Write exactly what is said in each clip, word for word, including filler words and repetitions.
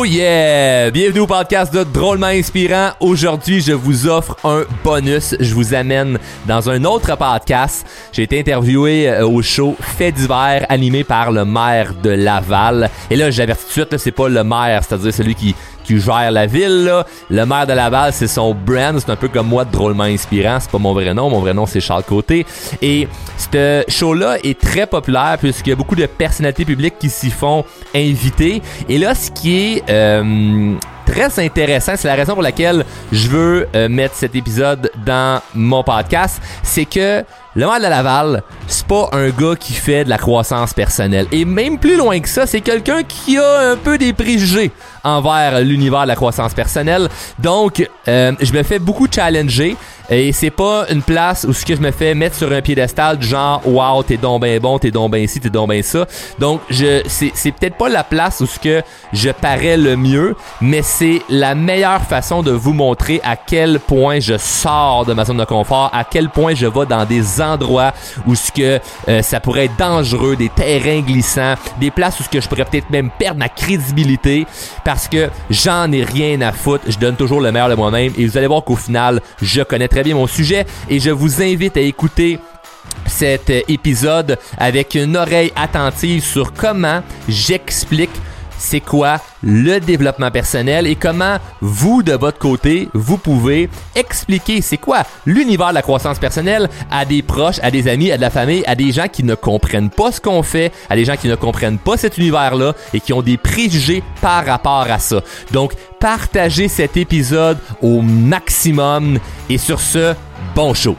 yeah! Bienvenue au podcast de Drôlement Inspirant. Aujourd'hui, je vous offre un bonus. Je vous amène dans un autre podcast. J'ai été interviewé au show Fait divers animé par le maire de Laval. Et là, j'avertis tout de suite, là, c'est pas le maire, c'est-à-dire celui qui qui gère la ville, là. Le maire de Laval, c'est son brand. C'est un peu comme moi, de Drôlement Inspirant. C'est pas mon vrai nom. Mon vrai nom, c'est Charles Côté. Et ce show-là est très populaire puisqu'il y a beaucoup de personnalités publiques qui s'y font inviter. Et là, ce qui est euh, très intéressant, c'est la raison pour laquelle je veux euh, mettre cet épisode dans mon podcast, c'est que le maire de Laval, c'est pas un gars qui fait de la croissance personnelle. Et même plus loin que ça, c'est quelqu'un qui a un peu des préjugés envers l'univers de la croissance personnelle. Donc, euh, je me fais beaucoup challenger. Et c'est pas une place où ce que je me fais mettre sur un piédestal du genre « Wow, t'es donc ben bon, t'es donc ben ci, t'es donc ben ça ». Donc, je c'est, c'est peut-être pas la place où ce que je parais le mieux, mais c'est la meilleure façon de vous montrer à quel point je sors de ma zone de confort, à quel point je vais dans des endroits où ce que euh, ça pourrait être dangereux, des terrains glissants, des places où ce que je pourrais peut-être même perdre ma crédibilité parce que j'en ai rien à foutre. Je donne toujours le meilleur de moi-même et vous allez voir qu'au final, je connais très bien mon sujet et je vous invite à écouter cet épisode avec une oreille attentive sur comment j'explique c'est quoi le développement personnel et comment vous, de votre côté, vous pouvez expliquer c'est quoi l'univers de la croissance personnelle à des proches, à des amis, à de la famille, à des gens qui ne comprennent pas ce qu'on fait, à des gens qui ne comprennent pas cet univers-là et qui ont des préjugés par rapport à ça. Donc, partagez cet épisode au maximum et sur ce, bon show!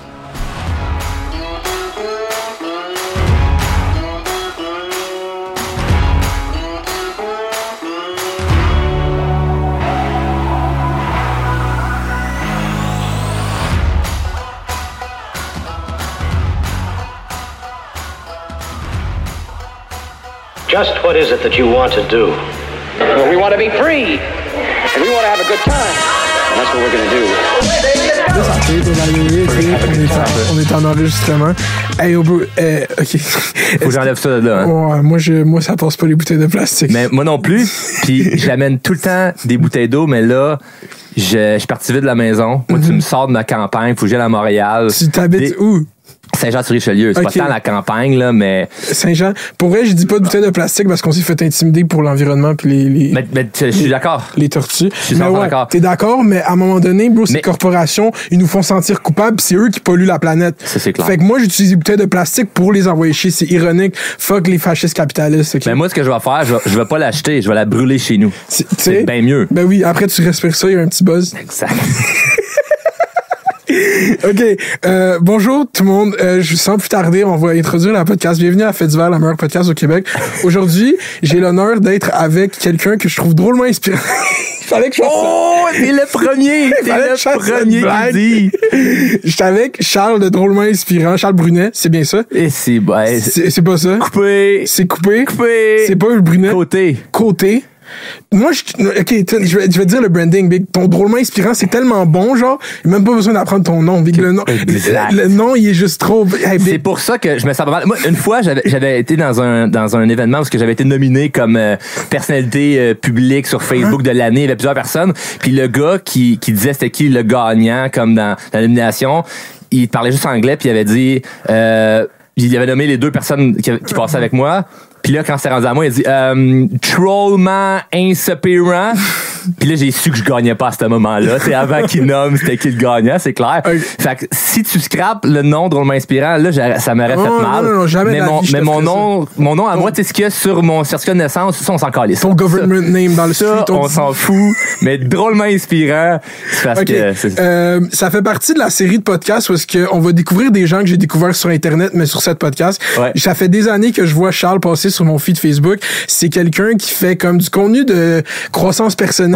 Just what is it that you want to do? Well, we want to be free, and we want to have a good time, and that's what we're going to do. Là, ça fait, on est, en, on est en enregistrement. Hey, oh bro, euh, ok. Faut que j'enlève ça de là, hein? Ouais, moi, je, moi, ça passe pas les bouteilles de plastique. Mais moi non plus. Puis j'amène tout le temps des bouteilles d'eau, mais là, je, je suis parti vite de la maison. Moi, mm-hmm. Tu me sors de ma campagne, faut que j'aille à Montréal. Tu t'habites des... où? Saint-Jean-sur-Richelieu. C'est okay. Pas tant la campagne, là, mais... Saint-Jean. Pour vrai, je dis pas de bouteille de plastique parce qu'on s'est fait intimider pour l'environnement puis les... les mais mais je suis d'accord. Les tortues. Je suis mais ouais, d'accord. T'es d'accord, mais à un moment donné, bro, ces mais... corporations, ils nous font sentir coupables pis c'est eux qui polluent la planète. Ça, c'est clair. Fait que moi, j'utilise des bouteilles de plastique pour les envoyer chier. C'est ironique. Fuck les fascistes capitalistes. Okay? Mais moi, ce que je vais faire, je vais, je vais pas l'acheter. Je vais la brûler chez nous. C'est, c'est bien mieux. Ben oui, après, tu respires ça, il y a un petit buzz. Exact. OK. Euh, bonjour tout le monde. Euh, je sans plus tarder, on va introduire la podcast. Bienvenue à Fait divers, la meilleure podcast au Québec. Aujourd'hui, j'ai l'honneur d'être avec quelqu'un que je trouve drôlement inspirant. Il fallait que je fasse Oh, ça. T'es le premier! T'es le premier qui dit! J'étais avec Charles de Drôlement Inspirant, Charles Brunet, c'est bien ça? Et c'est... Ouais, c'est, c'est pas ça? Coupé! C'est coupé? Coupé! C'est pas le Brunet? Côté. Côté. Moi, je, ok, je vais, je vais te dire le branding, Big. Ton drôlement inspirant, c'est tellement bon, genre, il n'y a même pas besoin d'apprendre ton nom, Big. Le nom, le, le nom, il est juste trop. Hey, c'est pour ça que je me sens pas mal. Moi, une fois, j'avais, j'avais été dans un, dans un événement où j'avais été nominé comme euh, personnalité euh, publique sur Facebook uh-huh. de l'année. Il y avait plusieurs personnes. Puis le gars qui, qui disait c'était qui le gagnant, comme dans, dans la nomination, il parlait juste anglais, puis il avait dit. Euh, il avait nommé les deux personnes qui, qui passaient avec moi. Puis là, quand c'est rendu à moi, il a dit euh, « Trollment inspirant ». Puis là, j'ai su que je gagnais pas à ce moment-là. C'est avant qu'il nomme c'était qui le gagnant, c'est clair. Okay. Fait que si tu scrapes le nom drôlement inspirant, là, ça m'aurait fait oh, mal. Non, non, jamais mais mon, mais mon nom, ça. mon nom à oh. moi, tu sais ce qu'il y a sur mon certificat de naissance, ça, on s'en calisse. Ton government ça, name dans le ça, street. on s'en fout. Mais drôlement inspirant, c'est parce okay. que... C'est... Euh, ça fait partie de la série de podcasts où est-ce qu'on va découvrir des gens que j'ai découverts sur Internet, mais sur cette podcast. Ouais. Ça fait des années que je vois Charles passer sur mon feed Facebook. C'est quelqu'un qui fait comme du contenu de croissance personnelle,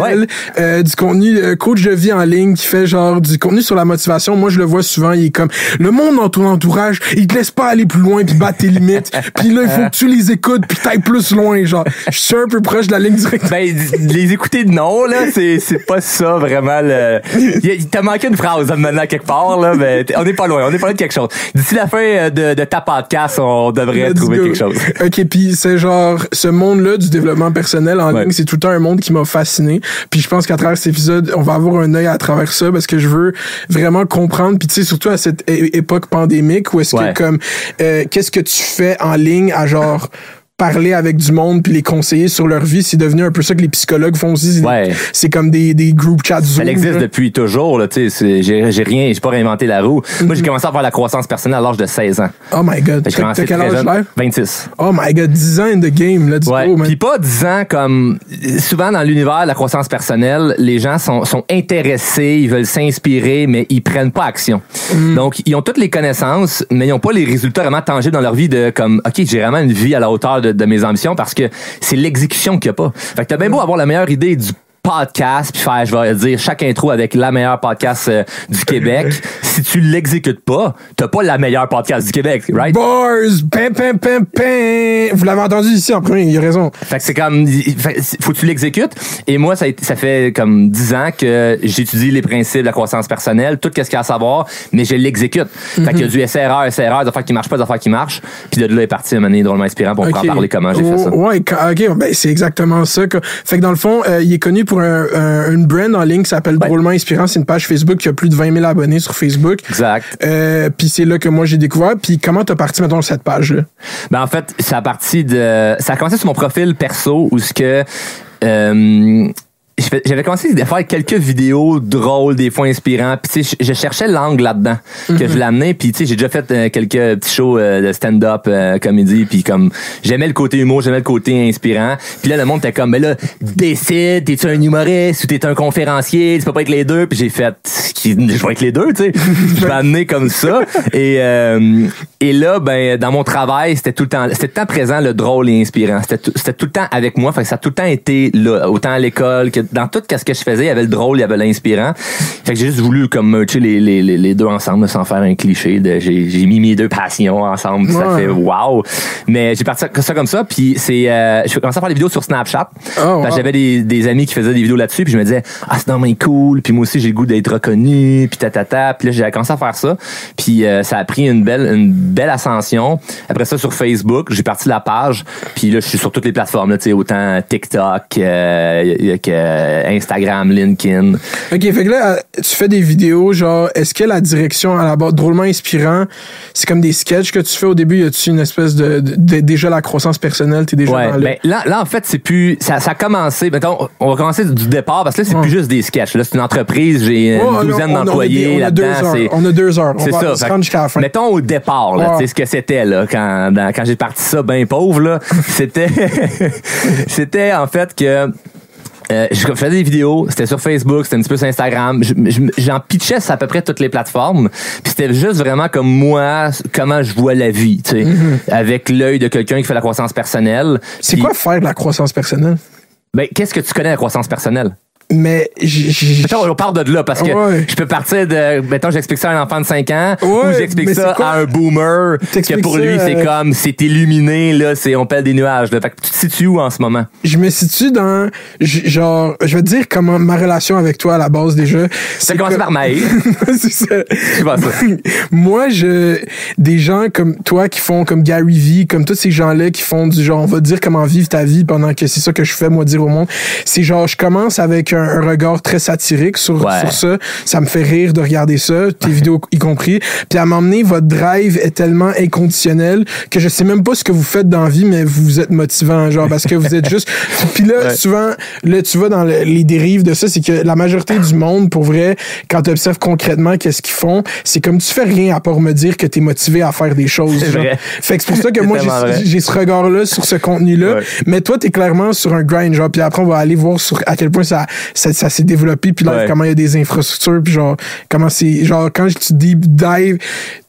personnel, Ouais. euh, du contenu euh, coach de vie en ligne qui fait genre du contenu sur la motivation. Moi, je le vois souvent, il est comme le monde dans ton entourage, il te laisse pas aller plus loin puis battre tes limites. Puis là, il faut que tu les écoutes puis t'ailles plus loin. Genre, je suis un peu proche de la ligne directe. Ben, les écouter de non, là, c'est, c'est pas ça, vraiment, le... Il t'a manqué une phrase, là, maintenant, quelque part, là, mais on est pas loin, on est pas loin de quelque chose. D'ici la fin de, de ta podcast, on devrait Let's trouver go. quelque chose. OK, puis c'est genre, ce monde-là du développement personnel en Ouais. ligne, c'est tout le temps un monde qui m'a fasciné. Puis je pense qu'à travers cet épisode, on va avoir un œil à travers ça parce que je veux vraiment comprendre. Puis tu sais, surtout à cette é- époque pandémique où est-ce Ouais. que comme, euh, qu'est-ce que tu fais en ligne à genre... parler avec du monde puis les conseiller sur leur vie, c'est devenu un peu ça que les psychologues font aussi. C'est, Ouais. c'est comme des, des group chats Zoom. Ça existe là. depuis toujours, là, tu sais, c'est- j'ai, j'ai rien, j'ai pas réinventé la roue. Moi, j'ai commencé à faire la croissance personnelle à l'âge de seize ans. Oh my God. Fait que j'ai T'as, commencé t'as quel très âge jeune. là? vingt-six. Oh my God, dix ans in the game, let's Ouais. go, man. Puis pas dix ans comme souvent dans l'univers de la croissance personnelle, les gens sont, sont intéressés, ils veulent s'inspirer, mais ils prennent pas action. Mm. Donc ils ont toutes les connaissances, mais ils ont pas les résultats vraiment tangibles dans leur vie de comme ok, j'ai vraiment une vie à la hauteur de, de mes ambitions parce que c'est l'exécution qu'il y a pas. Fait que t'as bien beau avoir la meilleure idée du podcast puis faire je vais dire chaque intro avec la meilleure podcast euh, du Québec, si tu l'exécutes pas, t'as pas la meilleure podcast du Québec, right? Bars, pam, pam, pam, pam. Vous l'avez entendu ici en premier, il a raison. Fait que c'est comme, fait, faut que tu l'exécutes. Et moi, ça, a été- ça fait comme dix ans que j'étudie les principes de la croissance personnelle, tout ce qu'il y a à savoir, mais je l'exécute. Fait qu'il y a du essai-erreur, essai-erreur, des affaires qui marchent pas, des affaires qui marchent. Puis de là est parti une année drôlement inspirant pour Ok. en parler comment j'ai fait ça. Ouais, ca- ok, ben c'est exactement ça. que- Fait que dans le fond, euh, il est connu pour un, un- une brand en ligne qui s'appelle Ouais. Drôlement Inspirant. C'est une page Facebook qui a plus de vingt mille abonnés sur Facebook. Exact. Euh, puis c'est là que moi j'ai découvert. Puis comment t'as parti, mettons, cette page-là? Ben en fait, ça a parti de, ça a commencé sur mon profil perso où ce que, euh, j'avais commencé à faire quelques vidéos drôles, des fois inspirants. Puis tu sais, je, je cherchais l'angle là-dedans que Mm-hmm. je l'amenais. Puis tu sais, j'ai déjà fait euh, quelques petits shows euh, de stand-up, euh, comédie. Puis comme j'aimais le côté humour, j'aimais le côté inspirant. Puis là, le monde était comme, mais là, décide, t'es-tu un humoriste ou t'es un conférencier, tu peux pas être les deux. Puis j'ai fait, je vais être les deux, tu sais. Je vais amener comme ça. Et euh, et là, ben dans mon travail, c'était tout le temps, c'était tout le temps présent le drôle et inspirant. C'était tout, c'était tout le temps avec moi. Fait que ça a tout le temps été là, autant à l'école que dans tout ce que je faisais, il y avait le drôle, il y avait l'inspirant. Fait que j'ai juste voulu comme merger les, les, les, les deux ensemble, sans faire un cliché de j'ai, j'ai mis mes deux passions ensemble, puis ça Ouais. fait wow. Mais j'ai parti ça comme ça, puis c'est euh, je commençais à faire des vidéos sur Snapchat. Oh, Parce que wow. j'avais des, des amis qui faisaient des vidéos là-dessus, puis je me disais ah c'est vraiment cool, puis moi aussi j'ai le goût d'être reconnu, puis tatata, puis là j'ai commencé à faire ça, puis euh, ça a pris une belle une belle ascension. Après ça sur Facebook, j'ai parti la page, puis là je suis sur toutes les plateformes là, tu sais autant TikTok euh, que Instagram, LinkedIn. Ok, fait que là, tu fais des vidéos, genre, est-ce que la direction à la base, drôlement inspirant, c'est comme des sketchs que tu fais au début, y a-tu une espèce de, de, de- déjà la croissance personnelle, t'es déjà Ouais, dans le... ben là, là en fait c'est plus ça, ça a commencé. Mettons, on va commencer du départ parce que là c'est Ouais. plus juste des sketchs. Là c'est une entreprise, j'ai Ouais, une douzaine on a- on a d'employés des- on a deux là-dedans. heures. C'est On a deux heures. On C'est va ça. se Fait rendre que, jusqu'à la fin. mettons au départ, là, Ouais. tu sais ce que c'était là quand dans- quand j'ai parti ça bien pauvre là, c'était c'était en fait que Euh, je faisais des vidéos, c'était sur Facebook, c'était un petit peu sur Instagram. Je- je- J'en pitchais sur à peu près toutes les plateformes. Puis c'était juste vraiment comme moi, comment je vois la vie, tu sais, avec l'œil de quelqu'un qui fait la croissance personnelle. C'est Puis, quoi faire de la croissance personnelle? ben, qu'est-ce que tu connais de la croissance personnelle? Mais j- j- Mettons, on part de là parce que Ouais. je peux partir de. Mettons, j'explique ça à un enfant de cinq ans Ouais, ou j'explique mais ça c'est quoi? à un boomer que T'expliques pour ça, lui, c'est euh, comme c'est illuminé, là, c'est on pèle des nuages. Là. Fait que tu te situes où en ce moment? je me situe dans, j- genre, je vais te dire comment ma relation avec toi à la base déjà. Ça commence que- par Maï. c'est ça. C'est pas ça. Moi, je, des gens comme toi qui font comme Gary Vee, comme tous ces gens-là qui font du genre, on va te dire comment vivre ta vie pendant que c'est ça que je fais, moi, dire au monde. C'est genre, je commence avec un, un regard très satirique sur, Ouais. sur ça. Ça me fait rire de regarder ça, tes vidéos y compris. Puis à m'emmener, votre drive est tellement inconditionnel que je sais même pas ce que vous faites dans la vie, mais vous êtes motivant, genre, parce que vous êtes juste. Puis là, Ouais. souvent, là, tu vas dans le- les dérives de ça, c'est que la majorité du monde, pour vrai, quand tu observes concrètement qu'est-ce qu'ils font, c'est comme tu fais rien à part me dire que t'es motivé à faire faire des choses. C'est genre. vrai. Fait que c'est pour ça que C'est moi, tellement vrai. j'ai, j'ai ce regard-là sur ce contenu-là. Ouais. Mais toi, t'es clairement sur un grind, genre, puis après, on va aller voir sur à quel point ça, ça, ça s'est développé, puis là, Ouais. comment il y a des infrastructures, puis genre, comment c'est, genre, quand tu deep dive,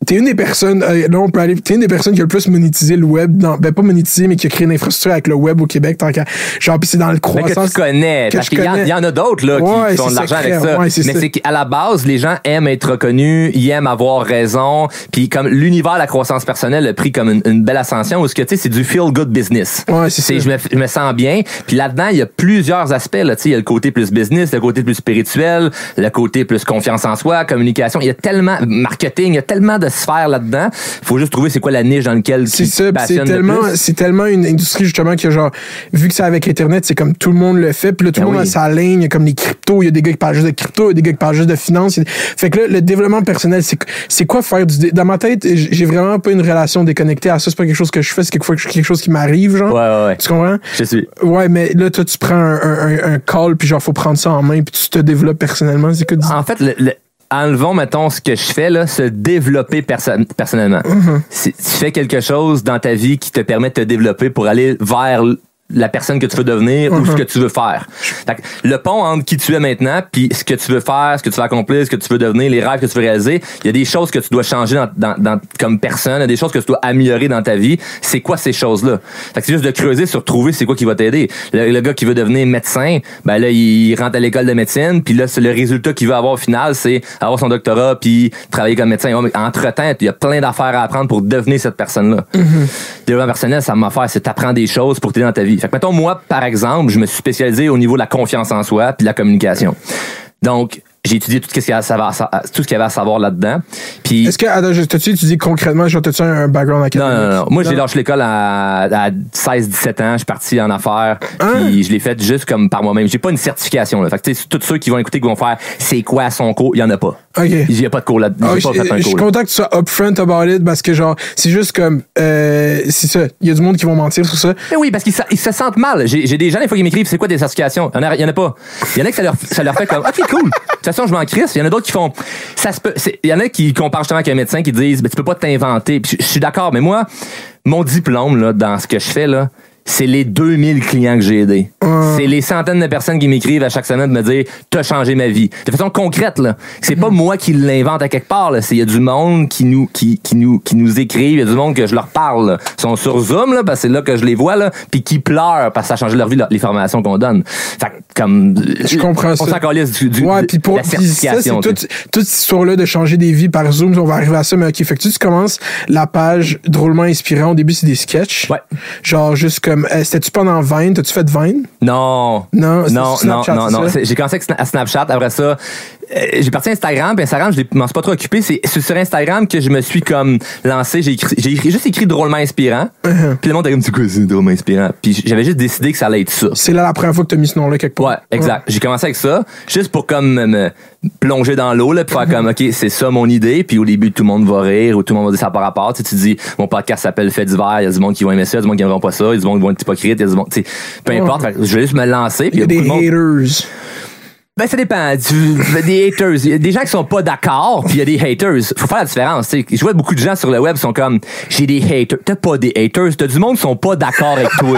t'es une des personnes, euh, là, on peut aller, t'es une des personnes qui a le plus monétisé le web, dans, ben, pas monétisé, mais qui a créé une infrastructure avec le web au Québec, tant qu'à, genre, pis c'est dans le croissance. Mais que tu connais, que parce qu'il y, en- il y en a d'autres, là, Ouais, qui font de c'est l'argent secret, avec ça. ouais, c'est mais ça. c'est qu'à la base, les gens aiment être reconnus, ils aiment avoir raison, puis comme l'univers de la croissance personnelle a pris comme une, une belle ascension, où ce que, tu sais, c'est du feel-good business. Ouais, c'est ça. Je me, je me sens bien, puis là-dedans, il y a plusieurs aspects, là, tu sais, il y a le côté plus business, le côté plus spirituel, le côté plus confiance en soi, communication, il y a tellement, marketing, il y a tellement de sphères là-dedans, faut juste trouver c'est quoi la niche dans laquelle C'est tu ça, te pis c'est passionnes le tellement, plus. c'est tellement une industrie justement que genre, vu que c'est avec Internet, c'est comme tout le monde le fait, puis là tout le Ben monde oui. a sa ligne, il y a comme les cryptos, il y a des gars qui parlent juste de crypto, il y a des gars qui parlent juste de finance. il y a- Fait que là, le développement personnel, c'est c'est quoi faire du dé- dans ma tête, j'ai vraiment pas une relation déconnectée à ça, c'est pas quelque chose que je fais, c'est quelque fois quelque chose qui m'arrive, genre. Ouais, ouais, ouais. Tu comprends? Je suis. Ouais, mais là toi tu prends un, un, un call puis genre faut prendre ça en main puis tu te développes personnellement, c'est que En fait, le, le- enlevons, mettons, ce que je fais, là, se développer perso- personnellement. C'est- Tu fais quelque chose dans ta vie qui te permet de te développer pour aller vers l- la personne que tu veux devenir ou ce que tu veux faire. Fait que le pont entre qui tu es maintenant puis ce que tu veux faire, ce que tu veux accomplir, ce que tu veux devenir, les rêves que tu veux réaliser, il y a des choses que tu dois changer dans, dans, dans- comme personne, il y a des choses que tu dois améliorer dans ta vie. C'est quoi ces choses-là? Fait que c'est juste de creuser sur trouver c'est quoi qui va t'aider. Le, le gars qui veut devenir médecin, ben là, il rentre à l'école de médecine puis là, c'est le résultat qu'il veut avoir au final, c'est avoir son doctorat puis travailler comme médecin. Ouais, mais entre-temps, il y a plein d'affaires à apprendre pour devenir cette personne-là. Le développement personnel, ça m'a fait, c'est t'apprends des choses pour t'aider dans ta vie. Fait que, mettons, moi, par exemple, je me suis spécialisé au niveau de la confiance en soi puis de la communication. Donc, j'ai étudié tout ce qu'il y avait à savoir, tout ce qu'il y avait à savoir là-dedans. Puis, Est-ce que, attends, je- t'as-tu étudié concrètement, genre, t'as-tu un background non, académique? non, non. Moi, j'ai lâché l'école à, à seize dix-sept ans. Je suis parti en affaires. Hein? Puis je l'ai fait juste comme par moi-même. J'ai pas une certification, là. Fait que, tu sais, tous ceux qui vont écouter, qui vont faire c'est quoi son cours, il y en a pas. OK. Il y a pas de cours là. Ah, J'ai je pas fait un je suis cours. là. content que tu sois upfront about it parce que genre c'est juste comme euh, c'est ça, il y a du monde qui vont mentir sur ça. Mais oui, parce qu'ils se, ils se sentent mal. J'ai, j'ai des gens, des fois, qui m'écrivent c'est quoi des certifications? Il y en a, il y en a pas. Il y en a que ça leur, ça leur fait comme OK, cool. De toute façon, je m'en crisse. Il y en a d'autres qui font ça se peut. c'est- Il y en a qui comparent justement avec un médecin qui disent ben, tu peux pas t'inventer. Puis je, je suis d'accord, mais moi, mon diplôme là, dans ce que je fais, là, c'est les deux mille clients que j'ai aidés. C'est les centaines de personnes qui m'écrivent à chaque semaine de me dire t'as changé ma vie. De façon concrète, là. C'est pas moi qui l'invente à quelque part, là. C'est, il y a du monde qui nous, qui, qui nous, qui nous écrivent. Il y a du monde que je leur parle, là. Ils sont sur Zoom, là, parce que c'est là que je les vois, là. Puis qui pleurent parce que ça a changé leur vie, là, les formations qu'on donne. Fait que, comme. Je comprends on ça. On s'en calisse du, du, Ouais, de puis pour la puis ça, certification. c'est tu toute, sais. toute cette histoire-là de changer des vies par Zoom, on va arriver à ça, mais ok, fait que tu, tu commences la page drôlement inspirant. Au début, c'est des sketchs. Ouais. Genre juste comme euh, c'était-tu pendant Vine? T'as-tu fait Vine? Non. Non, c'est non, sur non, Snapchat, non, c'est non. ça? C'est- J'ai commencé avec Sna- à Snapchat. Après ça, euh, j'ai parti à Instagram. Puis Instagram, je m'en suis pas trop occupé. C'est c'est sur Instagram que je me suis comme lancé. J'ai écrit, j'ai écrit- juste écrit drôlement inspirant. Uh-huh. Puis le monde était comme, c'est quoi, c'est drôlement inspirant? Puis j'avais juste décidé que ça allait être ça. C'est là la première fois que t'as mis ce nom-là quelque part. Ouais, exact. J'ai commencé avec ça, juste pour comme me, me plonger dans l'eau, là, puis faire comme, OK, c'est ça mon idée, puis au début, tout le monde va rire, ou tout le monde va dire ça par rapport. Tu sais, tu dis, mon podcast s'appelle Fait divers, il y a du monde qui vont aimer ça, il y a du monde qui aimeront pas ça, il y a du monde qui vont être hypocrites, il y a du monde, tu sais, peu importe. Fait que je vais juste me lancer, puis Il y a des beaucoup de monde. haters. Ben, ça dépend. Du, des haters. Il y a des gens qui sont pas d'accord, puis il y a des haters. Faut faire la différence, tu sais. Je vois beaucoup de gens sur le web qui sont comme, j'ai des haters. T'as pas des haters. T'as du monde qui sont pas d'accord avec toi.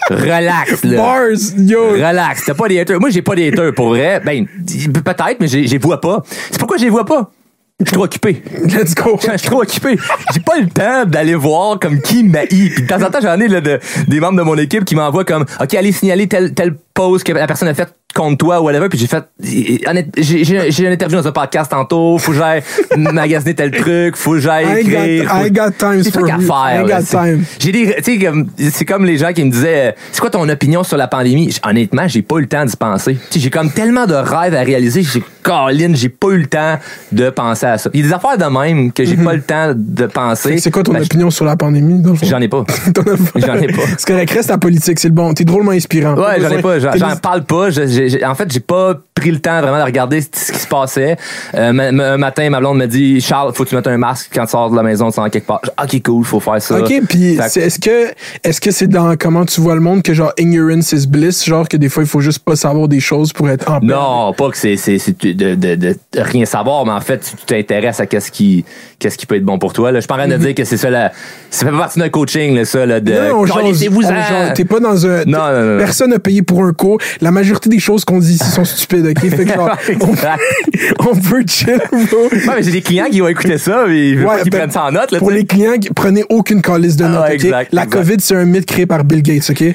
Relax, là. Bars, yo. Relax. T'as pas des haters. Moi, j'ai pas des haters pour vrai. Ben, peut-être, mais j'ai, j'ai vois pas. C'est pourquoi je les vois pas. Je suis trop occupé. Let's go. Je suis trop occupé. J'ai pas le temps d'aller voir comme qui m'haït. Puis de temps en temps, j'en ai là, de, des membres de mon équipe qui m'envoient comme, OK, allez signaler telle, telle pause que la personne a faite contre toi ou whatever. Puis j'ai fait, honnête, j'ai, j'ai, j'ai une interview dans un podcast tantôt. Faut que j'aille magasiner tel truc. Faut que j'aille I écrire. got, I got time C'est for trucs à you. faire. I là. got C'est- time. J'ai des, tu sais, comme, c'est comme les gens qui me disaient, euh, c'est quoi ton opinion sur la pandémie? J- Honnêtement, j'ai pas eu le temps d'y penser. Tu sais, j'ai comme tellement de rêves à réaliser. J'ai, Caroline, j'ai pas eu le temps de penser à ça. Il y a des affaires de même que j'ai pas le temps de penser. C'est quoi ton Ben, opinion sur la pandémie, dans le fond? J'en ai pas. T'en as pas. J'en ai pas. C'est correct, reste à politique, c'est le bon. T'es drôlement inspirant. Ouais, j'en ai pas. J'en, T'es j'en des- parle pas. Je- j'ai- j'ai- en fait, j'ai pas pris le temps vraiment de regarder ce ce qui se passait. Euh, ma- ma- un matin, ma blonde me dit, Charles, faut que tu mettes un masque quand tu sors de la maison, tu sors quelque part. Ok, cool, faut faire ça. OK, puis Fait que- c'est- est-ce que est-ce que c'est dans comment tu vois le monde que genre ignorance is bliss, genre que des fois il faut juste pas savoir des choses pour être en paix? Non, pas que c'est, c'est, c'est tu de, de, de rien savoir, mais en fait, tu t'intéresses à qu'est-ce qui, qu'est-ce qui peut être bon pour toi. Là. Je suis pas en train de dire que c'est ça, la, ça fait pas partie d'un coaching, là, ça, là, de. Non, genre, genre, t'es pas dans un. Non, non, non, personne n'a payé pour un cours. La majorité des choses qu'on dit ici sont stupides, ok? Fait que genre, on, on peut chill, bro. Ouais, mais j'ai des clients qui vont écouter ça, mais ils veulent ouais, pas qu'ils ben, prennent ça en note, là. Pour t'sais. les clients, prenez aucune calice de notes, ah, ok? exact, La exact. COVID, c'est un mythe créé par Bill Gates, ok?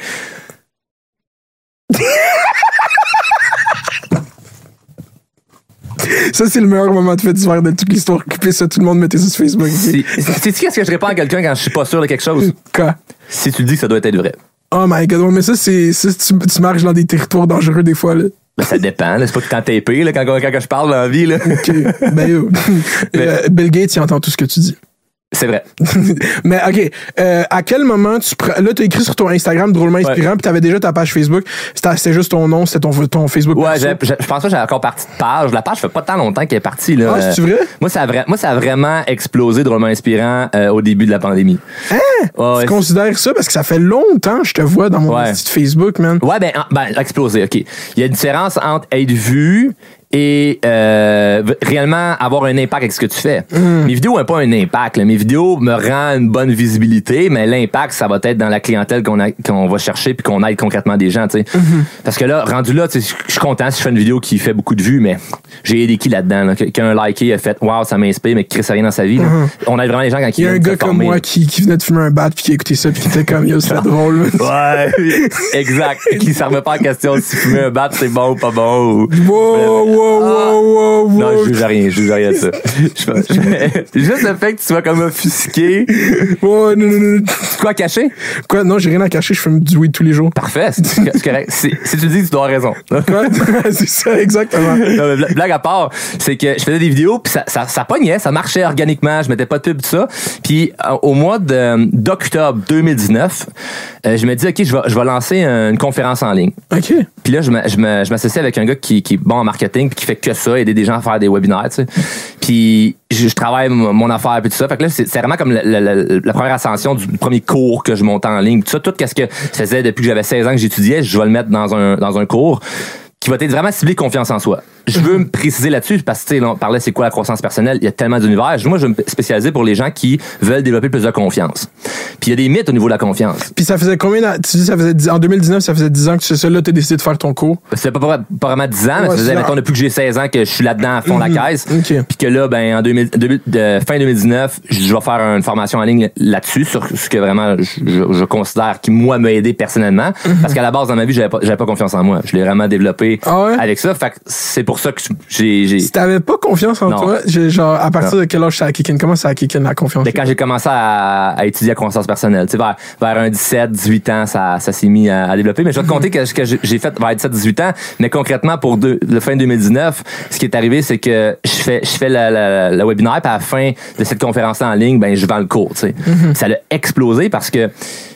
Ça, c'est le meilleur moment de fait d'hiver de toute l'histoire. Coupez ça, tout le monde mettez ça sur Facebook. Okay? Sais-tu qu'est-ce que je réponds à quelqu'un quand je suis pas sûr de quelque chose? Quoi? Si tu le dis que ça doit être vrai. Oh my god, ouais, mais ça, c'est, ça, tu, tu marches dans des territoires dangereux des fois, là. Ben, ça dépend, là. C'est pas tout le temps tapé, là, quand, quand, quand je parle dans la vie, là. OK. Ben, yo. euh, Bill Gates, il entend tout ce que tu dis. C'est vrai. Mais OK, euh, à quel moment tu pre... là t'as écrit sur ton Instagram drôlement inspirant, ouais. Puis t'avais déjà ta page Facebook, c'était, c'était juste ton nom, c'était ton, ton Facebook. Ouais, je pense que j'avais encore partie de page. La page fait pas tant longtemps qu'elle est partie là. Ah, c'est vrai? Moi ça a vra... moi ça a vraiment explosé drôlement inspirant euh, au début de la pandémie. Hein? Ouais, tu considères ça parce que ça fait longtemps que je te vois dans mon ouais. site Facebook, man. Ouais, ben ben explosé, OK. Il y a une différence entre être vu et euh, réellement avoir un impact avec ce que tu fais. Mm. Mes vidéos n'ont pas un impact. Là. Mes vidéos me rendent une bonne visibilité, mais l'impact, ça va être dans la clientèle qu'on, a, qu'on va chercher puis qu'on aide concrètement des gens. Mm-hmm. Parce que là, rendu là, je suis content si je fais une vidéo qui fait beaucoup de vues, mais j'ai aidé qui là-dedans? Là? Qu'un liké a fait « Wow, ça m'inspire », mais qui crée rien dans sa vie. Mm-hmm. On aide vraiment les gens quand ils Il y a un gars comme moi qui, qui venait de fumer un bat puis qui écoutait ça puis qui était comme « Yo, c'est drôle. » Ouais, exact. Qui ne se remet pas en question si fumer un bat, c'est bon ou pas bon. Ou... Wow, wow, wow, wow, wow. Non, je juge rien, je juge rien de ça. Je, je, juste le fait que tu sois comme offusqué. Ouais, non, non, non. C'est quoi cacher? Quoi? Non, j'ai rien à cacher, je fume du weed tous les jours. Parfait, c'est, c'est correct. Si, si tu le dis, tu dois avoir raison. Quoi? C'est ça, exactement. Non, mais blague à part, c'est que je faisais des vidéos, puis ça, ça, ça pognait, ça marchait organiquement, je mettais pas de pub, tout ça. Puis euh, au mois de, d'octobre deux mille dix-neuf, euh, je me dis, OK, je vais, je vais lancer une conférence en ligne. OK. Puis là, je, me, je, me, je m'associe avec un gars qui, qui est bon en marketing, puis qui fait que ça, aider des gens à faire des webinaires, tu sais. Puis je, je travaille mon, mon affaire, puis tout ça. Fait que là, c'est, c'est vraiment comme la, la, la, la première ascension du premier cours que je montais en ligne. Tout ça, tout ce que je faisais depuis que j'avais seize ans que j'étudiais, je vais le mettre dans un, dans un cours qui va être vraiment ciblé confiance en soi. Je veux me préciser là-dessus parce que, tu sais, on parlait c'est quoi la croissance personnelle. Il y a tellement d'univers. Moi, je veux me spécialiser pour les gens qui veulent développer plus de confiance. Puis il y a des mythes au niveau de la confiance. Puis ça faisait combien d'années? Tu dis ça faisait dix, en deux mille dix-neuf, ça faisait dix ans que tu sais ça, là, t'as décidé de faire ton cours? C'est pas, pas, pas vraiment dix ans, mais ouais, ça faisait, mettons, depuis que j'ai seize ans que je suis là-dedans à fond mm-hmm. la caisse. Okay. Puis que là, ben, en deux mille, de, de, fin deux mille dix-neuf, je vais faire une formation en ligne là-dessus, sur ce que vraiment je, je, je considère qui, moi, m'a aidé personnellement. Mm-hmm. Parce qu'à la base, dans ma vie, j'avais pas, j'avais pas confiance en moi. Je l'ai vraiment développé ah ouais? avec ça. Fait que c'est pour ça que j'ai, j'ai... Si t'avais pas confiance en non. toi, j'ai, genre, à partir non. de quel âge ça a kick in? Comment ça a kick in la confiance? Mais quand j'ai commencé à, à étudier la croissance personnelle, tu sais, vers, vers un dix-sept, dix-huit ans, ça, ça s'est mis à, à développer. Mais je vais te compter que, que j'ai fait vers dix-sept, dix-huit ans. Mais concrètement, pour deux, le fin deux mille dix-neuf, ce qui est arrivé, c'est que je fais, je fais la, la, la webinaire, puis à la fin de cette conférence en ligne, ben, je vends le cours, tu sais. Mm-hmm. Ça a explosé parce que,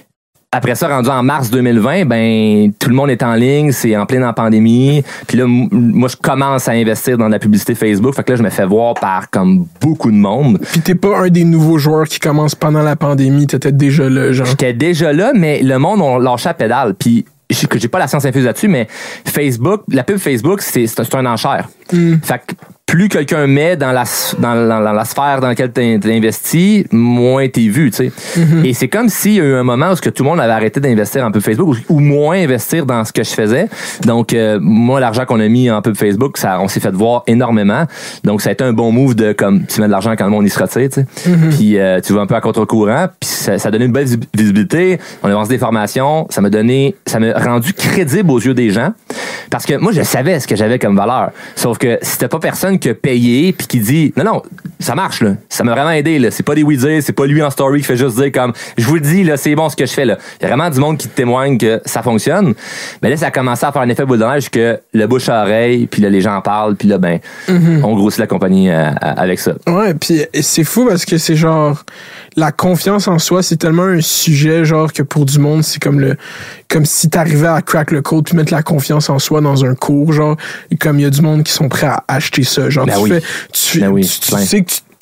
après ça, rendu en mars deux mille vingt, ben tout le monde est en ligne, c'est en pleine en pandémie. Puis là, m- moi, je commence à investir dans la publicité Facebook. Fait que là, je me fais voir par comme beaucoup de monde. Puis t'es pas un des nouveaux joueurs qui commencent pendant la pandémie. T'étais déjà là, genre. J'étais déjà là, mais le monde, on lâchait la pédale. Puis que j'ai pas la science infuse là-dessus, mais Facebook, la pub Facebook, c'est, c'est, c'est un enchère. Mm. Fait que plus quelqu'un met dans la, dans, dans, dans la sphère dans laquelle t'es, t'es investi, moins t'es vu, tu sais. Mm-hmm. Et c'est comme s'il y a eu un moment où que tout le monde avait arrêté d'investir en pub Facebook ou, ou moins investir dans ce que je faisais. Donc, euh, moi, l'argent qu'on a mis en pub Facebook, ça, on s'est fait voir énormément. Donc, ça a été un bon move de, comme, tu mets de l'argent quand le monde y se retire, tu sais. Mm-hmm. Puis, euh, tu vas un peu à contre-courant. Puis, ça, ça a donné une belle visibilité. On a lancé des formations. Ça m'a donné, ça m'a rendu crédible aux yeux des gens. Parce que moi, je savais ce que j'avais comme valeur. Sauf que c'était pas personne qui a payé puis qui dit non, non, ça marche, là. Ça m'a vraiment aidé, là. C'est pas des oui-dire, c'est pas lui en story qui fait juste dire comme je vous le dis, là, c'est bon ce que je fais, là. Il y a vraiment du monde qui témoigne que ça fonctionne. Mais là, ça a commencé à faire un effet boule de neige que le bouche à oreille, puis là, les gens en parlent, puis là, ben, mm-hmm. on grossit la compagnie euh, avec ça. Ouais, puis c'est fou parce que c'est genre la confiance en soi, c'est tellement un sujet, genre, que pour du monde, c'est comme le comme si t'arrivais à crack le code puis mettre la confiance en soi dans un cours, genre, et comme il y a du monde qui sont prêts à acheter ça. Genre, ben tu oui. fais, tu, ben oui, tu, tu sais que tu,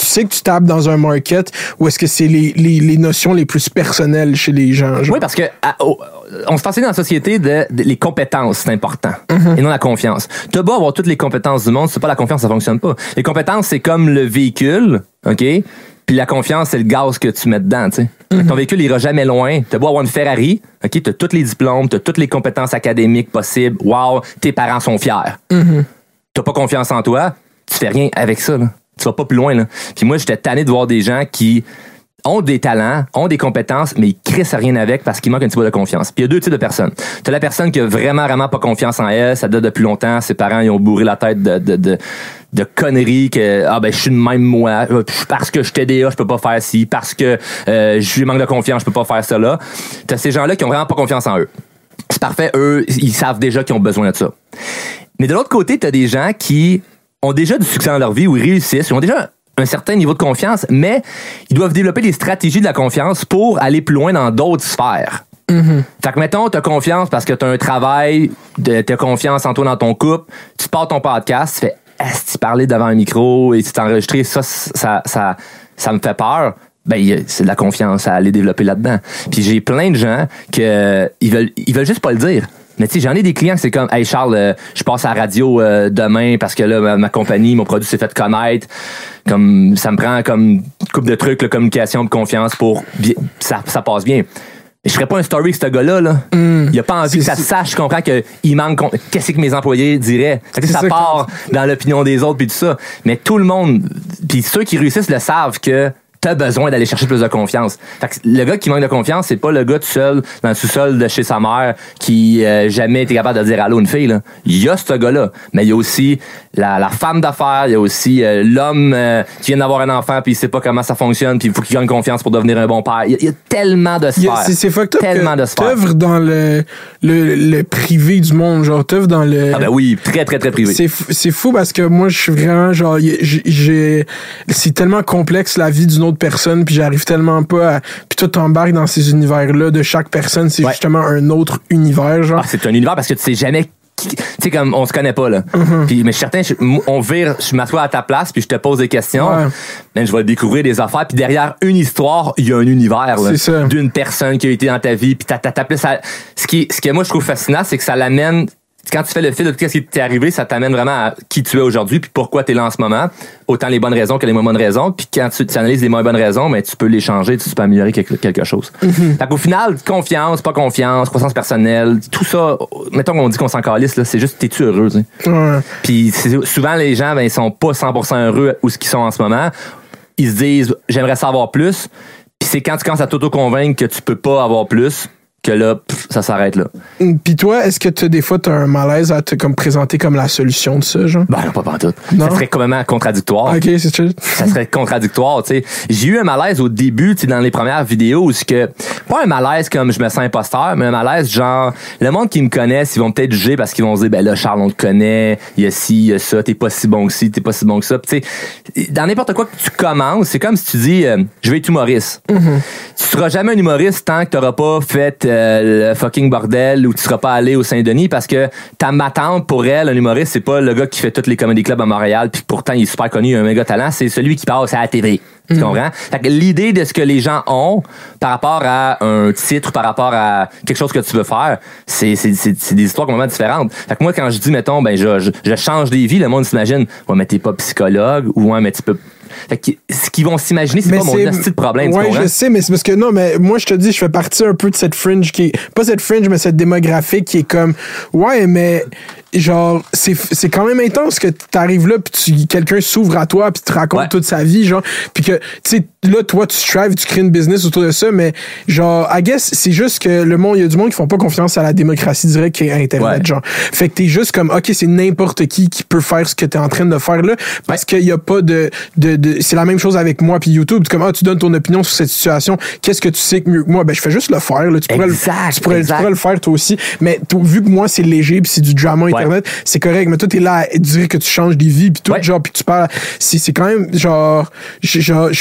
tu sais que tu tapes dans un market ou est-ce que c'est les, les, les notions les plus personnelles chez les gens? Genre? Oui, parce que à, oh, on se fascine dans la société de, de les compétences, c'est important, mm-hmm. et non la confiance. T'as beau avoir toutes les compétences du monde, c'est pas la confiance, ça fonctionne pas. Les compétences, c'est comme le véhicule, OK? Puis la confiance, c'est le gaz que tu mets dedans, tu sais. Mm-hmm. Ton véhicule ira jamais loin. T'as beau avoir une Ferrari, OK? T'as tous les diplômes, t'as toutes les compétences académiques possibles. Wow, tes parents sont fiers. Mm-hmm. T'as pas confiance en toi, tu fais rien avec ça, là. Tu vas pas plus loin, là. Puis moi, j'étais tanné de voir des gens qui ont des talents, ont des compétences, mais ils crissent rien avec parce qu'il manque un petit peu de confiance. Puis il y a deux types de personnes. T'as la personne qui a vraiment, vraiment pas confiance en elle, ça date depuis longtemps, ses parents, ils ont bourré la tête de, de, de, de conneries que, ah ben, je suis de même moi, parce que je suis T D A, je peux pas faire ci, parce que euh, je manque de confiance, je peux pas faire ça là. T'as ces gens-là qui ont vraiment pas confiance en eux. C'est parfait, eux, ils savent déjà qu'ils ont besoin de ça. Mais de l'autre côté, t'as des gens qui ont déjà du succès dans leur vie ou ils réussissent, ils ont déjà un certain niveau de confiance, mais ils doivent développer des stratégies de la confiance pour aller plus loin dans d'autres sphères. Mm-hmm. Fait que, mettons, t'as confiance parce que t'as un travail, t'as confiance en toi dans ton couple, tu pars ton podcast, tu fais « Est-ce que tu parlais devant un micro et tu t'es enregistré? » Ça, ça, ça, ça me fait peur. Ben, c'est de la confiance à aller développer là-dedans. Puis j'ai plein de gens que ils veulent, ils veulent juste pas le dire. Mais tu sais, j'en ai des clients que c'est comme « Hey Charles, euh, je passe à la radio euh, demain parce que là, ma, ma compagnie, mon produit s'est fait connaître. » Comme ça me prend comme une couple de trucs, la communication, de confiance pour bien, ça, ça passe bien. Mais je ferais pas un story avec ce gars-là. Là. Mm. Il a pas envie que ça se sache. Je comprends qu'il manque. Qu'est-ce que mes employés diraient? Fait que ça, ça part que... dans l'opinion des autres puis tout ça. Mais tout le monde, puis ceux qui réussissent le savent que t'as besoin d'aller chercher plus de confiance. Fait que le gars qui manque de confiance, c'est pas le gars tout seul dans le sous-sol de chez sa mère qui euh, jamais était capable de dire allô à une fille. Là. Il y a ce gars-là, mais il y a aussi la, la femme d'affaires, il y a aussi euh, l'homme euh, qui vient d'avoir un enfant puis il sait pas comment ça fonctionne puis il faut qu'il gagne confiance pour devenir un bon père. Il y a, il y a tellement de sphères. C'est, c'est fucked up tellement de sphères. T'œuvres dans le, le, le privé du monde, genre t'œuvres dans le... Ah ben oui, très très très privé. C'est, c'est fou parce que moi je suis vraiment genre, j'ai, j'ai, c'est tellement complexe la vie d'une autre personne puis j'arrive tellement pas à... Puis toi t'embarques dans ces univers-là de chaque personne, c'est ouais. justement un autre univers, genre. Ah, c'est un univers parce que tu sais jamais... Tu sais, comme on se connaît pas, là. Mm-hmm. Puis, mais certains, je, on vire, je m'assois à ta place, puis je te pose des questions. Ouais. Ben, je vais découvrir des affaires. Puis derrière une histoire, il y a un univers là, d'une personne qui a été dans ta vie. Puis t'as, t'as, t'as, ça, ce qui, ce que moi je trouve fascinant, c'est que ça l'amène. Quand tu fais le fil de tout ce qui t'est arrivé, ça t'amène vraiment à qui tu es aujourd'hui puis pourquoi t'es là en ce moment. Autant les bonnes raisons que les moins bonnes raisons. Puis quand tu, tu analyses les moins bonnes raisons, mais tu peux les changer, tu peux améliorer quelque, quelque chose. Mm-hmm. Fait qu'au final, confiance, pas confiance, croissance personnelle, tout ça, mettons qu'on dit qu'on s'en calisse, là, c'est juste t'es-tu heureux, tu sais. Ouais. Puis c'est, souvent les gens, ben, ils sont pas cent pour cent heureux où ce qu'ils sont en ce moment. Ils se disent, j'aimerais savoir plus. Puis c'est quand tu commences à t'auto-convaincre que tu peux pas avoir plus, que là, pff, ça s'arrête là. Puis toi, est-ce que t'as, des fois, t'as un malaise à te comme, présenter comme la solution de ça, genre? Ben non, pas pantoute. Ça serait complètement contradictoire. OK, c'est chill. Ça serait contradictoire, tu sais. J'ai eu un malaise au début, tu sais, dans les premières vidéos, où c'est que, pas un malaise comme je me sens imposteur, mais un malaise genre, le monde qui me connaisse, ils vont peut-être juger parce qu'ils vont se dire, ben là, Charles, on te connaît, il y a ci, il y a ça, t'es pas si bon que ci, t'es pas si bon que ça. Tu sais, dans n'importe quoi que tu commences, c'est comme si tu dis, euh, je vais être humoriste. Mm-hmm. Tu seras jamais un humoriste tant que t'auras pas fait le fucking bordel où tu seras pas allé au Saint-Denis parce que ta matante pour elle, un humoriste, c'est pas le gars qui fait tous les comedy clubs à Montréal puis pourtant il est super connu, il a un méga talent, c'est celui qui passe à la T V. Tu mmh. comprends? Fait que l'idée de ce que les gens ont par rapport à un titre, par rapport à quelque chose que tu veux faire, c'est, c'est, c'est, c'est des histoires complètement différentes. Fait que moi, quand je dis, mettons, ben, je, je, je change des vies, le monde s'imagine, ouais, mais t'es pas psychologue ou ouais, mais tu peux. Fait que ce qu'ils vont s'imaginer, c'est mais pas c'est, mon petit problème. Ouais, je sais, mais c'est parce que non, mais moi, je te dis, je fais partie un peu de cette fringe qui est, pas cette fringe, mais cette démographique qui est comme, ouais, mais, genre, c'est, c'est quand même intense que t'arrives là pis tu, quelqu'un s'ouvre à toi pis te raconte ouais. toute sa vie, genre, pis que, tu sais, là, toi, tu strives, tu crées une business autour de ça, mais, genre, I guess, c'est juste que le monde, il y a du monde qui font pas confiance à la démocratie directe qui est Internet, ouais. genre. Fait que t'es juste comme, OK, c'est n'importe qui qui peut faire ce que t'es en train de faire là, parce ouais. qu'il y a pas de, de, de, c'est la même chose avec moi puis YouTube. Comme, ah, tu donnes ton opinion sur cette situation, qu'est-ce que tu sais que mieux que moi? Ben, je fais juste le faire, là. Tu pourrais, exact, le, tu pourrais, exact. tu pourrais le faire toi aussi. Mais vu que moi, c'est léger pis c'est du drama ouais. Internet, c'est correct. Mais toi, t'es là à dire que tu changes des vies pis tout, ouais. genre, pis tu parles, c'est, c'est quand même, genre, genre, je suis pas,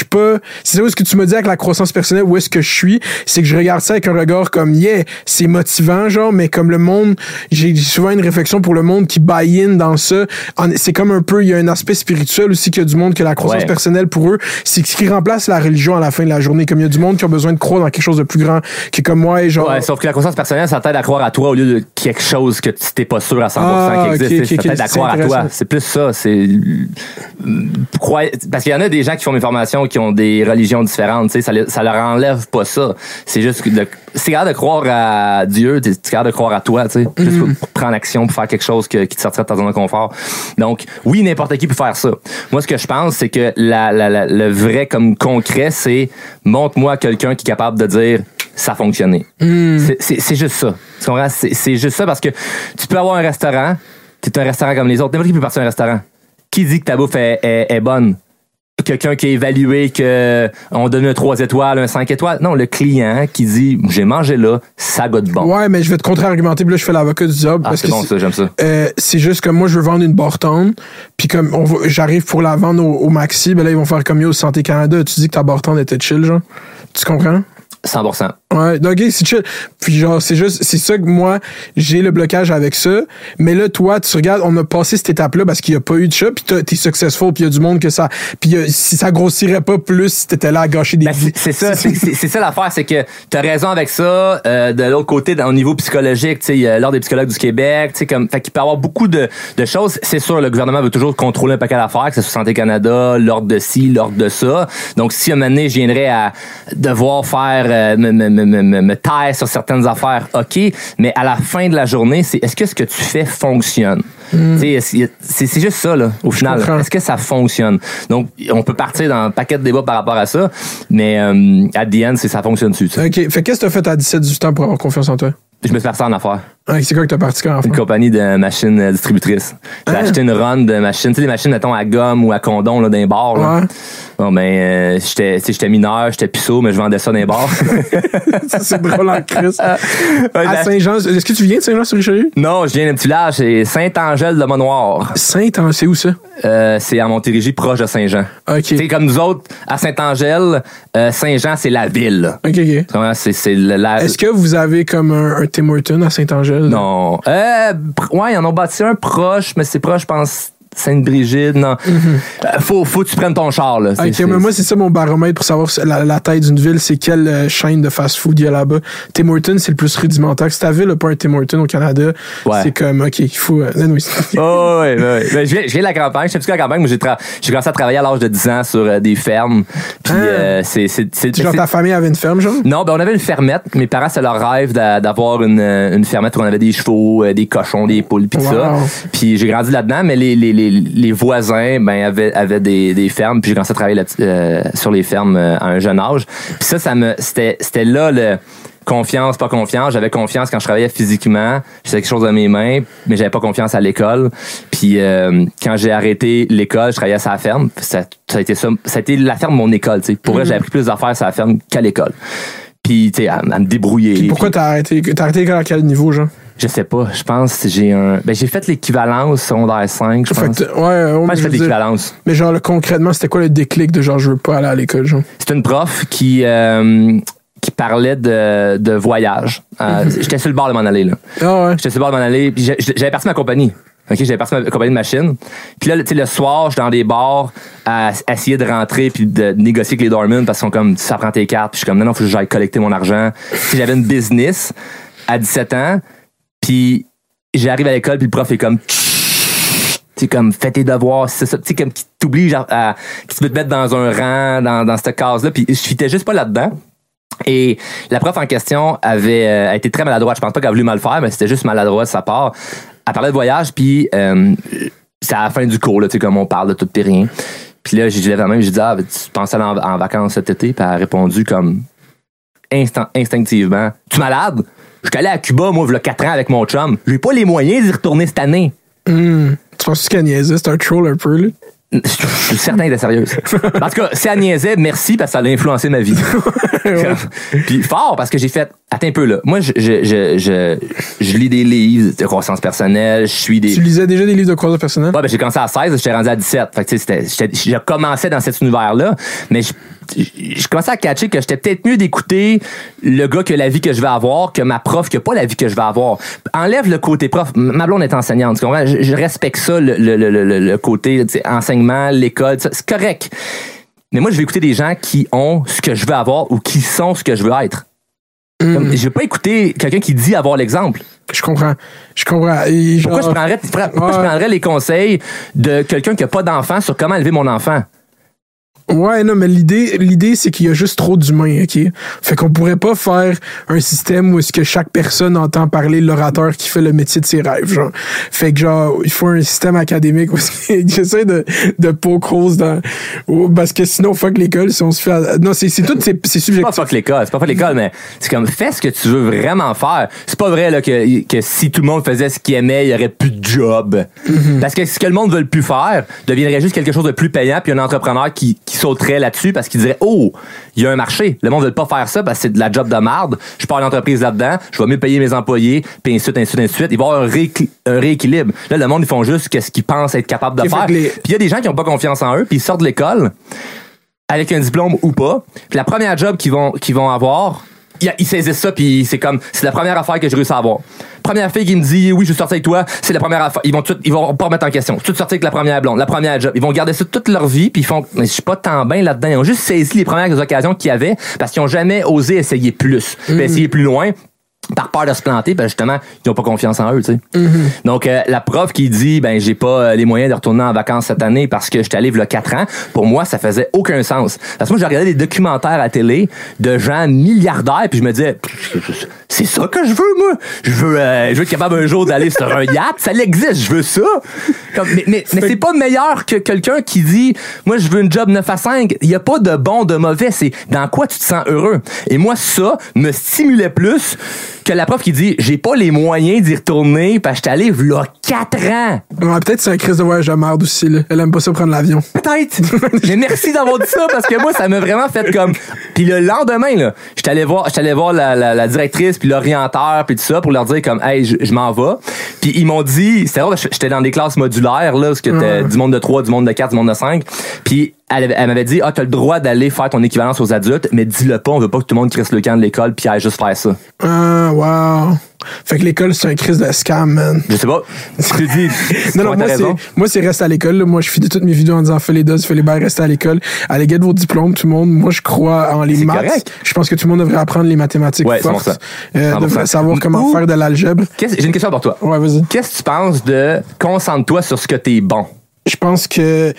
c'est ça où est-ce que tu me dis avec la croissance personnelle, où est-ce que je suis, c'est que je regarde ça avec un regard comme, yeah, c'est motivant, genre, mais comme le monde, j'ai souvent une réflexion pour le monde qui buy-in dans ça. En, c'est comme un peu, il y a un aspect spirituel aussi qu'il y a du monde que la croissance ouais. personnelle pour eux, c'est ce qui remplace la religion à la fin de la journée. Comme il y a du monde qui a besoin de croire dans quelque chose de plus grand, qui est comme moi, et genre. Ouais, sauf que la croissance personnelle, ça t'aide à croire à toi au lieu de quelque chose que tu t'es pas sûr à cent pour cent ah, qui existe. Okay, okay, ça t'aide okay, à croire à toi. C'est plus ça. C'est parce qu'il y en a des gens qui font mes formations qui ont des religions différentes. Tu sais, ça, ça leur enlève pas ça. C'est juste que de, c'est capable de croire à Dieu, t'es capable de croire à toi. Tu sais, mm-hmm. juste pour, pour prendre action, pour faire quelque chose que, qui te sortirait de ta zone de confort. Donc, oui, n'importe qui peut faire ça. Moi, ce que je pense, c'est que la, la, la, le vrai comme concret, c'est montre-moi quelqu'un qui est capable de dire ça a fonctionné. Mm. C'est, c'est, c'est juste ça. Tu comprends? C'est, c'est juste ça parce que tu peux avoir un restaurant, tu es un restaurant comme les autres. N'importe qui peut partir à un restaurant. Qui dit que ta bouffe est, est, est bonne? Quelqu'un qui a évalué qu'on donne un trois étoiles, un cinq étoiles. Non, le client qui dit j'ai mangé là, ça goûte bon. Ouais, mais je vais te contre-argumenter, puis là je fais l'avocat du diable. Ah, parce c'est que bon c'est, ça, j'aime ça. Euh, c'est juste que moi je veux vendre une bartende, puis comme on va, j'arrive pour la vendre au, au maxi, ben là ils vont faire comme yo Santé Canada. Tu dis que ta bartende était chill, genre. Tu comprends? cent pour cent. Ouais, donc okay, c'est chill. Puis genre, c'est juste, c'est ça que moi, j'ai le blocage avec ça. Mais là, toi, tu regardes, on a passé cette étape-là parce qu'il n'y a pas eu de chat, puis t'es successful, puis il y a du monde que ça... Puis euh, si ça grossirait pas plus si t'étais là à gâcher des... Ben, c'est, c'est ça, c'est, c'est, c'est ça l'affaire, c'est que t'as raison avec ça. Euh, de l'autre côté, au niveau psychologique, tu sais, il y a l'Ordre des psychologues du Québec, tu sais, comme... Fait qu'il peut y avoir beaucoup de, de choses. C'est sûr, le gouvernement veut toujours contrôler un paquet d'affaires, que ce soit Santé Canada, l'ordre de ci, l'ordre de ça. Donc, si à un moment donné, je viendrais à devoir faire... Euh, me, me, me, me, me taire sur certaines affaires, OK, mais à la fin de la journée, c'est est-ce que ce que tu fais fonctionne? Mm. C'est, c'est juste ça, là, au final. Est-ce que ça fonctionne? Donc, on peut partir dans un paquet de débats par rapport à ça, mais euh, at the end, c'est ça fonctionne-tu. OK. Fait qu'est-ce que t'as fait à dix-sept dix-huit ans pour avoir confiance en toi? Je me suis fait en affaires. Ah, c'est quoi que t'as parti quand? Une compagnie de machines euh, distributrices. J'ai ah. acheté une run de machines, tu sais, des machines, mettons, à gomme ou à condom, là, dans les bars, là. Ouais. Bon, ben, euh, j'étais, tu sais, j'étais mineur, j'étais puceau, mais je vendais ça dans les bars. C'est drôle en crise. Ouais, à Saint-Jean, est-ce que tu viens de Saint-Jean-sur-Richelieu? Non, je viens d'un petit village, c'est Saint-Angèle-de-Manoir. Saint-Angèle, c'est où ça? Euh, c'est à Montérégie, proche de Saint-Jean. OK. Tu sais, comme nous autres, à Saint-Angèle, euh, Saint-Jean, c'est la ville. OK, OK. Comment, c'est, c'est la... Est-ce que vous avez comme un, un Tim Hortons à Saint-Angèle? Non. Euh, ouais, ils en ont bâti un proche, mais c'est proche, je pense... Sainte-Brigide, non. Mm-hmm. Euh, faut, faut que tu prennes ton char, là. C'est, ok, c'est, mais moi, c'est ça mon baromètre pour savoir la, la taille d'une ville, c'est quelle euh, chaîne de fast-food il y a là-bas. Tim Hortons, c'est le plus rudimentaire. Si ta ville n'a pas un Tim Hortons au Canada, ouais. c'est comme, OK, il faut... Euh, non, oui. Oh, ouais, ouais. Ben, je, viens, je viens de la campagne. Je sais plus que la campagne, mais j'ai, tra- j'ai commencé à travailler à l'âge de dix ans sur euh, des fermes. Puis, ah. euh, c'est... c'est, c'est genre, c'est, ta famille avait une ferme, genre? Non, ben, on avait une fermette. Mes parents, c'est leur rêve d'a, d'avoir une, une fermette où on avait des chevaux, euh, des cochons, des poules, puis wow. ça. Puis, j'ai grandi là-dedans, mais les, les, les, les voisins ben avait avait des des fermes, puis j'ai commencé à travailler là, euh, sur les fermes euh, à un jeune âge. Puis ça ça me c'était c'était là le confiance pas confiance, j'avais confiance quand je travaillais physiquement, je faisais quelque chose de mes mains, mais j'avais pas confiance à l'école. Puis euh, quand j'ai arrêté l'école, je travaillais à la ferme, ça, ça a été ça, ça a été la ferme de mon école, tu sais. Pour mm-hmm. vrai, j'ai appris plus d'affaires à la ferme qu'à l'école. Puis tu sais à, à me débrouiller. Puis pourquoi puis, t'as arrêté t'as arrêté l'école à quel niveau, genre? Je sais pas. Je pense que j'ai un. Ben, j'ai fait l'équivalence secondaire cinq, je pense. Fait que ouais, ouais, j'ai fait l'équivalence. Mais genre, le, concrètement, c'était quoi le déclic de genre, je veux pas aller à l'école, genre? C'était une prof qui, euh, qui parlait de, de voyage. Euh, mm-hmm. J'étais sur le bord de m'en aller, là. Ah ouais. J'étais sur le bord de m'en aller. Puis j'avais parti ma compagnie. OK, j'avais parti ma compagnie de machine. Puis là, tu sais, le soir, j'étais dans des bars à, à essayer de rentrer puis de négocier avec les doormen parce qu'ils sont comme, ça prend tes cartes. Puis je suis comme, non, non, faut que j'aille collecter mon argent. Puis j'avais une business à dix-sept ans. Puis j'arrive à l'école puis le prof est comme tu sais comme fais tes devoirs, c'est ça, tu sais comme qui t'oblige à, à qui te veut te mettre dans un rang dans dans cette case là, puis je fitais juste pas là-dedans. Et la prof en question avait euh, été très maladroite, je pense pas qu'elle a voulu mal faire, mais c'était juste maladroit de sa part. Elle parlait de voyage puis euh, c'est à la fin du cours là, tu sais comme on parle de tout et rien. Puis là j'ai dit la main, j'ai dit ah tu pensais aller en, en vacances cet été, puis elle a répondu comme instant, instinctivement, tu es malade? Je suis allé à Cuba, moi, il y a quatre ans avec mon chum. J'ai pas les moyens d'y retourner cette année. Mm. Tu penses qu'elle niaisait? C'est un troll un peu, là? Je suis certain d'être sérieuse. En tout cas, si elle niaisait, merci, parce que ça a influencé ma vie. Ouais. Puis fort, parce que j'ai fait... Attends un peu, là. Moi, je, je, je, je, je lis des livres de croissance personnelle, je suis des... Tu lisais déjà des livres de croissance personnelle? Ouais, ben j'ai commencé à seize, j'étais rendu à dix-sept. Fait que, tu sais, c'était, je commençais dans cet univers-là, mais je je commençais à catcher que j'étais peut-être mieux d'écouter le gars que la vie que je vais avoir que ma prof qui a pas la vie que je vais avoir. Enlève le côté prof. Ma blonde est enseignante, tu comprends? Je, je respecte ça, le, le, le, le, le côté enseignement, l'école, ça, c'est correct. Mais moi, je vais écouter des gens qui ont ce que je veux avoir ou qui sont ce que je veux être. Mm. Comme, je vais pas écouter quelqu'un qui dit avoir l'exemple. Je comprends. Je comprends. Et genre... Pourquoi, je prendrais, pourquoi ouais. je prendrais les conseils de quelqu'un qui a pas d'enfant sur comment élever mon enfant? Ouais, non, mais l'idée, l'idée, c'est qu'il y a juste trop d'humains, OK? Fait qu'on pourrait pas faire un système où est-ce que chaque personne entend parler l'orateur qui fait le métier de ses rêves, genre. Fait que, genre, il faut un système académique où j'essaie de, de poke holes dans, parce que sinon, fuck l'école, si on se fait, à... non, c'est, c'est tout, c'est, c'est subjectif. C'est pas fuck l'école, c'est pas fuck l'école, mais c'est comme, fais ce que tu veux vraiment faire. C'est pas vrai, là, que, que si tout le monde faisait ce qu'il aimait, il y aurait plus de job. Mm-hmm. Parce que ce que le monde veut plus faire deviendrait juste quelque chose de plus payant, puis un entrepreneur qui, qui sauterait là-dessus parce qu'il dirait oh, il y a un marché. Le monde ne veut pas faire ça parce que c'est de la job de marde. Je pars une entreprise là-dedans, je vais mieux payer mes employés, puis ainsi de suite, ainsi de suite, ainsi de suite. Il va y avoir un, rééqu- un rééquilibre. Là, le monde, ils font juste ce qu'ils pensent être capables de faire. Les... Puis il y a des gens qui n'ont pas confiance en eux, puis ils sortent de l'école avec un diplôme ou pas. Puis la première job qu'ils vont, qu'ils vont avoir, ils saisissent ça, puis c'est comme, c'est la première affaire que j'ai réussi à avoir. Première fille qui me dit oui, je veux sortir avec toi, c'est la première affaire. Ils vont tout, ils vont pas remettre en question. Tout sortir avec la première blonde, la première job. Ils vont garder ça toute leur vie, puis ils font, mais je suis pas tant bien là-dedans. Ils ont juste saisi les premières occasions qu'il y avait parce qu'ils ont jamais osé essayer plus, mm-hmm. puis essayer plus loin. Par peur de se planter, ben justement, ils n'ont pas confiance en eux, tu sais. Mm-hmm. Donc, euh, la prof qui dit, ben, j'ai pas euh, les moyens de retourner en vacances cette année parce que j'étais allé il y a quatre ans, pour moi, ça faisait aucun sens. Parce que moi, j'ai regardé des documentaires à télé de gens milliardaires, puis je me disais, c'est ça que je veux, moi. Je veux, euh, je veux être capable un jour d'aller sur un yacht. Ça existe, je veux ça. Comme, mais mais, mais c'est pas meilleur que quelqu'un qui dit, moi, je veux une job neuf à cinq. Il y a pas de bon, de mauvais. C'est dans quoi tu te sens heureux. Et moi, ça me stimulait plus que la prof qui dit j'ai pas les moyens d'y retourner parce que j'étais allé là quatre ans. Ouais, peut-être c'est un crise de voyage à merde aussi, là. Elle aime pas ça prendre l'avion. Peut-être. Mais merci d'avoir dit ça parce que moi, ça m'a vraiment fait comme. Puis le lendemain, là, j'étais allé voir, j'étais allé voir la, la, la directrice puis l'orienteur puis tout ça pour leur dire comme hey, je, je m'en vais. Puis ils m'ont dit, c'était drôle, j'étais dans des classes modulaires, là, parce que t'as ouais. du monde de trois, du monde de quatre, du monde de cinq. Puis elle, elle m'avait dit, ah, t'as le droit d'aller faire ton équivalence aux adultes, mais dis-le pas, on veut pas que tout le monde crisse le camp de l'école puis aille juste faire ça. Ah, wow. Fait que l'école, c'est un crise de scam, man. Je sais pas. Tu dis. non, non, moi, c'est, moi, c'est reste à l'école, là. Moi, je finis toutes mes vidéos en disant, fais les doses, fais les bails, restez à l'école. Allez, get vos diplômes, tout le monde. Moi, je crois en les c'est maths. Correct. Je pense que tout le monde devrait apprendre les mathématiques ouais, fortes. Ça. Euh, devrait savoir comment Ou, faire de l'algèbre. J'ai une question pour toi. Ouais, vas-y. Qu'est-ce que tu penses de concentre-toi sur ce que t'es bon? Je pense que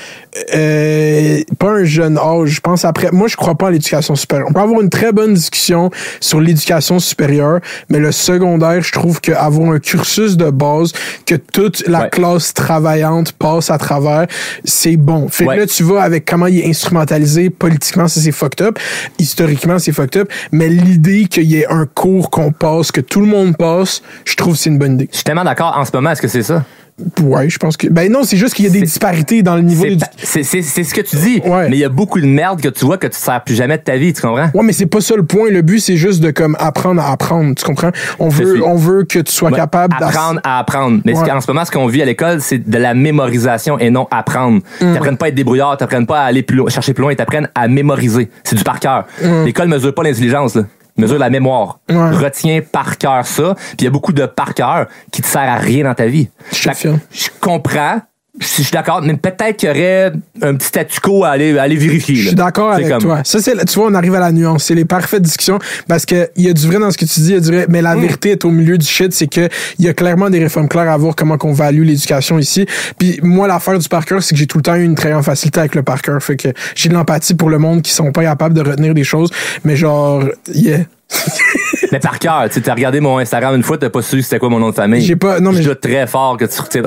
euh, pas un jeune âge. Je pense après. Moi, je crois pas à l'éducation supérieure. On peut avoir une très bonne discussion sur l'éducation supérieure, mais le secondaire, je trouve qu'avoir un cursus de base que toute la ouais. classe travaillante passe à travers, c'est bon. Fait ouais. que là, tu vas avec comment il est instrumentalisé politiquement, ça c'est fucked up. Historiquement, c'est fucked up. Mais l'idée qu'il y ait un cours qu'on passe, que tout le monde passe, je trouve que c'est une bonne idée. Je suis tellement d'accord. En ce moment, est-ce que c'est ça? Ouais, je pense que. Ben non, c'est juste qu'il y a des c'est, disparités dans le niveau. C'est, du... c'est, c'est, c'est ce que tu dis. Ouais. Mais il y a beaucoup de merde que tu vois que tu ne sers plus jamais de ta vie, tu comprends? Ouais, mais c'est pas ça le point. Le but, c'est juste de comme apprendre à apprendre, tu comprends? On veut, on veut que tu sois ouais, capable d'apprendre à apprendre. Mais ouais. en ce moment, ce qu'on vit à l'école, c'est de la mémorisation et non apprendre. Mm. T'apprennes pas à être débrouillard, t'apprennes pas à aller plus loin, chercher plus loin, t'apprennes à mémoriser. C'est du par cœur. Mm. L'école mesure pas l'intelligence, là. Mesure la mémoire. Ouais. Retiens par cœur ça. Puis il y a beaucoup de par cœur qui te sert à rien dans ta vie. Je Je comprends. Je suis d'accord, mais peut-être qu'il y aurait un petit statu quo à aller, à aller vérifier. Je suis d'accord avec comme... toi. Ça, c'est, tu vois, on arrive à la nuance. C'est les parfaites discussions parce qu'il y a du vrai dans ce que tu dis, il y a du vrai, mais la mmh. vérité est au milieu du shit, c'est qu'il y a clairement des réformes claires à voir comment qu'on value l'éducation ici. Puis moi, l'affaire du par cœur, c'est que j'ai tout le temps eu une très grande facilité avec le par cœur. Fait que j'ai de l'empathie pour le monde qui sont pas capables de retenir des choses, mais genre, yeah. Mais par cœur, tu as regardé mon Instagram une fois, t'as pas su c'était quoi mon nom de famille. J'ai pas, non, mais. Je doute très fort que tu retiens.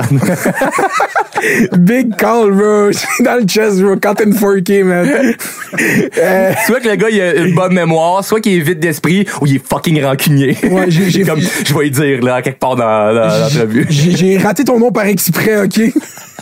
Big call, bro. Dans le chest, bro. Content four K, man. euh... Soit que le gars, il a une bonne mémoire, soit qu'il est vide d'esprit, ou il est fucking rancunier. Ouais, j'ai, j'ai comme, je vais y dire, là, quelque part dans, dans l'entrevue. J'ai, j'ai raté ton nom par exprès, ok?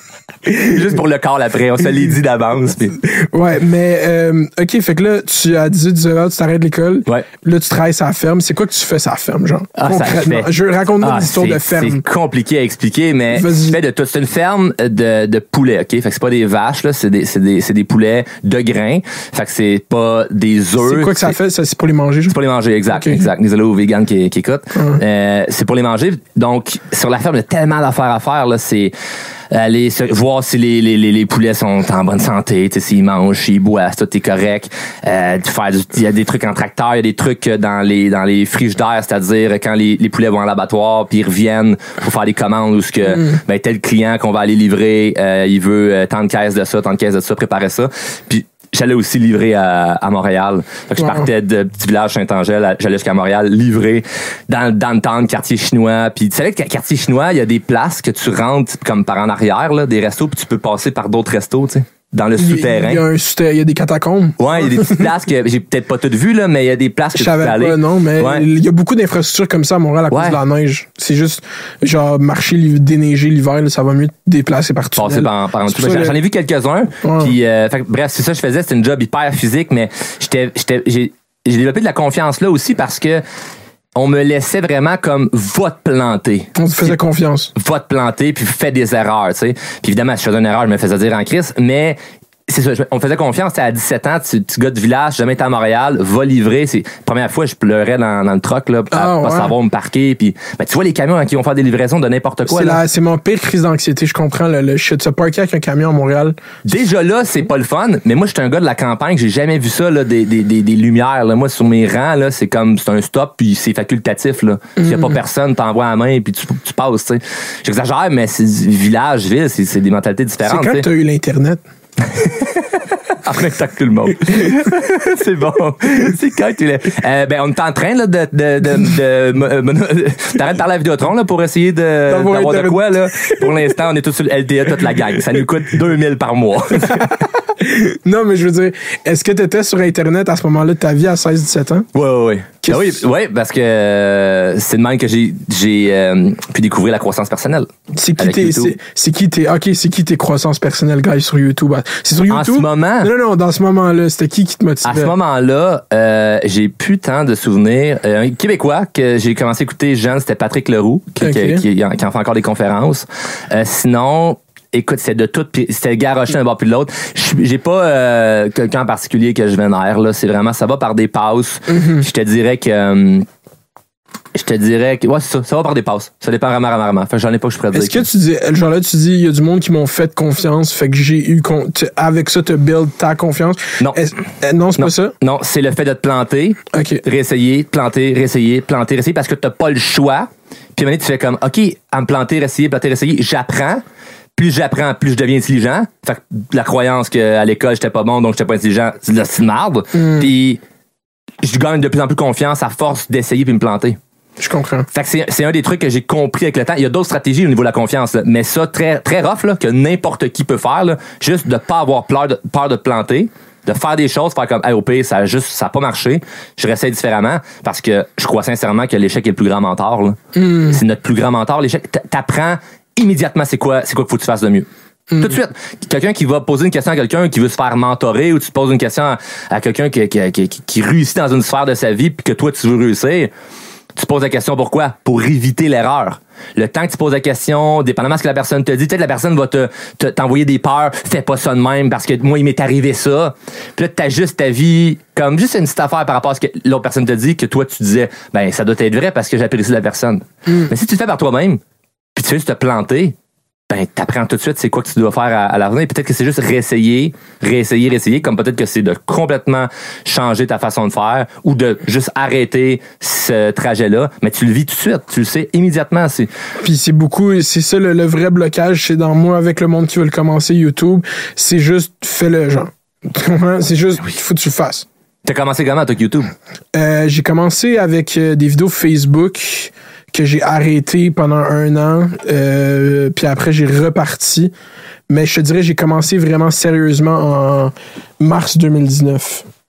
Juste pour le call après, on se l'est dit d'avance. Puis... Ouais, mais euh, OK, fait que là, tu as dix-huit dix-neuf ans, tu t'arrêtes l'école. Ouais. Là, tu travailles sur la ferme. C'est quoi que tu fais sur la ferme, genre? Ah, ça fait... Je raconte-moi ah, l'histoire de ferme. C'est compliqué à expliquer, mais Vas-y. je fais de tout. C'est une ferme de, de poulets, OK? Fait que c'est pas des vaches, là, c'est des, c'est des, c'est des poulets de grains. Fait que c'est pas des œufs. C'est quoi que ça fait? Ça, c'est pour les manger, genre? C'est pour les manger, exact, Okay. exact. Désolé aux vegans qui, qui écoutent. Hum. Euh, c'est pour les manger. Donc, sur la ferme, il y a tellement d'affaires à faire, là. C'est aller se, voir si les, les, les, les poulets sont en bonne santé, tu sais, s'ils mangent, s'ils boivent, tout est correct. Euh, faire du, il y a des trucs en tracteur, il y a des trucs dans les, dans les frigidaires, c'est-à-dire quand les, les poulets vont à l'abattoir puis ils reviennent pour faire des commandes où ce que, mm. ben, tel client qu'on va aller livrer, euh, il veut euh, tant de caisses de ça, tant de caisses de ça, préparer ça. Puis, j'allais aussi livrer à, à Montréal. Fait que je partais de petit village Saint-Angèle, j'allais jusqu'à Montréal livrer dans, dans le temps de quartier chinois. Puis tu savais que quartier chinois, il y a des places que tu rentres comme par en arrière, là, des restos, puis tu peux passer par d'autres restos, tu sais. Dans le souterrain. Il y a un souterrain, il y a des catacombes. Ouais, il y a des petites places que j'ai peut-être pas toutes vues, là, mais il y a des places que Je tu peux savais aller. pas, non, mais ouais. il y a beaucoup d'infrastructures comme ça à Montréal à cause ouais. de la neige. C'est juste, genre, marcher, déneiger l'hiver, là, ça va mieux te déplacer partout. Passer par, par en dessous. Ben, j'en ai vu quelques-uns. Ouais. Puis, euh, fait, bref, c'est ça que je faisais. C'était une job hyper physique, mais j'étais, j'étais, j'ai, j'ai développé de la confiance là aussi parce que on me laissait vraiment comme va te planter. On te faisait confiance. Va te planter puis fais des erreurs, tu sais. Puis évidemment, si je faisais une erreur, je me faisais dire en crise, mais c'est ça, on me faisait confiance. À dix-sept ans, tu, tu gars de village, jamais été à Montréal, va livrer. C'est la première fois, je pleurais dans, dans le truck là, à ah, pas ouais. savoir où me parquer. Puis, ben, tu vois les camions hein, qui vont faire des livraisons de n'importe quoi. C'est, là. la, c'est mon pire crise d'anxiété, je comprends le, le shit. Se parker avec un camion à Montréal. Déjà là, c'est pas le fun. Mais moi, j'étais un gars de la campagne, j'ai jamais vu ça là, des, des, des, des lumières. Là. Moi, sur mes rangs, là, c'est comme c'est un stop puis c'est facultatif. Là. S'il y a pas personne, t'envoies la main puis tu, tu passes. T'sais. J'exagère, mais c'est village, ville, c'est, c'est des mentalités différentes. C'est quand t'sais. t'as eu l'Internet? En même temps que tout le monde. C'est bon. C'est quand tu l'as. Euh, ben, on est en train, là, de, de, de, de, de, de t'arrêtes de parler à Vidéotron, là, pour essayer de, D'avoir d'avoir Internet. de quoi, là. Pour l'instant, on est tous sur le L T E, toute la gang. Ça nous coûte deux mille par mois. Non, mais je veux dire, est-ce que t'étais sur Internet à ce moment-là de ta vie à seize dix-sept ans? Ouais, ouais, ouais. Qu'est-ce Ah oui, que- ouais, parce que euh, c'est de même que j'ai, j'ai euh, pu découvrir la croissance personnelle. C'est qui Avec tes, YouTube. c'est, c'est qui tes, ok, c'est qui tes croissances personnelles, guys, sur YouTube? C'est sur YouTube? En ce moment, Non, non, non, dans ce moment-là, c'était qui qui te motivait? à ce moment-là, euh, j'ai plus tant de souvenirs. Euh, un Québécois que j'ai commencé à écouter jeune, c'était Patrick Leroux, qui, Ok. qui, qui, qui en fait encore des conférences. Euh, sinon, écoute, c'est de tout, puis c'était garoché d'un bord puis de l'autre. Je- J'ai pas euh, quelqu'un en particulier que je vénère, là. C'est vraiment, ça va par des passes. Mm-hmm. Je te dirais que... euh, je te dirais que... Ouais, c'est ça. Ça va par des passes. Ça dépend vraiment, vraiment, vraiment. Fait que j'en ai pas que je pourrais dire. Est-ce que tu dis, genre là, tu dis, il y a du monde qui m'ont fait confiance, fait que j'ai eu, con- tu- avec ça, te build ta confiance? Non. Est-ce- euh, non, c'est Non, pas ça? non, c'est le fait de te planter, Ok. réessayer, planter, réessayer, planter, réessayer, parce que t'as pas le choix. Puis à un moment donné, tu fais comme, OK, à me planter, réessayer, planter, réessayer, j'apprends. Plus j'apprends, plus je deviens intelligent. Fait que la croyance qu'à l'école, j'étais pas bon, donc j'étais pas intelligent, c'est de la c'est de marde. Mm. Puis je gagne de plus en plus confiance à force d'essayer puis me planter. Je comprends. Fait que c'est, c'est un des trucs que j'ai compris avec le temps. Il y a d'autres stratégies au niveau de la confiance, là. Mais ça, très, très rough, là, que n'importe qui peut faire, là. Juste de pas avoir peur de, peur de te planter, de faire des choses, faire comme, hey, au pire, ça a juste, ça a pas marché. Je réessaye différemment parce que je crois sincèrement que l'échec est le plus grand mentor, là. Mm. C'est notre plus grand mentor, l'échec. T- T'apprends immédiatement c'est quoi, c'est quoi qu'il faut que tu fasses de mieux. Mm. Tout de suite. Quelqu'un qui va poser une question à quelqu'un qui veut se faire mentorer ou tu te poses une question à, à quelqu'un qui, qui, qui, qui, qui réussit dans une sphère de sa vie puis que toi, tu veux réussir. Tu poses la question pourquoi? Pour éviter l'erreur. Le temps que tu poses la question, dépendamment de ce que la personne te dit, peut-être la personne va te, te t'envoyer des peurs, fais pas ça de même parce que moi il m'est arrivé ça. Puis là t'ajustes ta vie comme juste une petite affaire par rapport à ce que l'autre personne te dit, que toi tu disais ben ça doit être vrai parce que j'apprécie la personne. Mm. Mais si tu le fais par toi-même, puis tu veux juste te planter, ben t'apprends tout de suite c'est quoi que tu dois faire à, à l'avenir. Peut-être que c'est juste réessayer, réessayer, réessayer, comme peut-être que c'est de complètement changer ta façon de faire ou de juste arrêter ce trajet-là. Mais tu le vis tout de suite, tu le sais immédiatement. C'est Puis c'est beaucoup, c'est ça le, le vrai blocage, c'est dans moi avec le monde qui veut le commencer YouTube, c'est juste fais-le, genre. Tu comprends? C'est juste, il faut que tu le fasses. T'as commencé comment avec YouTube? Euh, j'ai commencé avec euh, des vidéos Facebook que j'ai arrêtées pendant un an, euh, puis après j'ai reparti. Mais je te dirais, j'ai commencé vraiment sérieusement en mars deux mille dix-neuf.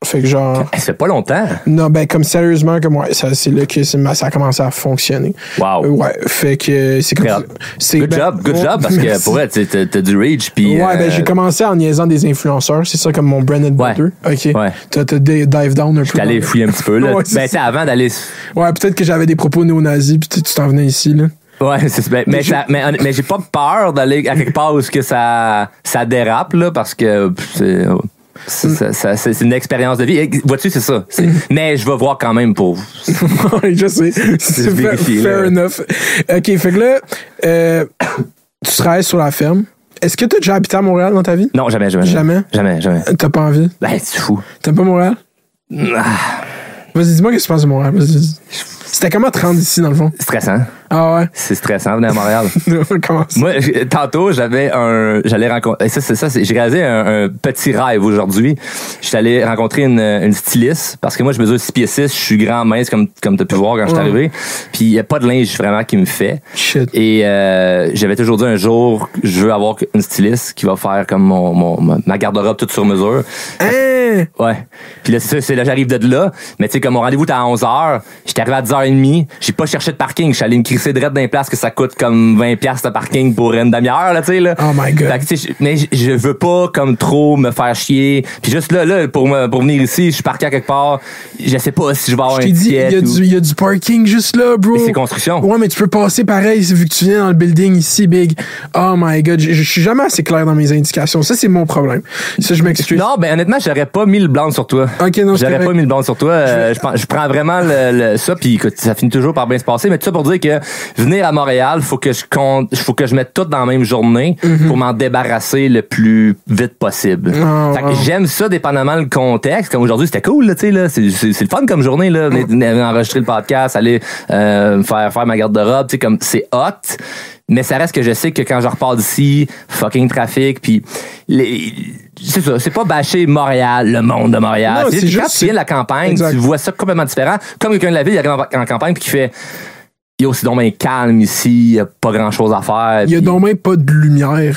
Fait que genre... Ça fait pas longtemps. Non, ben comme sérieusement, comme ouais, ça, c'est là que c'est, ça a commencé à fonctionner. Wow. Euh, ouais, fait que c'est comme... C'est, good ben, job, good ouais, job, parce merci. que pour vrai, t'as, t'as du reach, puis... Ouais, euh, ben j'ai commencé en niaisant des influenceurs, c'est ça comme mon brand and Ouais. butter. OK. Ouais. T'as, t'as dive down un peu. J'étais allé dans- fouiller un petit peu, là. Ouais, c'est ben, ça. tu avant d'aller... Ouais, peut-être que j'avais des propos néo-nazis, puis tu tu t'en venais ici, là. Ouais, c'est ben, mais, ça, mais, mais j'ai pas peur d'aller à quelque part où ce que ça, ça dérape, là, parce que pff, c'est... C'est, ça, ça, c'est c'est une expérience de vie. Et, vois-tu, c'est ça. C'est, mais je vais voir quand même pour. Ouais, je sais. C'est fair, vérifié, fair là. enough. OK, fait que là, euh, tu travailles sur la ferme. Est-ce que tu as déjà habité à Montréal dans ta vie? Non, jamais, jamais. Jamais? Jamais, jamais. T'as pas envie? Ben, c'est fou. T'aimes pas Montréal? Ah, Vas-y, dis-moi qu'est-ce que tu penses de Montréal. Vas-y. C'était comment te rendre ici, dans le fond? stressant. Ah ouais? C'est stressant, venir à Montréal. Comment ça? Moi, j'- tantôt, j'avais un. J'allais rencontrer. Ça, c'est ça. C'est, j'ai réalisé un, un petit rêve aujourd'hui. J'étais allé rencontrer une, une styliste parce que moi, je mesure six pieds six. Je suis grand, mince, comme, comme t'as pu voir quand je suis Ouais. arrivé. Puis, il n'y a pas de linge vraiment qui me fait. Shit. Et euh, j'avais toujours dit un jour, je veux avoir une styliste qui va faire comme mon, mon ma- ma garde-robe toute sur mesure. Hein? Ouais. Puis là, c'est ça, c'est là, j'arrive de là. Mais tu sais, comme mon rendez-vous était à onze heures, j'étais arrivé à dix heures trente. J'ai pas cherché de parking. Je suis allé me crisser direct dans les places que ça coûte comme vingt piastres de parking pour une demi-heure, là, tu sais, là. Oh my God. Fait que, tu sais, je- mais je- je veux pas comme trop me faire chier. Puis juste là, là, pour, me, pour venir ici, je suis parqué à quelque part. Je sais pas si je vais avoir Je un t'ai dit, il y, ticket a ou- du- il y a du parking juste là, bro. Mais c'est construction. Ouais, mais tu peux passer pareil vu que tu viens dans le building ici, big. Oh my God. Je, je suis jamais assez clair dans mes indications. Ça, c'est mon problème. Ça, je m'excuse. Non, ben honnêtement, j'aurais pas mis le blanc sur toi. Ok, non, c'est J'aurais correct. pas mis le blanc sur toi. Euh, je, prends, je prends vraiment le, le- ça, puis écoute, ça finit toujours par bien se passer. Mais tout ça pour dire que venir à Montréal, faut que je compte, faut que je mette tout dans la même journée pour m'en débarrasser le plus vite possible. Oh, Fait que wow. j'aime ça dépendamment le contexte. Comme aujourd'hui, c'était cool, là, tu sais, là. C'est, c'est, c'est le fun comme journée, là. Venir- venir enregistrer le podcast, aller euh, faire faire ma garde-robe, tu sais, comme c'est hot. Mais ça reste que je sais que quand je repars d'ici, fucking trafic, puis les, c'est ça, c'est pas bâcher Montréal, le monde de Montréal. Non, c'est c'est juste quand juste- tu viens de la campagne, Exact. tu vois ça complètement différent. Comme quelqu'un de la ville, il arrive en, en campagne puis qui fait yo, c'est donc bien calme ici, il y a pas grand chose à faire. Il y a puis- donc même pas de lumière.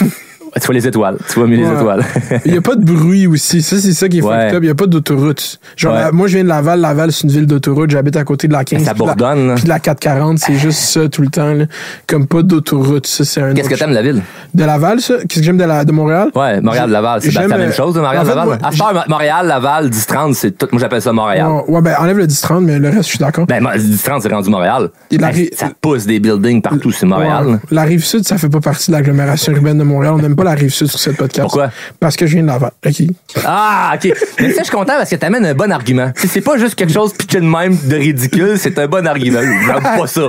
Tu vois les étoiles, tu vois mieux les Ouais. étoiles. Il y a pas de bruit aussi. Ça, c'est ça qui est Ouais. fucked up. Il y a pas d'autoroute. Genre, Ouais. la- moi, je viens de Laval. Laval, c'est une ville d'autoroute. J'habite à côté de la quinze. Ça puis de la- bourdonne, là. Puis de la quatre cent quarante. C'est juste ça tout le temps, là. Comme pas d'autoroute. Ça, c'est un Qu'est-ce que autre t'aimes de la ville? De Laval, ça? Qu'est-ce que j'aime de, la, de Montréal? Ouais, Montréal, Laval, c'est, J'aime, c'est la même euh, chose, de Montréal, en fait, Laval. moi, À ce temps, Montréal, Laval, dix trente, c'est tout. Moi, j'appelle ça Montréal. Ouais, ouais, ben, enlève le dix trente, mais le reste, je suis d'accord. Ben, moi, dix trente, c'est rendu Montréal. Et la Ben, ri- ça pousse des buildings partout, c'est Montréal. Ouais. La rive sud, ça fait pas partie de l'agglomération urbaine de Montréal. On n'aime pas la rive sud sur cette podcast. Pourquoi? Parce que je viens de Laval. OK. Ah, OK. Mais ça, je suis content parce que t'amènes un bon argument. Tu sais, c'est pas juste quelque chose pitché de même de ridicule, c'est un bon argument. J'aime pas ça.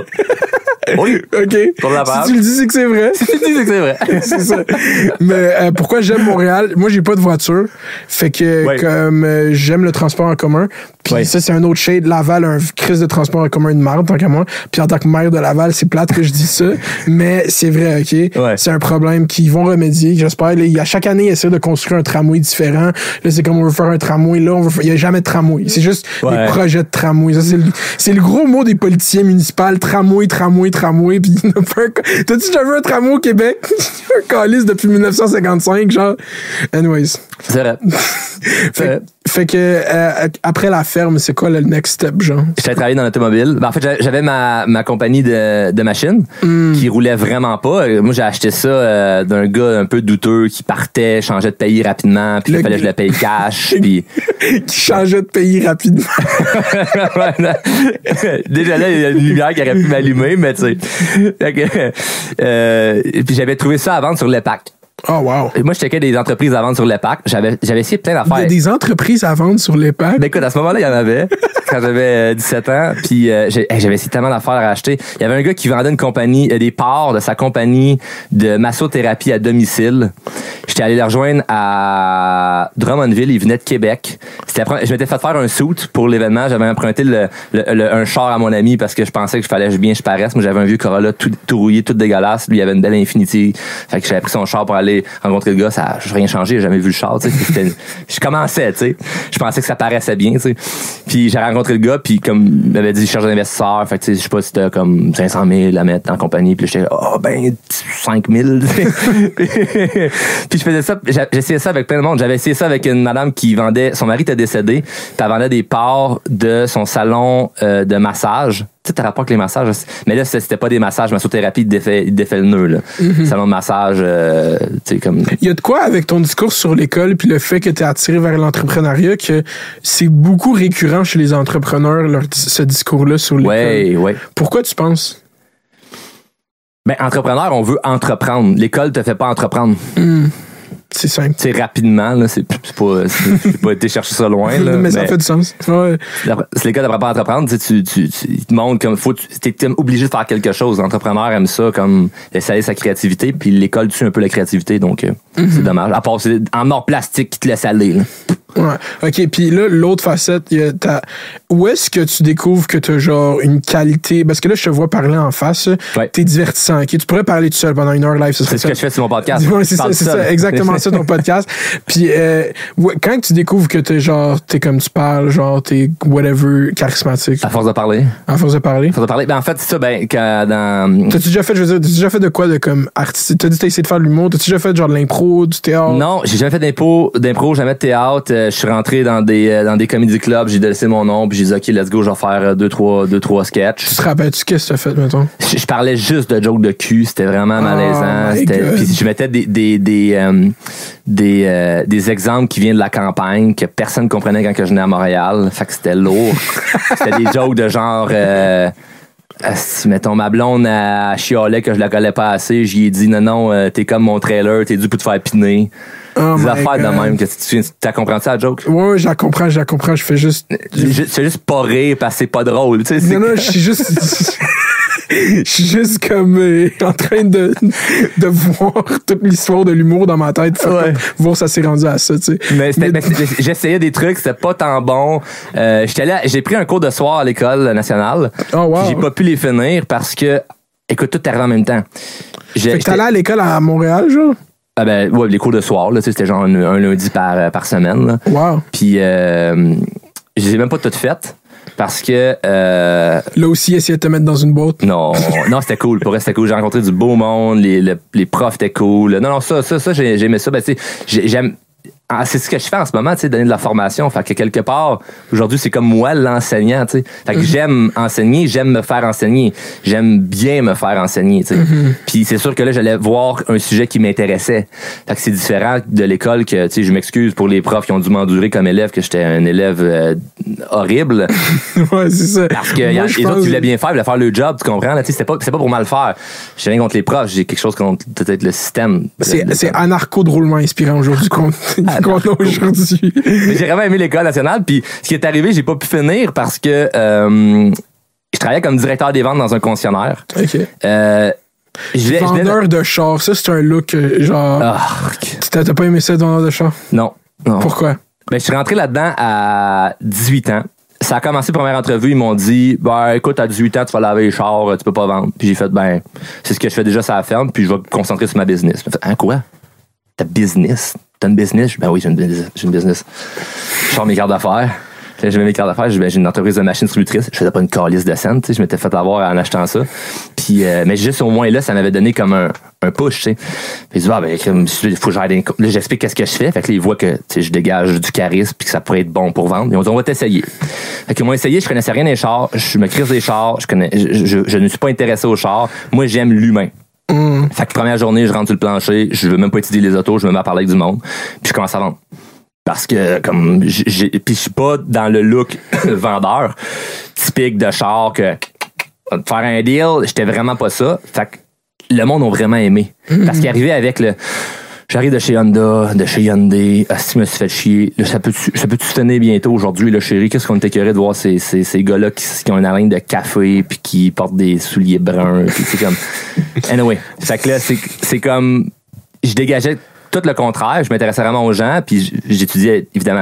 Oui. OK. Pour la part. Si tu le dis, c'est que c'est vrai. Si tu dis que c'est vrai. C'est ça. Mais euh, pourquoi j'aime Montréal? Moi, j'ai pas de voiture. Fait que Ouais. comme euh, j'aime le transport en commun. Puis Ouais. ça, c'est un autre shade. Laval a un crise de transport en commun de merde, tant qu'à moi. Puis en tant que maire de Laval, c'est plate que je dis ça. Mais c'est vrai, OK? Ouais. C'est un problème qu'ils vont remédier. J'espère. Là, il- à chaque année, ils essaient de construire un tramway différent. Là, c'est comme on veut faire un tramway. Là, on veut faire- il y a jamais de tramway. C'est juste Ouais. des projets de tramway. Ça, c'est le, c'est le gros mot des politiciens municipaux. Tramway, tramway, tramway. Puis il n'y en a pas un- T'as-tu déjà vu un tramway au Québec? un calice depuis dix-neuf cent cinquante-cinq, genre. Anyways. C'est vrai. Fait, fait que euh, après la ferme, c'est quoi le next step, genre? J'étais travaillé dans l'automobile. Ben, en fait, j'avais- j'avais ma, ma compagnie de, de machines qui roulait vraiment pas. Euh, Moi, j'ai acheté ça euh, d'un gars un peu douteux qui partait, changeait de pays rapidement, puis Le il fallait que je le paye cash, puis... Qui changeait de pays rapidement. Ouais, non. Déjà là, il y a une lumière qui aurait pu m'allumer, mais tu sais. Fait que, euh, puis j'avais trouvé ça à vendre sur l'E P A C. Oh, wow. Et moi, je checkais des entreprises à vendre sur l'E P A C. J'avais, j'avais essayé plein Il y a d'affaires. des entreprises à vendre sur l'E P A C. Ben écoute, à ce moment-là, il y en avait quand j'avais euh, dix-sept ans. Puis euh, j'ai- hey, j'avais essayé tellement d'affaires à acheter. Il y avait un gars qui vendait une compagnie, euh, des parts de sa compagnie de massothérapie à domicile. J'étais allé le rejoindre à Drummondville. Il venait de Québec. C'était la première- je m'étais fait faire un suit pour l'événement. J'avais emprunté le, le- le- un char à mon ami parce que je pensais que je fallait bien que je paraisse. Moi, j'avais un vieux Corolla tout, tout rouillé, tout dégueulasse. Lui, il avait une belle Infiniti. Fait que j'avais pris son char pour aller rencontrer le gars. Ça a rien changé. J'ai jamais vu le char. Tu sais. C'était- Je commençais, tu sais. Je pensais que ça paraissait bien, tu sais. Puis j'ai rencontré le gars, puis comme il m'avait dit, je cherche un investisseur. Fait que tu sais, je sais pas si t'as comme cinq cent mille à mettre en compagnie. Puis j'étais, oh ben, cinq mille. Puis je faisais ça, j'ai essayé ça avec plein de monde. J'avais essayé ça avec une madame qui vendait, son mari était décédé, puis elle vendait des parts de son salon euh, de massage. Tu sais, t'as rapport avec les massages, mais là, c'était pas des massages, massothérapie, il défait, il défait le nœud, là. Mm-hmm. Salon de massage, euh, tu sais, comme. Il y a de quoi avec ton discours sur l'école puis le fait que t'es attiré vers l'entrepreneuriat que c'est beaucoup récurrent chez les entrepreneurs, leur, ce discours-là sur l'école. Ouais, ouais. Pourquoi tu penses? Ben, entrepreneur, on veut entreprendre. L'école te fait pas entreprendre. Mm. C'est simple. C'est rapidement, là. C'est, c'est pas, c'est, c'est pas été chercher ça loin, là. mais, mais ça mais fait du sens. Ouais. Si l'école t'apprend pas à entreprendre, tu, tu, tu, tu, il te montre comme, faut, tu, t'es, t'es obligé de faire quelque chose. L'entrepreneur aime ça, comme, laisser aller sa créativité, puis l'école tue un peu la créativité, donc, euh, mm-hmm. c'est dommage. À part, c'est en or plastique qui te laisse aller, là. Ouais. OK, puis là, l'autre facette, il y a ta... où est-ce que tu découvres que tu as genre une qualité... Parce que là, je te vois parler en face. Ouais. T'es divertissant, OK? Tu pourrais parler tout seul pendant une heure live. Ça c'est ce ça. que je fais sur mon podcast. Ouais, c'est ça, c'est ça, exactement ça, ton podcast. Puis euh, quand tu découvres que t'es genre, t'es comme tu parles, genre, t'es whatever, charismatique. À force de parler. À force de parler. À force de parler. Ben, en fait, c'est ça, ben, quand dans... T'as-tu déjà fait, je veux dire, t'as-tu déjà fait de quoi de comme artiste? T'as dit que t'as essayé de faire de l'humour. T'as-tu déjà fait genre de l'impro, du théâtre? Non, j'ai jamais fait d'impro, d'impro, jamais de théâtre. Je suis rentré dans des dans des comedy clubs, j'ai laissé mon nom, puis j'ai dit OK, let's go, je vais faire deux trois deux trois sketchs. Tu te rappelles-tu qu'est-ce que tu as fait mettons? Je, je parlais juste de jokes de cul, c'était vraiment malaisant, oh c'était puis je mettais des des des euh, des, euh, des exemples qui viennent de la campagne que personne comprenait quand que je venais à Montréal, fait que c'était lourd. C'était des jokes de genre euh, si mettons ma blonde à chialait que je la collais pas assez, j'y ai dit non non, euh, t'es comme mon trailer, t'es dû pour te faire piner. Oh des affaires God. De même que tu t'as compris ça la joke? Ouais, ouais, je la comprends, je la comprends, je fais juste. Je fais juste pas rire parce que c'est pas drôle, tu sais. Non, non, je suis juste. Je suis juste comme euh, en train de, de voir toute l'histoire de l'humour dans ma tête. Fait ouais. Voir ça s'est rendu à ça, tu sais. Mais, mais... mais j'essayais des trucs, c'était pas tant bon. Euh, j'étais là, j'ai pris un cours de soir à l'école nationale. Oh, wow. J'ai pas pu les finir parce que, écoute, tout est arrivé en même temps. J'ai, fait que t'allais à l'école à Montréal, genre? Ah ben, ouais, les cours de soir, là, tu sais, c'était genre un, un lundi par, par semaine, là. Wow. Puis, euh, je les ai même pas toutes faites. Parce que... Euh, là aussi, essayer de te mettre dans une boîte. Non, non, c'était cool. Pour vrai, c'était cool. J'ai rencontré du beau monde. Les, les, les profs étaient cool. Non, non, ça, ça, ça, j'ai, j'aimais ça. Ben, tu sais, j'aime... Ah, c'est ce que je fais en ce moment, tu sais, donner de la formation. Fait que quelque part, aujourd'hui, c'est comme moi l'enseignant, tu sais. Fait que mm-hmm. j'aime enseigner, j'aime me faire enseigner. J'aime bien me faire enseigner, tu sais. Mm-hmm. Puis c'est sûr que là, j'allais voir un sujet qui m'intéressait. Fait que c'est différent de l'école que, tu sais, je m'excuse pour les profs qui ont dû m'endurer comme élève, que j'étais un élève euh, horrible. Ouais, c'est ça. Parce que y a, les autres, ils voulaient bien faire, ils voulaient faire le job, tu comprends? Là, tu sais, c'était pas, c'est pas pour mal faire. J'ai rien contre les profs, j'ai quelque chose contre peut-être le système. C'est, le, c'est anarcho-drôlement inspirant aujourd'hui contre, contre aujourd'hui. J'ai vraiment aimé l'école nationale, puis ce qui est arrivé, j'ai pas pu finir parce que euh, je travaillais comme directeur des ventes dans un concessionnaire. OK. Euh, je vendeur de... de char, ça c'est un look genre... Oh, t'as, t'as pas aimé ça, vendeur de char? Non. non. Pourquoi? Ben, je suis rentré là-dedans à dix-huit ans. Ça a commencé, première entrevue, ils m'ont dit, ben, écoute, à dix-huit ans, tu vas laver les chars, tu peux pas vendre. Puis j'ai fait, ben, c'est ce que je fais déjà sur la ferme, puis je vais me concentrer sur ma business. J'ai fait, hein, quoi? Ta business? T'as une business? Ben oui, j'ai une business. J'ai une business. Je sors mes cartes d'affaires. Là, je mets mes cartes d'affaires. J'ai, ben, j'ai une entreprise de machines distributrices. Je faisais pas une calice de scène, tu sais. Je m'étais fait avoir en achetant ça. Puis, euh, mais juste au moins là, ça m'avait donné comme un, un push, tu sais. Puis, je dis, ah, ben, il faut que j'aille. Là, j'explique qu'est-ce que je fais. Fait que là, ils voient que, tu sais, je dégage du charisme puis que ça pourrait être bon pour vendre. Ils ont dit, on va t'essayer. Fait qu'ils m'ont essayé. Je connaissais rien des chars. Je me crise des chars. Je connais, je, je, je ne suis pas intéressé aux chars. Moi, j'aime l'humain. Mm. Fait que première journée, je rentre sur le plancher, je veux même pas étudier les autos, je me mets à parler avec du monde, puis je commence à vendre. Parce que comme j'ai puis je suis pas dans le look vendeur typique de char que faire un deal, j'étais vraiment pas ça. Fait que le monde a vraiment aimé. Mm. Parce qu'il arrivait avec le j'arrive de chez Honda, de chez Hyundai, ah, si je me suis fait chier, là, ça peut-tu, ça peut-tu se finir bientôt aujourd'hui, là, chérie? Qu'est-ce qu'on était curieux de voir ces, ces, ces gars-là qui, qui ont une haleine de café puis qui portent des souliers bruns puis c'est comme, anyway. Fait que là, c'est, c'est comme, je dégageais tout le contraire, je m'intéressais vraiment aux gens puis j'étudiais, évidemment,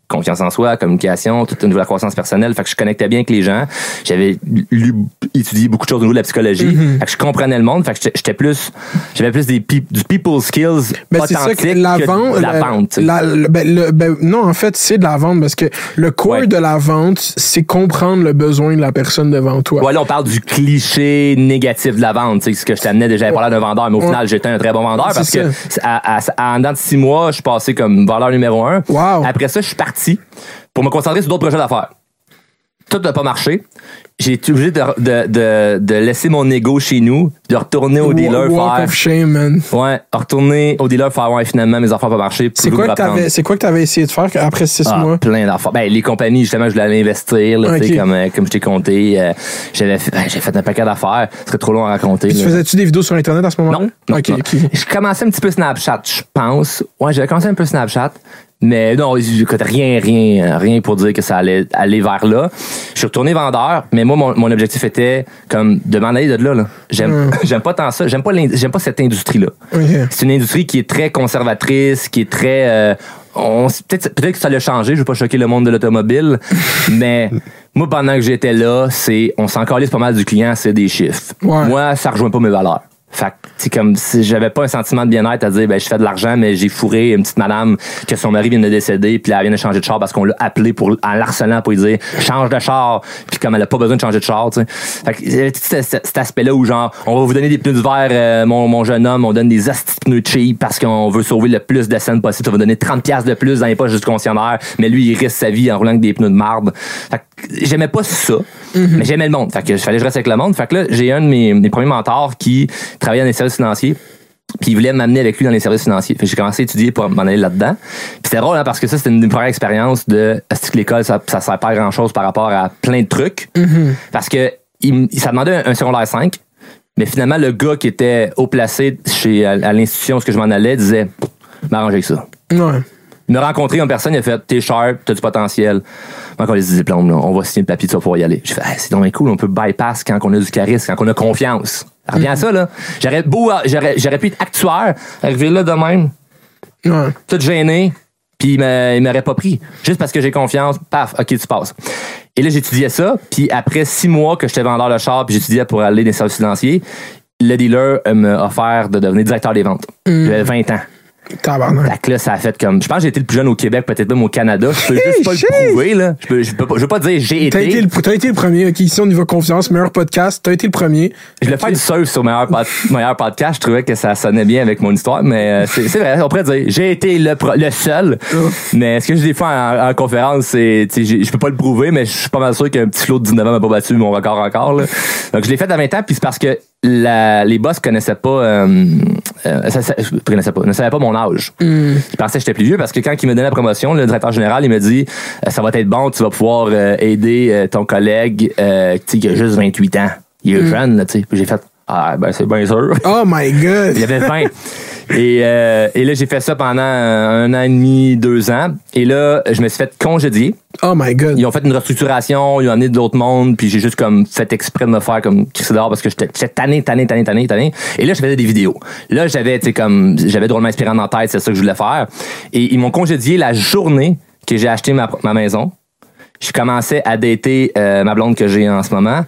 confiance en soi, communication, tout au niveau de la croissance personnelle. Fait que je connectais bien avec les gens. J'avais lu, étudié beaucoup de choses au niveau de la psychologie. Mm-hmm. Fait que je comprenais le monde. Fait que j'étais, j'étais plus, j'avais plus des pe- du people skills ben, authentiques c'est ça que, la que vente, de la vente. La, la, ben, le, ben, non, en fait, c'est de la vente parce que le core ouais. de la vente, c'est comprendre le besoin de la personne devant toi. Ouais, là, on parle du cliché négatif de la vente. C'est ce que je t'amenais déjà à parler d'un vendeur, mais au ouais. final, j'étais un très bon vendeur c'est parce ça. que à, à, à, en dedans de six mois, je suis passé comme vendeur numéro un. Wow. Après ça, je suis parti pour me concentrer sur d'autres projets d'affaires. Tout n'a pas marché. J'ai été obligé de, de, de, de laisser mon ego chez nous, de retourner au dealer Walk faire. Of shame, man. Ouais, retourner au dealer faire, ouais, finalement, mes affaires n'ont pas marché. C'est quoi, que t'avais, c'est quoi que tu avais essayé de faire après six ah, mois? Plein d'affaires. Ben, les compagnies, justement, je voulais aller investir, là, okay. comme, euh, comme je t'ai compté. Euh, j'avais fait, ben, j'ai fait un paquet d'affaires. Ce serait trop long à raconter. Puis tu faisais-tu des vidéos sur Internet à ce moment-là? Non. non, okay, non. Okay. Je commençais un petit peu Snapchat, je pense. Ouais, j'avais commencé un peu Snapchat. Mais non, écoute, rien, rien, rien pour dire que ça allait aller vers là. Je suis retourné vendeur, mais moi, mon, mon objectif était comme de m'en aller de là. là. J'aime, mm. j'aime pas tant ça. J'aime pas, j'aime pas cette industrie-là. Okay. C'est une industrie qui est très conservatrice, qui est très. Euh, on, peut-être, peut-être que ça l'a changé. Je veux pas choquer le monde de l'automobile, mais moi, pendant que j'étais là, c'est, on s'en calisse pas mal du client, c'est des chiffres. Ouais. Moi, ça rejoint pas mes valeurs. Fait que c'est comme si j'avais pas un sentiment de bien-être à dire ben je fais de l'argent mais j'ai fourré une petite madame que son mari vient de décéder puis elle vient de changer de char parce qu'on l'a appelé pour en l'harcelant pour lui dire change de char puis comme elle a pas besoin de changer de char tu sais. Fait que cet, cet, cet aspect là où genre on va vous donner des pneus d'hiver euh, mon, mon jeune homme on donne des astis pneus cheap parce qu'on veut sauver le plus de scènes possible on va donner trente piastres de plus dans les poches du concessionnaire mais lui il risque sa vie en roulant avec des pneus de marde. Fait que j'aimais pas ça mm-hmm. mais j'aimais le monde fait que il fallait que je reste avec le monde fait que là j'ai un de mes, mes premiers mentors qui travaillait dans les services financiers puis il voulait m'amener avec lui dans les services financiers. Fait que j'ai commencé à étudier pour m'en aller là-dedans. Puis c'était drôle hein, parce que ça c'était une, une première expérience de est-ce que l'école ça ça sert pas à grand-chose par rapport à plein de trucs mm-hmm. parce que il, ça demandait un, un secondaire cinq mais finalement le gars qui était haut placé chez à, à l'institution où je m'en allais disait m'arranger avec ça. Ouais. Il m'a rencontré en personne, il a fait t'es sharp, t'as du potentiel. Encore les diplômes, là, on va signer le papier, tu vas pouvoir y aller. J'ai fait hey, c'est donc bien cool, on peut bypass quand on a du charisme, quand on a confiance. Ça revient à ça, là. J'aurais beau, j'aurais, j'aurais pu être actuaire, arriver là de même, ouais. tout gêné, puis il, il m'aurait pas pris. Juste parce que j'ai confiance, paf, ok, tu passes. Et là, j'étudiais ça, puis après six mois que j'étais vendeur de char, puis j'étudiais pour aller dans les services financiers, le dealer m'a offert de devenir directeur des ventes. Mm. J'avais vingt ans. Tabarnak. Fait que là, ça a fait comme. Je pense que j'ai été le plus jeune au Québec, peut-être même au Canada. Je peux hey, juste pas shit. le prouver, là. Je peux, je peux, je veux pas dire j'ai t'as été. été le, t'as été le premier. OK, ici, on y va confiance. Meilleur podcast. T'as été le premier. Je voulais faire du surf sur meilleur, pod, meilleur podcast. Je trouvais que ça sonnait bien avec mon histoire. Mais euh, c'est, c'est vrai, on pourrait dire j'ai été le, le seul. Oh. Mais ce que j'ai fait en, en conférence, c'est. Je peux pas le prouver, mais je suis pas mal sûr qu'un petit flot de dix-neuf ans m'a pas battu mon record encore, là. Donc, je l'ai fait à vingt ans, puis c'est parce que la, les boss connaissaient pas. Euh, euh, ça, ça, connaissaient pas. Ne savaient pas mon âge. Mm. Je pensais que j'étais plus vieux parce que quand il me donnait la promotion, le directeur général, il me dit euh, ça va être bon, tu vas pouvoir euh, aider euh, ton collègue euh, qui a juste vingt-huit ans. Il est mm. jeune, là, tu sais. Puis j'ai fait ah, ben c'est bien sûr. Oh my God! Il avait vingt. Et, euh, et là, j'ai fait ça pendant un an et demi, deux ans. Et là, je me suis fait congédier. Oh my God. Ils ont fait une restructuration, ils ont amené d'autres mondes, puis j'ai juste comme fait exprès de me faire comme crisser dehors parce que j'étais, j'étais tanné, tanné, tanné, tanné, tanné. Et là, je faisais des vidéos. Là, j'avais, tu sais, comme, j'avais drôlement inspirant en tête, c'est ça que je voulais faire. Et ils m'ont congédié la journée que j'ai acheté ma, ma maison. Je commençais à dater euh, ma blonde que j'ai en ce moment.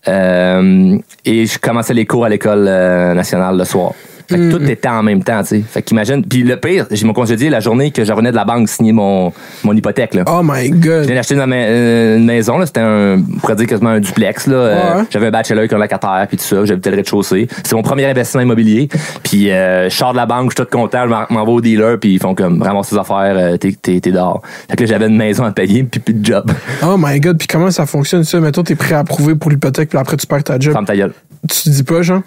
Euh, et je commençais les cours à l'école euh, nationale le soir. Fait que mm. tout était en même temps, tu sais. Fait qu'imagine. Puis le pire, j'ai mon congédié la journée que je revenais de la banque signer mon, mon hypothèque, là. Oh my God. Je viens d'acheter une, ma- une maison, là. C'était un, on pourrait dire quasiment un duplex, là. Ouais. Euh, j'avais un bachelor avec un locataire, puis tout ça. J'habitais le rez-de-chaussée. C'est mon premier investissement immobilier. Puis euh, je sors de la banque, je suis tout content, je m'en, m'en vais au dealer, puis ils font comme, ramasse tes affaires, euh, t'es, t'es, t'es dehors. Fait que là, j'avais une maison à payer, puis plus de job. Oh my God. Puis comment ça fonctionne, ça? Mettons, t'es prêt à approuver pour l'hypothèque, puis après, tu perds ta job. Ferme ta gueule. Tu te dis pas, genre?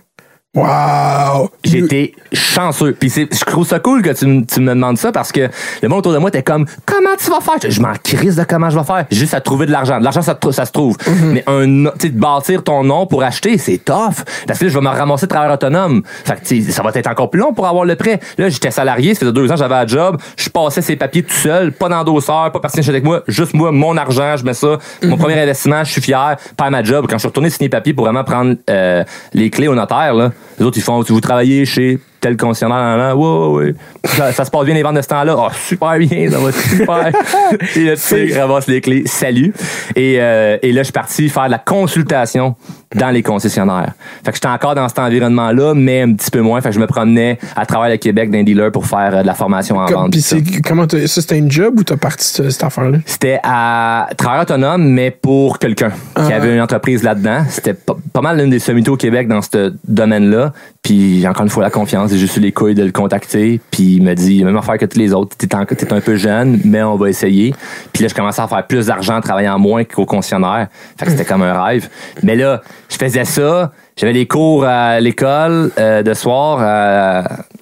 Wow! J'étais chanceux. Puis c'est, je trouve ça cool que tu, m- tu me demandes ça parce que le monde autour de moi était comme comment tu vas faire? Je m'en crisse de comment je vais faire. J'ai juste à trouver de l'argent. De l'argent, ça, ça se trouve. Mm-hmm. Mais un, tu sais, de bâtir ton nom pour acheter, c'est tough. Parce que là, je vais me ramasser de travailleur autonome. Fait que, tu sais, ça va être encore plus long pour avoir le prêt. Là, j'étais salarié, ça faisait deux ans, j'avais un job. Je passais ces papiers tout seul, pas d'endosseur, pas personne avec moi. Juste moi, mon argent, je mets ça. Mm-hmm. Mon premier investissement, je suis fier. Pas ma job. Quand je suis retourné signer papier pour vraiment prendre, euh, les clés au notaire, là, les autres, ils font, tu vous travaillez chez tel concessionnaire dans là, ouais, ouais, ouais. Ça, ça se passe bien les ventes de ce temps-là. Oh, super bien, ça va super. Et là, tu sais, ramasse les clés, salut. Et, euh, et là, je suis parti faire de la consultation dans les concessionnaires. Fait que j'étais encore dans cet environnement-là, mais un petit peu moins. Fait que je me promenais à travers le Québec d'un dealer pour faire euh, de la formation en Comme, vente. Puis c'est, comment t'as, ça, c'était une job ou t'as parti cette, cette affaire-là? C'était à travail autonome, mais pour quelqu'un qui Ah. avait une entreprise là-dedans. C'était pas, pas mal l'une des sommités au Québec dans ce domaine-là. Puis encore une fois, la confiance. J'ai juste eu les couilles de le contacter. Puis il me dit, même affaire que tous les autres. T'es, en, t'es un peu jeune, mais on va essayer. Puis là, je commençais à faire plus d'argent en travaillant moins qu'au concessionnaire. Fait que c'était comme un rêve. Mais là, je faisais ça. J'avais les cours à l'école euh, de soir à,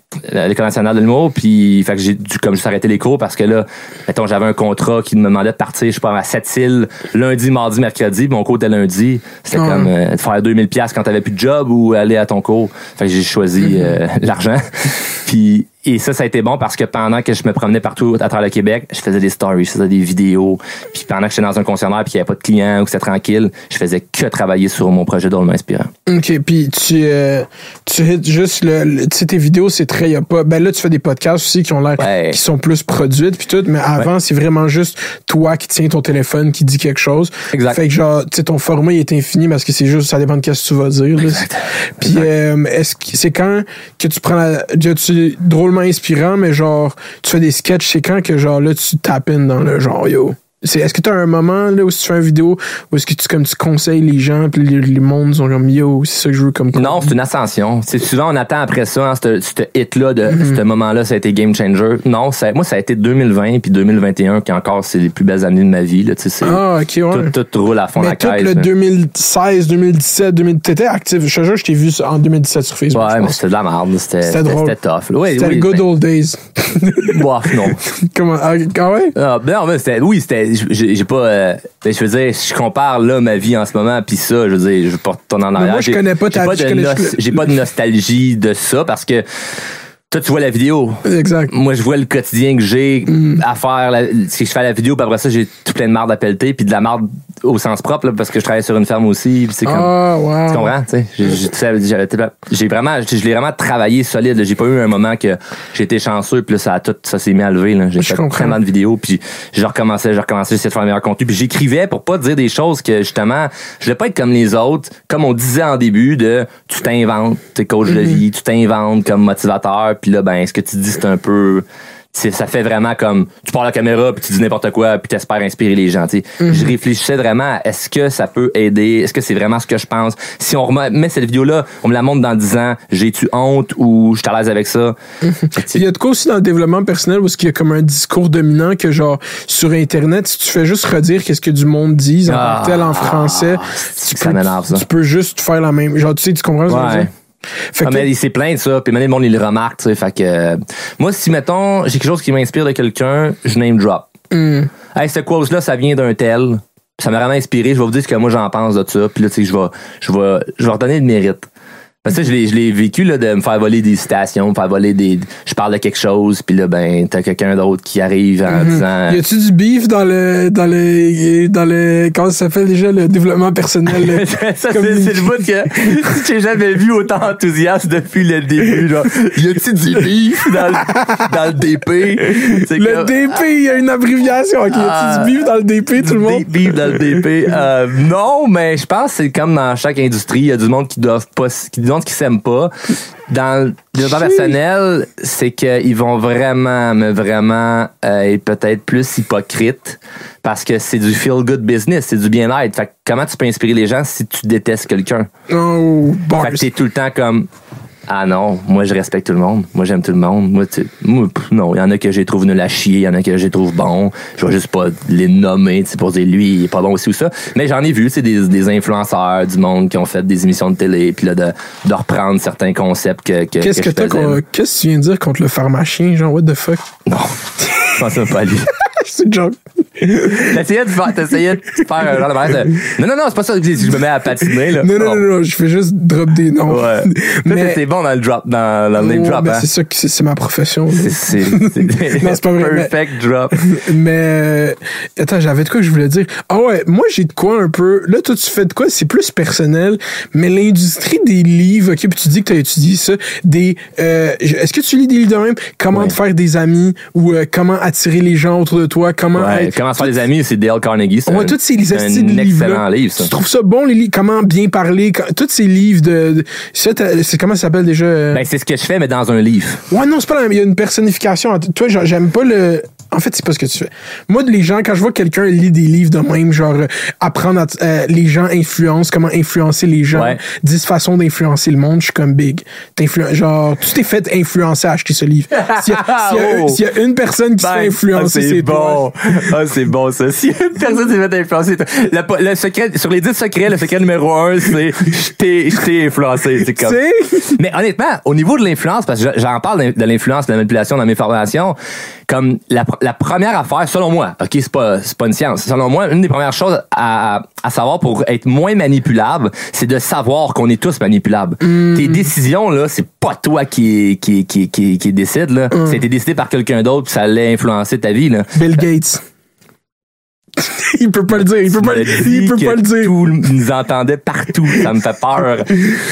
à l'École nationale de l'humour, puis fait que j'ai dû comme juste arrêter les cours parce que là, mettons, j'avais un contrat qui me demandait de partir, je sais pas, à Sept-Îles lundi, mardi, mercredi, mon cours était lundi. C'était Ouais. comme euh, de faire deux mille dollars quand t'avais plus de job ou aller à ton cours. Fait que j'ai choisi euh, l'argent. Puis et ça, ça a été bon parce que pendant que je me promenais partout à travers le Québec, je faisais des stories, je faisais des vidéos. Puis pendant que j'étais dans un concessionnaire puis qu'il n'y avait pas de clients ou que c'était tranquille, je faisais que travailler sur mon projet Drôlement Inspirant. OK, puis tu, euh, tu hits juste le, le- tu sais, tes vidéos, c'est très, y a pas, ben là, tu fais des podcasts aussi qui ont l'air, Ouais. qui sont plus produites puis tout, mais avant, Ouais. c'est vraiment juste toi qui tiens ton téléphone, qui dit quelque chose. Exact. Fait que genre, tu sais, ton format, il est infini parce que c'est juste, ça dépend de qu'est-ce que tu vas dire, là. Exact. Puis, euh, est-ce que, c'est quand que tu prends la, tu drôlement inspirant, mais genre, tu fais des sketchs, c'est quand que genre, là, tu tapes in dans le genre, yo. C'est, est-ce que tu as un moment là où si tu fais une vidéo où est-ce que tu comme tu conseilles les gens puis les, les mondes sont comme yo c'est ça que je veux comme Non, c'est une ascension. C'est souvent on attend après ça, hein, ce ce hit-là, de Mm-hmm. ce moment-là, ça a été game changer. Non, ça, moi, ça a été deux mille vingt puis deux mille vingt et un qui encore, c'est les plus belles années de ma vie. Là, tu sais, c'est, Ah, ok, ouais. tout, tout roule à fond Mais la tout caisse. le là. deux mille seize, deux mille dix-sept, deux mille t'étais actif. Je te jure, je t'ai vu en deux mille dix-sept sur Facebook. Ouais, je mais pense. c'était de la merde. C'était, C'était c'était, drôle. c'était tough. là. Ouais, C'était oui, le good ben, old days. bof, non. Comment? Ah, ah ouais? Ah, non, mais c'était, oui, c'était, j'ai, j'ai pas, euh, ben, je veux dire, si je compare là ma vie en ce moment, puis ça, je veux dire, je porte ton en arrière. moi, je J'ai- connais pas j'ai ta pas vie, de je connais nos- juste le- J'ai pas de nostalgie de ça parce que toi, tu vois la vidéo. Exact. Moi, je vois le quotidien que j'ai à faire. La, c'est que je fais la vidéo, puis après ça, j'ai tout plein de marde à pelleter, puis de la marde au sens propre, là, parce que je travaille sur une ferme aussi. Puis c'est comme. Ah, wow. Tu comprends? Tu sais, j'ai, j'ai, tout ça, j'ai, arrêté de- j'ai vraiment, je l'ai vraiment travaillé solide. là. J'ai pas eu un moment que j'ai été chanceux, puis là, ça a tout, ça s'est mis à lever. Là. J'ai Je fait comprends. tellement de vidéos, puis je recommençais, je recommençais, j'essayais de faire le meilleur contenu, puis j'écrivais pour pas dire des choses que justement, je voulais pas être comme les autres, comme on disait en début de, tu t'inventes, t'es coach de vie, tu t'inventes comme motivateur, puis là, ben, ce que tu dis, c'est un peu. C'est, ça fait vraiment comme tu pars la caméra puis tu dis n'importe quoi puis t'espères inspirer les gens. Tu sais. Mm-hmm. Je réfléchissais vraiment à est-ce que ça peut aider, est-ce que c'est vraiment ce que je pense. Si on remet met cette vidéo là, on me la montre dans dix ans, j'ai-tu honte ou je suis à l'aise avec ça. Fait que, tu sais, Il y a de quoi aussi dans le développement personnel où il y a comme un discours dominant que genre sur Internet, si tu fais juste redire qu'est-ce que du monde dit en tant que tel en français, c'est tu que ça peux, m'énerve, ça. tu peux juste faire la même. Genre, tu sais, tu comprends ce que je veux Ouais. dire? Fait Ah, que mais c'est plein de ça, puis maintenant le monde il le remarque, tu sais, fait que euh, moi si mettons j'ai quelque chose qui m'inspire de quelqu'un, je name drop. Mm. Hey, cette quote là ça vient d'un tel, ça m'a vraiment inspiré, je vais vous dire ce que moi j'en pense de ça, puis là tu sais je vais je vais je vais redonner le mérite. Parce que je l'ai, je l'ai vécu là, de me faire voler des citations, me faire voler des. Je parle de quelque chose, puis là, ben, t'as quelqu'un d'autre qui arrive en disant. Y a-tu du beef dans le dans le dans le comment ça s'appelle déjà le développement personnel? là? ça, Comme- c'est, c'est le bout que j'ai jamais vu autant enthousiaste depuis le début. Genre, y a-tu du beef dans le, dans le D P? C'est Le comme- D P, il y a une abréviation. Ok, y a-tu Ah, du beef dans le D P, tout le monde? Beef, beef dans le D P. Euh, non, mais je pense que c'est comme dans chaque industrie, il y a du monde qui doivent pas, qui, du monde qui s'aime pas. Dans le développement Chier. personnel, c'est qu'ils vont vraiment, mais vraiment euh, être peut-être plus hypocrites parce que c'est du feel-good business, c'est du bien-être. Fait que comment tu peux inspirer les gens si tu détestes quelqu'un? Oh, bars. Fait que t'es tout le temps comme ah non, moi je respecte tout le monde, moi j'aime tout le monde, moi, tu, moi pff, non, il y en a que je les trouve nul à chier, il y en a que je les trouve bons, je vais juste pas les nommer, tu sais, pour dire lui il est pas bon aussi ou ça, mais j'en ai vu, c'est des, des influenceurs du monde qui ont fait des émissions de télé, puis là de, de reprendre certains concepts que, que Qu'est-ce que, je t'as faisais. con- qu'est-ce que tu viens de dire contre le pharmacien, genre what the fuck? Non, je pense même pas à lui. C'est une joke. T'essayais de faire, t'essayais de faire un genre de malaise de... Non, non, non, c'est pas ça que je dis, je me mets à patiner, là. Non, non, oh. non, non, je fais juste drop des noms. Ouais. Mais t'es bon dans le drop, dans, dans le name oh, drop, hein. C'est ça que c'est, c'est ma profession. C'est, c'est, c'est, non, c'est pas vrai. Perfect mais, drop. Mais, attends, j'avais de quoi que je voulais dire. Ah ouais, moi, j'ai de quoi un peu. Là, toi, tu fais de quoi? C'est plus personnel, mais l'industrie des livres, ok, puis tu dis que t'as étudié ça, des, euh, est-ce que tu lis des livres de même? Comment ouais. te faire des amis ou euh, comment attirer les gens autour de toi? Comment ouais, être, comment se faire des amis, c'est Dale Carnegie. C'est ouais, un, tous ces livres, un de excellent livre, ça. Tu trouves ça bon, les livres? Comment bien parler? Quand, tous ces livres de, de ça, c'est comment ça s'appelle déjà? Euh... Ben, c'est ce que je fais, mais dans un livre. Ouais, non, c'est pas la même. Il y a une personnification. Toi, j'aime pas le. En fait, c'est pas ce que tu fais. Moi, les gens, quand je vois quelqu'un lit des livres de même, genre euh, apprendre à euh, les gens influencent, comment influencer les gens, ouais. dix façons d'influencer le monde, je suis comme big. T'influ- genre, tu t'es fait influencer à acheter ce livre. S'il y a, s'il y a, oh. s'il y a une personne qui ben, se fait influencer, ah, c'est, c'est bon. toi. Ah, c'est bon, ça. Si une personne s'est fait influencer, le, le secret, sur les dix secrets, le secret numéro un, c'est je t'ai, je t'ai influencé. C'est comme. Mais honnêtement, au niveau de l'influence, parce que j'en parle de l'influence, de la manipulation dans mes formations, comme la, la première affaire, selon moi, ok, c'est pas, c'est pas une science, selon moi, une des premières choses à, à savoir pour être moins manipulable, c'est de savoir qu'on est tous manipulables. Mm. Tes décisions, là, c'est pas toi qui, qui, qui, qui, qui décide, là. Mm. C'était décidé par quelqu'un d'autre, puis ça allait influencer ta vie, là. Bill Gates. il peut pas le dire, il peut pas, il peut pas le dire. Tout nous entendait partout, ça me fait peur.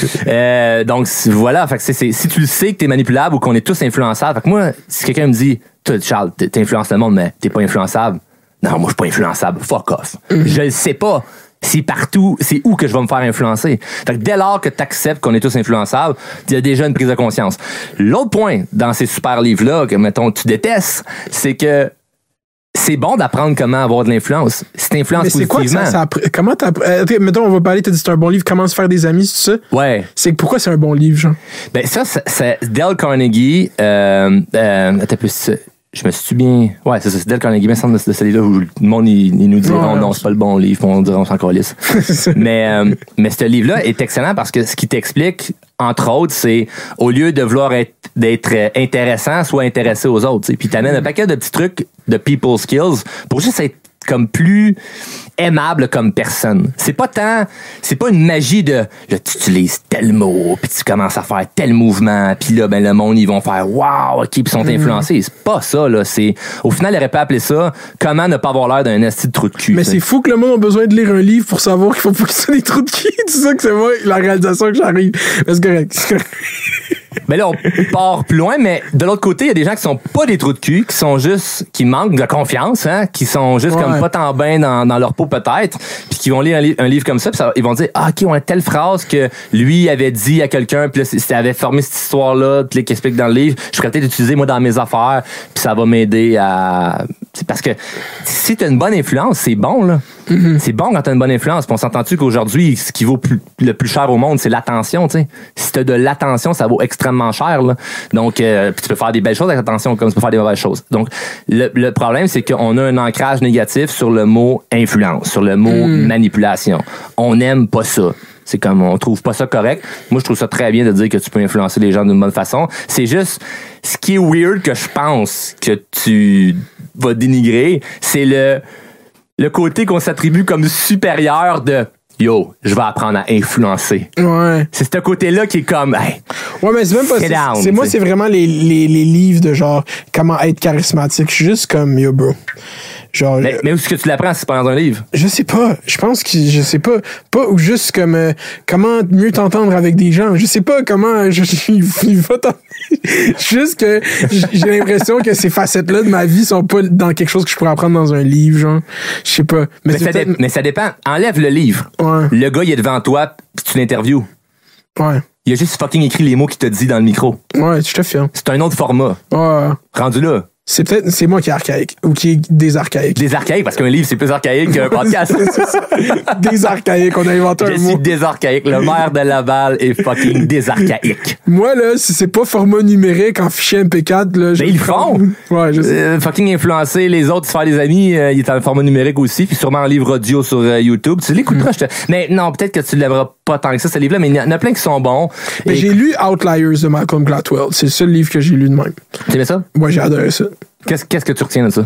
euh, donc voilà, fait que c'est, c'est, si tu le sais que t'es manipulable ou qu'on est tous influençables, fait que moi, si quelqu'un me dit, toi Charles, t'influences le monde, mais t'es pas influençable. Non, moi je suis pas influençable, fuck off. Mm-hmm. Je le sais pas. C'est partout, c'est où que je vais me faire influencer. Fait que dès lors que t'acceptes qu'on est tous influençables, il y a déjà une prise de conscience. L'autre point dans ces super livres-là, que mettons tu détestes, c'est que c'est bon d'apprendre comment avoir de l'influence. Si t'influences positivement. Mais c'est quoi ça, ça comment t'as, euh, mettons, on va parler, t'as dit c'est un bon livre, comment se faire des amis, c'est ça? Ouais. C'est pourquoi c'est un bon livre, genre? Ben, ça, c'est, c'est Dale Carnegie, euh, euh, attends plus, je me suis bien, ouais, c'est ça, c'est Dale Carnegie, mais semble de ce livre-là où le monde, il, il nous dit, oh, non, c'est pas le bon livre, on dirait, on s'en calisse. mais, euh, mais ce livre-là est excellent parce que ce qui t'explique, entre autres, c'est au lieu de vouloir être, d'être intéressant, soit intéressé aux autres. T'sais. Puis t'amènes un paquet de petits trucs de people skills pour juste être comme plus aimable comme personne. C'est pas tant, c'est pas une magie de là, tu utilises tel mot, puis tu commences à faire tel mouvement, puis là ben le monde ils vont faire wow, ok, puis ils sont influencés. Mm-hmm. C'est pas ça là. C'est au final il aurait pas appelé ça comment ne pas avoir l'air d'un esti de trou de cul. Mais t'sais. C'est fou que le monde a besoin de lire un livre pour savoir qu'il faut pas qu'il soit des trous de cul. C'est ça que c'est moi la réalisation que j'arrive. Mais c'est correct. C'est correct. Mais là, on part plus loin, mais de l'autre côté, il y a des gens qui sont pas des trous de cul, qui sont juste, qui manquent de confiance, hein, qui sont juste ouais. comme pas tant bien dans, dans leur peau peut-être, puis qui vont lire un, li- un livre comme ça, puis ça, ils vont dire, ah, ok, on a telle phrase que lui avait dit à quelqu'un, puis là, ça avait formé cette histoire-là, puis qui explique dans le livre, je pourrais peut-être utiliser moi dans mes affaires, puis ça va m'aider à... C'est parce que si t'as une bonne influence, c'est bon, là. Mm-hmm. C'est bon quand t'as une bonne influence. Puis on s'entend-tu qu'aujourd'hui, ce qui vaut plus, le plus cher au monde, c'est l'attention, tu sais. Si t'as de l'attention, ça vaut extrêmement cher, là. Donc, euh, puis tu peux faire des belles choses avec l'attention comme tu peux faire des mauvaises choses. Donc, le, le problème, c'est qu'on a un ancrage négatif sur le mot influence, sur le mot mm. manipulation. On n'aime pas ça. C'est comme, on trouve pas ça correct. Moi, je trouve ça très bien de dire que tu peux influencer les gens d'une bonne façon. C'est juste, ce qui est weird que je pense que tu vas dénigrer, c'est le, le côté qu'on s'attribue comme supérieur de yo, je vais apprendre à influencer. Ouais. C'est ce côté-là qui est comme, hey, ouais, mais c'est même pas, c'est, down, c'est moi, c'est vraiment les, les, les livres de genre, comment être charismatique. Je suis juste comme, yo, bro. Genre, mais, mais où est-ce que tu l'apprends si c'est pas dans un livre? Je sais pas. Je pense que je sais pas. Pas ou juste comme euh, comment mieux t'entendre avec des gens. Je sais pas comment je, je, il va juste que j'ai l'impression que ces facettes-là de ma vie sont pas dans quelque chose que je pourrais apprendre dans un livre, genre. Je sais pas. Mais, mais, ça, dé- mais ça dépend. Enlève le livre. Ouais. Le gars, il est devant toi puis tu l'interviews. Ouais. Il a juste fucking écrit les mots qu'il t'a dit dans le micro. Ouais, je te filme. C'est un autre format. Ouais. Rendu là. C'est peut-être, c'est moi qui est archaïque, ou qui est désarchaïque. Désarchaïque, parce qu'un livre, c'est plus archaïque qu'un podcast. Désarchaïque, on a inventé un mot. Je suis désarchaïque. Le maire de Laval est fucking désarchaïque. Moi, là, si c'est pas format numérique en fichier M P quatre, là, je. Mais ils le font! Ouais, je sais. Euh, fucking influencer les autres, se faire des amis, euh, il est en format numérique aussi, puis sûrement en livre audio sur euh, YouTube. Tu l'écouteras, mm. je te... Mais non, peut-être que tu l'aimeras pas tant que ça, ce livre-là, mais il y en a plein qui sont bons. Mais et... j'ai lu Outliers de Malcolm Gladwell. C'est le seul livre que j'ai lu de même. Tu aimais ça? Moi, j'ai adoré ça. Qu'est-ce, qu'est-ce que tu retiens de ça?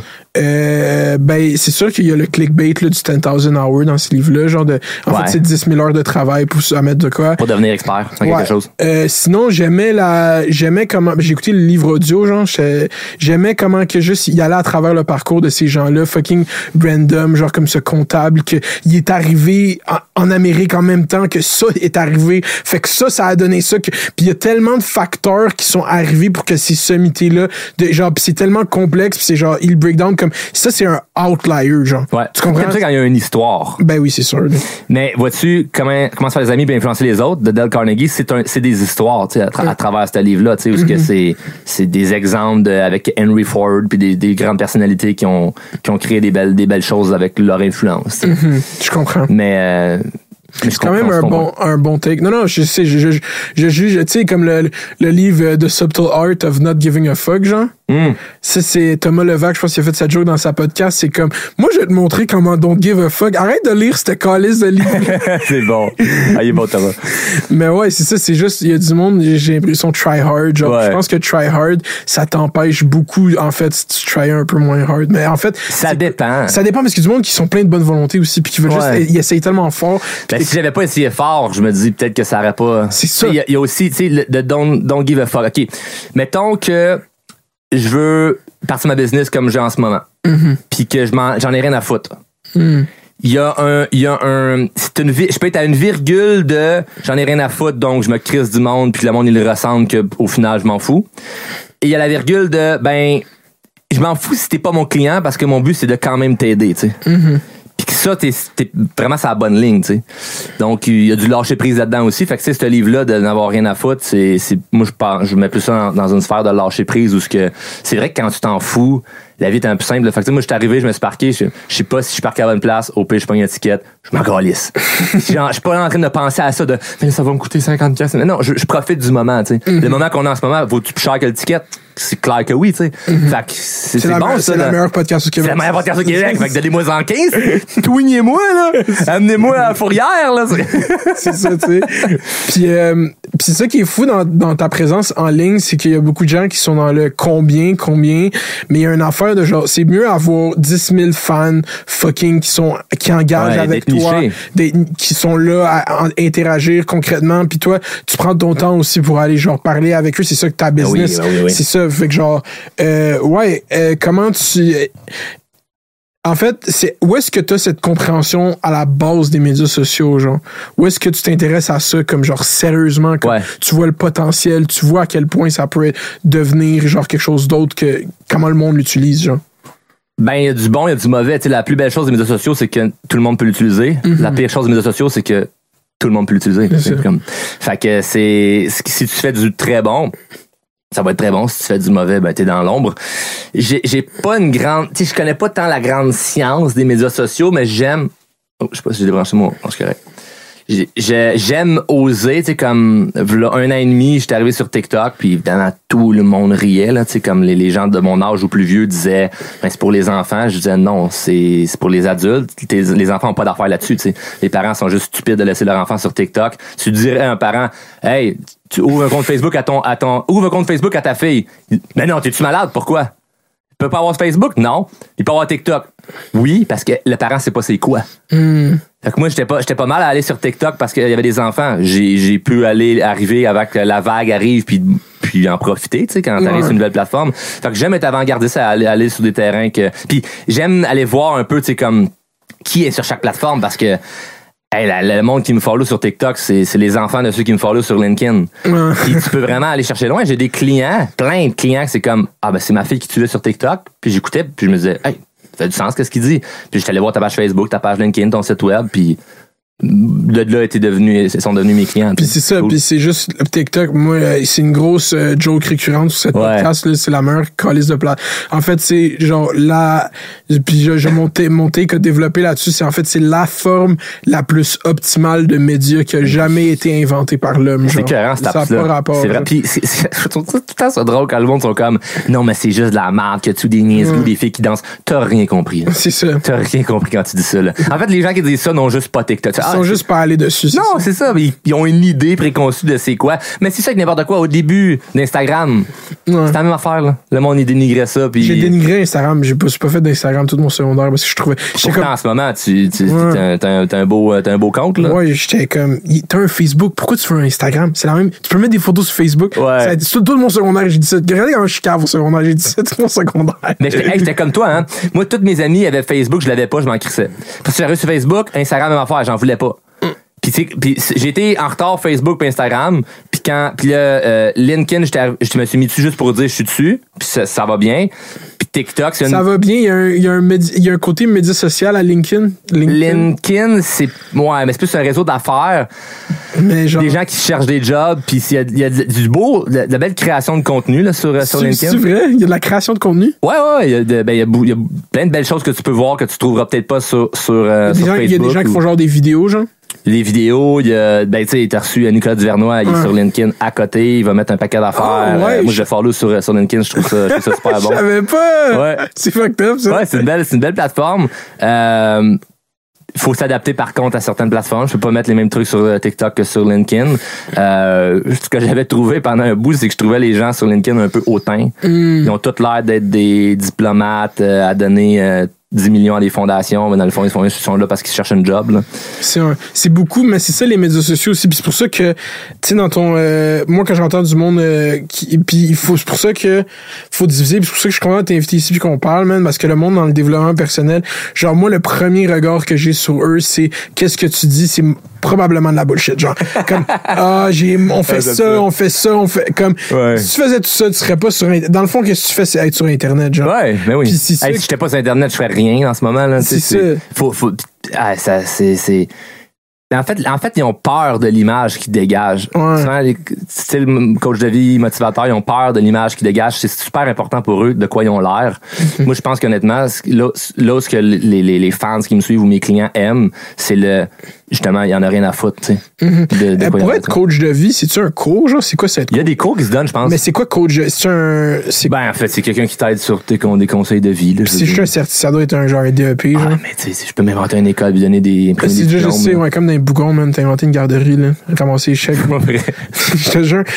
Euh, ben, c'est sûr qu'il y a le clickbait là, du dix thousand hours dans ce livre-là. Genre de, en ouais. fait, c'est dix mille heures de travail pour se mettre de quoi. Pour devenir expert en ouais. quelque chose. Euh, sinon, j'aimais la, j'aimais comment, j'ai écouté le livre audio, genre, j'aimais comment que juste il allait à travers le parcours de ces gens-là, fucking random, genre comme ce comptable, que il est arrivé en, en Amérique en même temps que ça est arrivé. Fait que ça, ça a donné ça. Que, puis il y a tellement de facteurs qui sont arrivés pour que ces sommités-là, de, genre, pis c'est tellement complexe, pis c'est genre, il break down comme, ça, c'est un outlier, genre. Ouais. Tu comprends? C'est comme ça quand il y a une histoire. Ben oui, c'est sûr. Là. Mais vois-tu, comment, comment se faire des amis et influencer les autres de Dale Carnegie, c'est un, c'est des histoires, tu sais, à, tra- à travers ce livre-là, tu sais, où mm-hmm. que c'est, c'est des exemples de, avec Henry Ford puis des, des grandes personnalités qui ont, qui ont créé des belles, des belles choses avec leur influence. Mm-hmm. Je comprends. Mais, euh, Mais c'est quand même un bon, un bon take. Non, non, je sais, je, je, je juge, tu sais, comme le, le livre The Subtle Art of Not Giving a Fuck, genre. Mm. Ça, c'est Thomas Levac, je pense qu'il a fait cette joke dans sa podcast. C'est comme, moi, je vais te montrer comment Don't Give a Fuck. Arrête de lire cette calice de livre. C'est bon. Ah, il est bon, Thomas. Mais ouais, c'est ça, c'est juste, il y a du monde, j'ai l'impression try hard. Genre, ouais. Je pense que try hard, ça t'empêche beaucoup, en fait, si tu try un peu moins hard. Mais en fait. Ça dépend. Ça dépend parce qu'il y a du monde qui sont plein de bonne volonté aussi, puis qui veulent ouais. juste, ils essayent tellement fort. Ben, si j'avais pas essayé fort, je me dis peut-être que ça aurait pas. C'est ça. Il y, y a aussi, tu sais, le, le don't, don't give a fuck. OK. Mettons que je veux partir ma business comme j'ai en ce moment. Mm-hmm. Puis que je m'en, j'en ai rien à foutre. Mm. Il y a un, il y a un, c'est une, je peux être à une virgule de j'en ai rien à foutre, donc je me crisse du monde, puis le monde, il le ressent que au final, je m'en fous. Et il y a la virgule de, ben, je m'en fous si t'es pas mon client parce que mon but, c'est de quand même t'aider, tu sais. Mm-hmm. Puis que ça, t'es, t'es vraiment sur la bonne ligne, tu sais. Donc, il y a du lâcher prise là-dedans aussi. Fait que, tu sais, ce livre-là, de n'avoir rien à foutre, c'est, c'est, moi, je pense, je mets plus ça dans, dans une sphère de lâcher prise où ce que, c'est vrai que quand tu t'en fous, la vie est un peu simple. Fait que, moi, je suis arrivé, je me suis parqué, je, je sais pas si je parque à la bonne place, au pire, je pogne une étiquette, je m'en calisse. Genre, je suis pas en train de penser à ça de, mais ça va me coûter cinquante piastres. Mais non, je, je profite du moment, tu sais. Mm-hmm. Le moment qu'on a en ce moment, vaut-tu plus cher que l'étiquette? C'est clair que oui, tu sais. Mm-hmm. Fait que c'est, c'est, c'est bon, me- ça. C'est la meilleure podcast au Québec. C'est la meilleure podcast au Québec. Fait que donnez-moi en quinze. Twignez-moi, là. Amenez-moi à la fourrière, là. C'est ça, tu sais. Puis, euh, puis c'est ça qui est fou dans, dans ta présence en ligne, c'est qu'il y a beaucoup de gens qui sont dans le combien, combien, mais il y a une affaire de genre, c'est mieux avoir dix mille fans fucking qui sont, qui engagent ouais, avec toi, des, qui sont là à, à interagir concrètement, puis toi, tu prends ton temps aussi pour aller genre parler avec eux, c'est ça que ta business, oui, oui, oui. C'est ça, fait que genre, euh, ouais, euh, comment tu... En fait, c'est où est-ce que tu as cette compréhension à la base des médias sociaux, genre? Où est-ce que tu t'intéresses à ça comme genre sérieusement, comme ouais. tu vois le potentiel, tu vois à quel point ça peut devenir genre quelque chose d'autre que comment le monde l'utilise, genre? Ben, il y a du bon, il y a du mauvais. Tu sais, la plus belle chose des médias sociaux, c'est que tout le monde peut l'utiliser. Mm-hmm. La pire chose des médias sociaux, c'est que tout le monde peut l'utiliser. C'est comme... Fait que c'est, si tu fais du très bon, ça va être très bon. Si tu fais du mauvais, ben, t'es dans l'ombre. J'ai, j'ai pas une grande, tu sais, je connais pas tant la grande science des médias sociaux, mais j'aime, oh, je sais pas si j'ai débranché mon, non, c'est correct. J'ai, j'aime oser, tu sais, comme, là, un an et demi, j'étais arrivé sur TikTok, puis évidemment, tout le monde riait, là, tu sais, comme les, les gens de mon âge ou plus vieux disaient, ben, c'est pour les enfants. Je disais, non, c'est, c'est pour les adultes. T'es, les enfants ont pas d'affaires là-dessus, tu sais. Les parents sont juste stupides de laisser leur enfant sur TikTok. Tu dirais à un parent, hey, tu ouvres un compte Facebook à ton, à ton, ouvre un compte Facebook à ta fille. Mais non, t'es-tu malade? Pourquoi? Il peut pas avoir Facebook? Non. Il peut avoir TikTok? Oui, parce que le parent sait pas c'est quoi. Mm. Fait que moi, j'étais pas, j'étais pas mal à aller sur TikTok parce qu'il y avait des enfants. J'ai, j'ai pu aller, arriver avec la vague arrive puis, puis en profiter, tu sais, quand t'arrives ouais. sur une nouvelle plateforme. Fait que j'aime être avant-gardiste à aller, aller sur des terrains que, puis j'aime aller voir un peu, tu sais, comme, qui est sur chaque plateforme parce que, hey, la, le monde qui me follow sur TikTok, c'est, c'est les enfants de ceux qui me follow sur LinkedIn. Ouais. Puis tu peux vraiment aller chercher loin. J'ai des clients, plein de clients, que c'est comme, ah ben c'est ma fille qui tu veux sur TikTok. Puis j'écoutais, puis je me disais, hey, ça fait du sens, qu'est-ce qu'il dit? Puis j'étais allé voir ta page Facebook, ta page LinkedIn, ton site web, puis de là, étaient devenus, sont devenus mes clients. Puis c'est ça, cool. Puis c'est juste TikTok, moi, c'est une grosse euh, joke récurrente sur cette ouais. podcast, là, c'est la meilleure calice de plat. En fait, c'est genre la, puis je, je montais, monté que développé là-dessus, c'est en fait, c'est la forme la plus optimale de médias qui a jamais été inventée par l'homme. C'est écœurant, cette ça n'a pas rapport. C'est vrai, puis je trouve ça tout le temps ça drôle quand le monde sont comme, non, mais c'est juste de la merde, que tu des niaiseries, mm. des filles qui dansent. T'as rien compris. Là. C'est ça. T'as rien compris quand tu dis ça, là. En fait, les gens qui disent ça n'ont juste pas TikTok. ah, sont juste pas allés dessus. Non, ça. c'est ça. Ils, ils ont une idée préconçue de c'est quoi. Mais c'est ça que n'importe quoi. Au début d'Instagram, Ouais. c'est la même affaire. Là. Le monde, il dénigrait ça. Puis... J'ai dénigré Instagram. J'ai pas, j'ai pas fait d'Instagram tout mon secondaire parce que je trouvais. J'étais Pourtant, comme. en ce moment, tu, tu, Ouais. t'as, un, t'as, un, t'as, un beau, t'as un beau compte. Là. Ouais, j'étais comme. T'as un Facebook. Pourquoi tu fais un Instagram? C'est la même. Tu peux mettre des photos sur Facebook. Ouais. Ça a été tout, tout mon secondaire. J'ai dit ça. Regardez comment je suis cave au secondaire. J'ai dit ça tout mon secondaire. Mais j'étais, hey, j'étais comme toi, hein. Moi, tous mes amis avaient Facebook, je l'avais pas, je m'en crissais. Parce que j'arrive sur Facebook, Instagram, même affaire, j'en voulais pas. Puis, tu sais, puis j'ai été en retard Facebook et Instagram. Puis quand, puis là, euh, LinkedIn, j'étais, je me suis mis dessus juste pour dire je suis dessus. Puis ça, ça va bien. Puis TikTok, c'est une... Ça va bien. Il y a un, il y a un, médi- il y a un côté média social à LinkedIn. LinkedIn. LinkedIn, c'est, ouais, mais c'est plus un réseau d'affaires. Mais genre. Des gens qui cherchent des jobs. Puis il y a, il y a du beau, de la belle création de contenu, là, sur, sur C'est, LinkedIn. c'est vrai? Il y a de la création de contenu? Ouais, ouais, il y a, de, ben, il y a, bou- il y a plein de belles choses que tu peux voir que tu trouveras peut-être pas sur, sur, euh, Il y sur a des gens- Facebook. il y a des gens qui ou- font genre des vidéos, genre. Les vidéos, il y a, ben, tu sais, t'as reçu Nicolas Duvernois, il est Ouais. sur LinkedIn à côté, il va mettre un paquet d'affaires. Ah, ouais, Euh, moi, je- je le follow sur, sur LinkedIn, je trouve ça, je trouve ça super bon. Je savais pas! Ouais. C'est fucked up, ça. Ouais, c'est une belle, c'est une belle plateforme. Euh, faut s'adapter par contre à certaines plateformes. Je peux pas mettre les mêmes trucs sur euh, TikTok que sur LinkedIn. Euh, ce que j'avais trouvé pendant un bout, c'est que je trouvais les gens sur LinkedIn un peu hautains. Mm. Ils ont tous l'air d'être des diplomates euh, à donner euh, dix millions à des fondations, mais dans le fond, ils sont, ils sont là parce qu'ils cherchent un job. Là. C'est, un- c'est beaucoup, mais c'est ça les médias sociaux aussi. Puis c'est pour ça que, tu sais, dans ton... euh, moi, quand j'entends du monde... euh, qui, puis il faut, c'est pour ça que faut diviser. Puis c'est pour ça que je suis content de t'inviter ici puis qu'on parle, man, parce que le monde dans le développement personnel, genre moi, le premier regard que j'ai sur eux, c'est qu'est-ce que tu dis, c'est probablement de la bullshit. Genre, comme, ah, j'ai, on fait Ouais, ça, c'est ça. on fait ça, on fait... Comme, Ouais. si tu faisais tout ça, tu serais pas sur... Int- Dans le fond, qu'est-ce que tu fais, c'est être sur Internet, genre. Ouais, mais oui. Puis c'est ça Hey, que- si j'étais pas sur Internet, je ferais rien en ce moment. Là. C'est Tu sais, ça. Faut, faut, ah, ça, c'est, c'est... En fait, en fait, ils ont peur de l'image qu'ils dégagent. Ouais. Souvent, les style coach de vie, motivateur, ils ont peur de l'image qu'ils dégagent. C'est super important pour eux de quoi ils ont l'air. Moi, je pense qu'honnêtement, là, là où ce que les, les, les fans qui me suivent ou mes clients aiment, c'est le... Justement, il y en a rien à foutre, tu sais. de, de Euh, quoi ils ont pour l'air. être coach de vie, c'est-tu un cours, genre? C'est quoi cette Il y a des cours qui se donnent, je pense. Mais c'est quoi coach? C'est un. C'est, Ben, en fait, c'est quelqu'un qui t'aide sur tes con- des conseils de vie. Là, je veux c'est juste dire. un certi- ça doit être un genre un D E P, genre. Ah, mais tu sais, je peux m'inventer une école, lui donner des... imprimer c'est des déjà, je diplômes, sais, là. ouais, comme dans les bougons, man, t'as inventé une garderie, là. Ramasser les chèques. Pas vrai. Je te jure.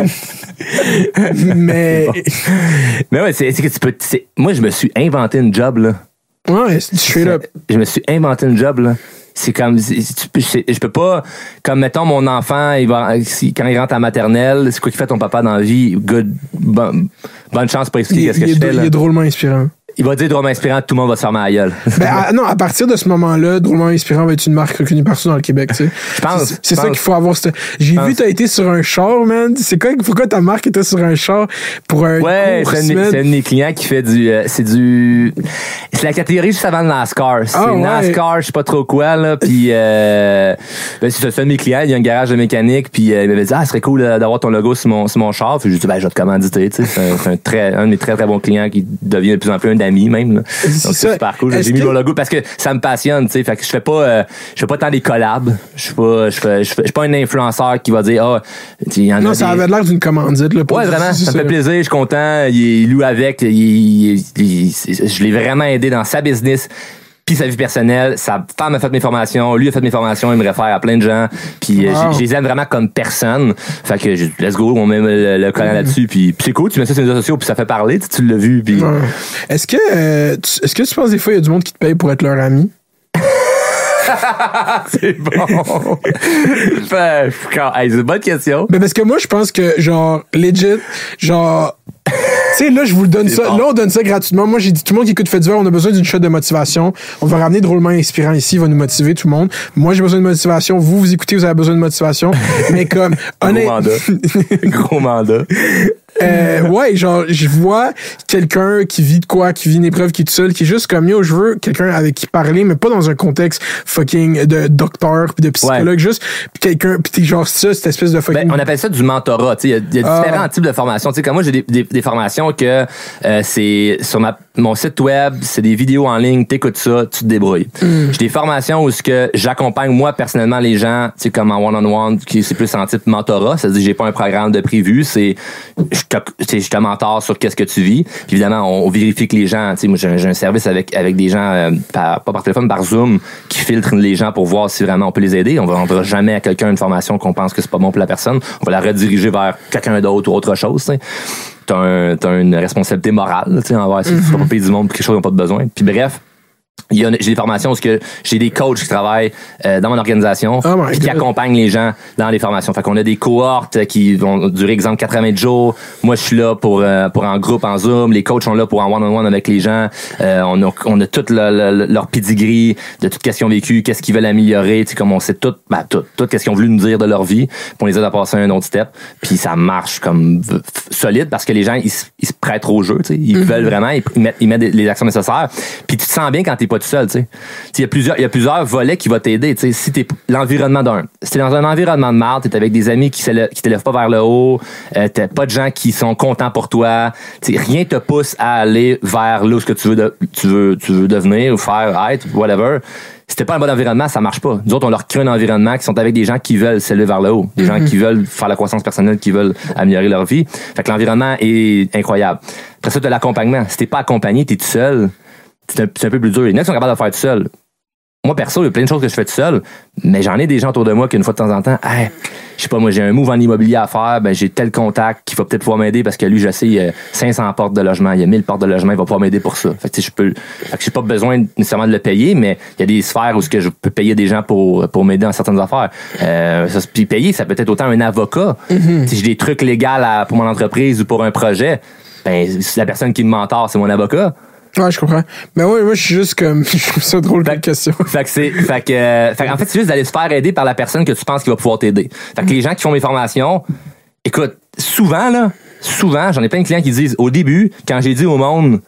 Mais. Mais ouais, c'est, c'est que tu peux. c'est- moi, je me suis inventé une job, là. Ouais, c'est straight up. Je me suis inventé une job, là. C'est comme. c'est- tu peux- c'est- je peux pas. Comme, mettons, mon enfant, il va, si- quand il rentre à la maternelle, c'est quoi qu'il fait ton papa dans la vie? Good. Bon, bonne chance pour Il, expliquer ce que il je est, fais, il là. est drôlement inspirant. Il va dire drôlement inspirant, tout le monde va se fermer la gueule. Ben, à- non, à partir de ce moment-là, drôlement inspirant va être une marque reconnue partout dans le Québec, tu sais. Je pense, C'est, c'est je ça pense. qu'il faut avoir. cette- J'ai Je vu, pense. t'as été sur un char, man. C'est quoi, pourquoi ta marque était sur un char pour un Ouais, cours c'est un, de mes- semaine? c'est un de mes clients qui fait du. euh, c'est du. C'est la catégorie juste avant le NASCAR. C'est Ah, ouais. NASCAR, je sais pas trop quoi, là. Puis, euh, ben, c'est ça, c'est un de mes clients. Il y a un garage de mécanique. Puis, euh, il m'avait dit, ah, ce serait cool euh, d'avoir ton logo sur mon, sur mon char. Puis, j'ai dit, ben, je vais te commanditer, tu sais. C'est un, c'est un, très, un de mes très, très bons clients qui devient de plus en plus un ami, même, là. C'est Donc, c'est ça. super cool. Est-ce J'ai mis que- mon logo parce que ça me passionne, tu sais. Fait que je fais pas, euh, je fais pas tant des collabs. Je suis pas, je fais, je fais, je suis pas un influenceur qui va dire, ah, il y en a Non, ça des- avait l'air d'une commandite, là. Ouais, vraiment, C'est ça me fait plaisir, je suis content. Il, il loue avec, il, il- il- je l'ai vraiment aidé dans sa business, puis sa vie personnelle. Sa femme a fait mes formations, lui a fait mes formations, il me réfère à plein de gens, puis euh, Wow. je, je les aime vraiment comme personne. Fait que je- let's go, on met le, le collant là-dessus, puis, puis c'est cool, tu mets ça sur les réseaux sociaux, puis ça fait parler, tu, tu l'as vu, puis... Ouais. Est-ce que, euh, tu, est-ce que tu penses des fois il y a du monde qui te paye pour être leur ami? c'est bon. Fait, hey, c'est une bonne question. Ben parce que moi, je pense que, genre, legit, genre... Tu sais, là, je vous le donne C'est ça. bon. Là, on donne ça gratuitement. Moi, j'ai dit, tout le monde qui écoute Fait divers, on a besoin d'une shot de motivation. On va ramener drôlement inspirant ici. Il va nous motiver, tout le monde. Moi, j'ai besoin de motivation. Vous, vous écoutez, vous avez besoin de motivation. Mais comme, Gros honnête- mandat. Gros mandat. Euh, ouais, genre, je vois quelqu'un qui vit de quoi, qui vit une épreuve, qui est tout seul, qui est juste comme, yo, je veux quelqu'un avec qui parler, mais pas dans un contexte fucking de docteur puis de psychologue, Ouais. juste, puis quelqu'un, puis t'es genre ça, cette espèce de fucking... Ben, on appelle ça du mentorat. Tu sais, Il y a, il y a Ah. différents types de formations. Tu sais, comme moi, j'ai des, des, des formations que euh, c'est sur ma mon site web, c'est des vidéos en ligne, t'écoutes ça, tu te débrouilles. Mm. J'ai des formations où ce que j'accompagne moi personnellement les gens, tu sais, comme en one-on-one, qui c'est plus en type mentorat, c'est-à-dire j'ai pas un programme de prévu, c'est je te, je te mentor sur qu'est-ce que tu vis. Puis évidemment, on, on vérifie que les gens, tu sais, moi j'ai, j'ai un service avec avec des gens euh, par, pas par téléphone, par Zoom, qui filtrent les gens pour voir si vraiment on peut les aider. On va on va jamais à quelqu'un une formation qu'on pense que c'est pas bon pour la personne, on va la rediriger vers quelqu'un d'autre ou autre chose, tu sais. T'as, un, t'as une responsabilité morale, tu sais, envers mm-hmm. si tu pas payer du monde pour quelque chose dont pas de besoin. Puis bref, il y a, j'ai des formations où que j'ai des coachs qui travaillent euh, dans mon organisation oh qui God. accompagnent les gens dans les formations. Fait qu'on a des cohortes qui vont durer, exemple, quatre-vingts jours. Moi, je suis là pour euh, pour en groupe, en Zoom. Les coachs sont là pour en one-on-one avec les gens. Euh, on a on a tout le, le, leur pedigree de tout ce qu'ils ont vécu, qu'est-ce qu'ils veulent améliorer. Tu sais, comme on sait tout, ben, tout, tout qu'est-ce qu'ils ont voulu nous dire de leur vie. Puis on les aide à passer un autre step. Puis ça marche comme f- solide parce que les gens, ils, ils se prêtent au jeu. Tu sais, ils mm-hmm. veulent vraiment, ils, ils mettent, ils mettent les actions nécessaires. Puis tu te sens bien quand t'es pas tout seul, tu sais. Il y a plusieurs, il y a plusieurs volets qui vont t'aider, tu sais. Si t'es l'environnement d'un, si t'es dans un environnement de marde, t'es avec des amis qui s'élèvent, qui t'élèvent pas vers le haut, euh, t'as pas de gens qui sont contents pour toi, tu sais, rien te pousse à aller vers là où ce que tu veux, de, tu veux, tu veux devenir ou faire, être, whatever. Si t'es pas un bon environnement, ça marche pas. Nous autres, on leur crée un environnement qui sont avec des gens qui veulent s'élever vers le haut, des mm-hmm. gens qui veulent faire la croissance personnelle, qui veulent améliorer leur vie. Fait que l'environnement est incroyable. Après ça, t'as l'accompagnement. Si t'es pas accompagné, t'es tout seul. C'est un, c'est un peu plus dur. Il y en a qui sont capables de faire tout seul. Moi, perso, il y a plein de choses que je fais tout seul, mais j'en ai des gens autour de moi qui, une fois de temps en temps, hey, je sais pas, moi, j'ai un move en immobilier à faire, ben, j'ai tel contact qui va peut-être pouvoir m'aider parce que lui, je sais, il y a cinq cents portes de logement, il y a mille portes de logement, il va pouvoir m'aider pour ça. Fait que, tu sais, je peux, fait que j'ai pas besoin nécessairement de le payer, mais il y a des sphères où ce que je peux payer des gens pour, pour m'aider dans certaines affaires. Euh, ça, puis payer, ça peut être autant un avocat. Mm-hmm. Si j'ai des trucs légaux à, pour mon entreprise ou pour un projet, ben, la personne qui me mentor, c'est mon avocat. Ouais, je comprends. Mais ouais, moi, je suis juste comme, je trouve ça drôle comme question. Fait que c'est, fait que, euh, fait en fait, c'est juste d'aller se faire aider par la personne que tu penses qui va pouvoir t'aider. Fait que les gens qui font mes formations, écoute, souvent, là, souvent, j'en ai plein de clients qui disent, au début, quand j'ai dit au monde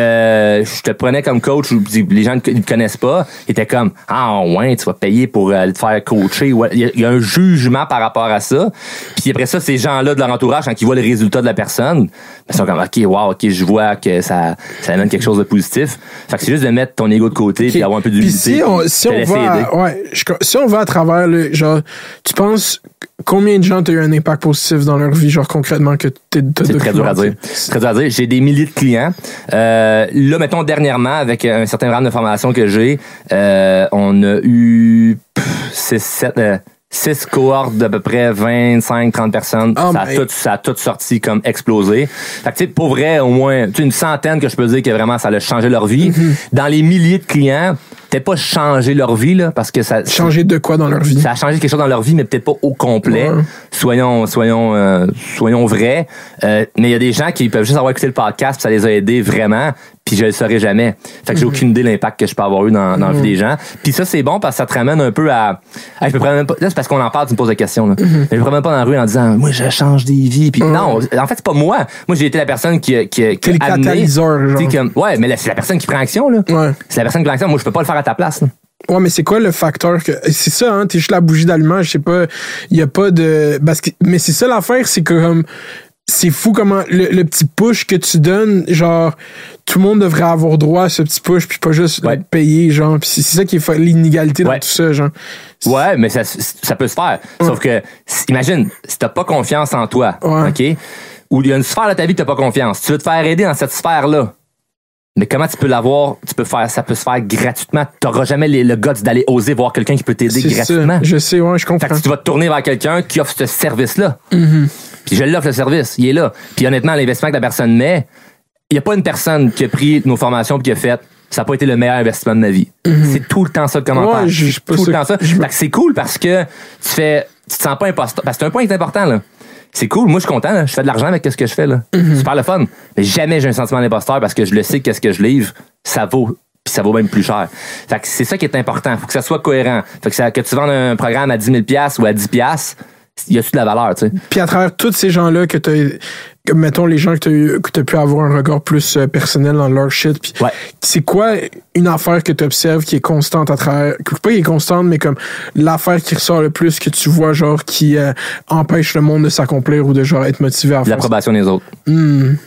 que je te prenais comme coach ou les gens ne te connaissent pas, ils étaient comme ah ouais, tu vas payer pour euh, te faire coacher. Il y, a, il y a un jugement par rapport à ça. Puis après ça, ces gens-là de leur entourage, quand ils voient les résultats de la personne, ils sont comme ok, wow, ok, je vois que ça, ça amène quelque chose de positif. Fait que c'est juste de mettre ton ego de côté puis d'avoir un peu d'humilité. Puis si on, si on va, à, ouais, je, si on va à travers le genre, tu penses combien de gens t'as eu un impact positif dans leur vie, genre concrètement que t'es t'as C'est très dur à dire. C'est très dur à dire. J'ai des milliers de clients. Euh, là, mettons, dernièrement, avec un certain programme de formation que j'ai, euh, on a eu six, sept, euh, six cohortes d'à peu près vingt-cinq trente personnes. Oh ça, a tout, ça a tout sorti comme explosé. Fait que, tu sais, pour vrai, au moins, tu sais, une centaine que je peux dire que vraiment, ça a changé leur vie. Mm-hmm. Dans les milliers de clients, peut-être pas changer leur vie, là, parce que ça... Changer de quoi dans leur vie? Ça a changé quelque chose dans leur vie, mais peut-être pas au complet. Ouais. Soyons, soyons, euh, soyons vrais. Euh, mais il y a des gens qui peuvent juste avoir écouté le podcast, puis ça les a aidés vraiment, puis je le saurais jamais. Fait que mm-hmm. j'ai aucune idée de l'impact que je peux avoir eu dans, dans mm-hmm. la vie des gens. Puis ça, c'est bon parce que ça te ramène un peu à... Hey, je peux même pas... Là, c'est parce qu'on en parle, tu me poses des questions. Là. Mm-hmm. Mais je me promène pas dans la rue en disant « Moi, je change des vies. » Puis mm-hmm. non, en fait, c'est pas moi. Moi, j'ai été la personne qui, qui, qui a amené... catalyseur, genre. Comme, ouais, mais là, c'est la personne qui prend action. Là. Ouais. C'est la personne qui prend action. Moi, je peux pas le faire à ta place. Là. Ouais, mais c'est quoi le facteur que... C'est ça, hein, t'es juste la bougie d'allumage, je sais pas, il y a pas de... Parce que... Mais c'est ça l'affaire, c'est que comme... C'est fou comment le, le petit push que tu donnes, genre, tout le monde devrait avoir droit à ce petit push, puis pas juste ouais. le payer, genre. Puis c'est, c'est ça qui est l'inégalité dans ouais. tout ça, genre. Ouais, mais ça, ça peut se faire. Ouais. Sauf que, imagine, si t'as pas confiance en toi, ouais. OK? Ou il y a une sphère de ta vie que t'as pas confiance. Tu veux te faire aider dans cette sphère-là. Mais comment tu peux l'avoir? Tu peux faire, ça peut se faire gratuitement. T'auras jamais les, le guts d'aller oser voir quelqu'un qui peut t'aider c'est gratuitement. Ça. Je sais, ouais, je comprends. Fait que tu vas te tourner vers quelqu'un qui offre ce service-là. Mm-hmm. Puis je l'offre le service, il est là. Puis honnêtement, l'investissement que la personne met, il n'y a pas une personne qui a pris nos formations et qui a fait ça n'a pas été le meilleur investissement de ma vie. Mm-hmm. C'est tout le temps ça le commentaire. Ouais, je, je tout le temps ça. Je... Fait que c'est cool parce que tu fais, tu te sens pas imposteur. Parce que c'est un point qui est important, là. C'est cool, moi je suis content, là. Je fais de l'argent avec ce que je fais, là. Mm-hmm. Super le fun. Mais jamais j'ai un sentiment d'imposteur parce que je le sais que ce que je livre, ça vaut. Puis ça vaut même plus cher. Fait que c'est ça qui est important. Faut que ça soit cohérent. Fait que, ça, que tu vendes un programme à dix mille dollars ou à dix dollars, il y a-tu de la valeur, tu sais? Puis à travers tous ces gens-là que t'as, que, mettons les gens que t'as eu, que t'as pu avoir un regard plus euh, personnel dans leur shit, puis ouais. c'est quoi une affaire que t'observes qui est constante à travers, pas qui est constante, mais comme l'affaire qui ressort le plus que tu vois, genre, qui euh, empêche le monde de s'accomplir ou de genre être motivé à faire l'approbation des autres. Hmm.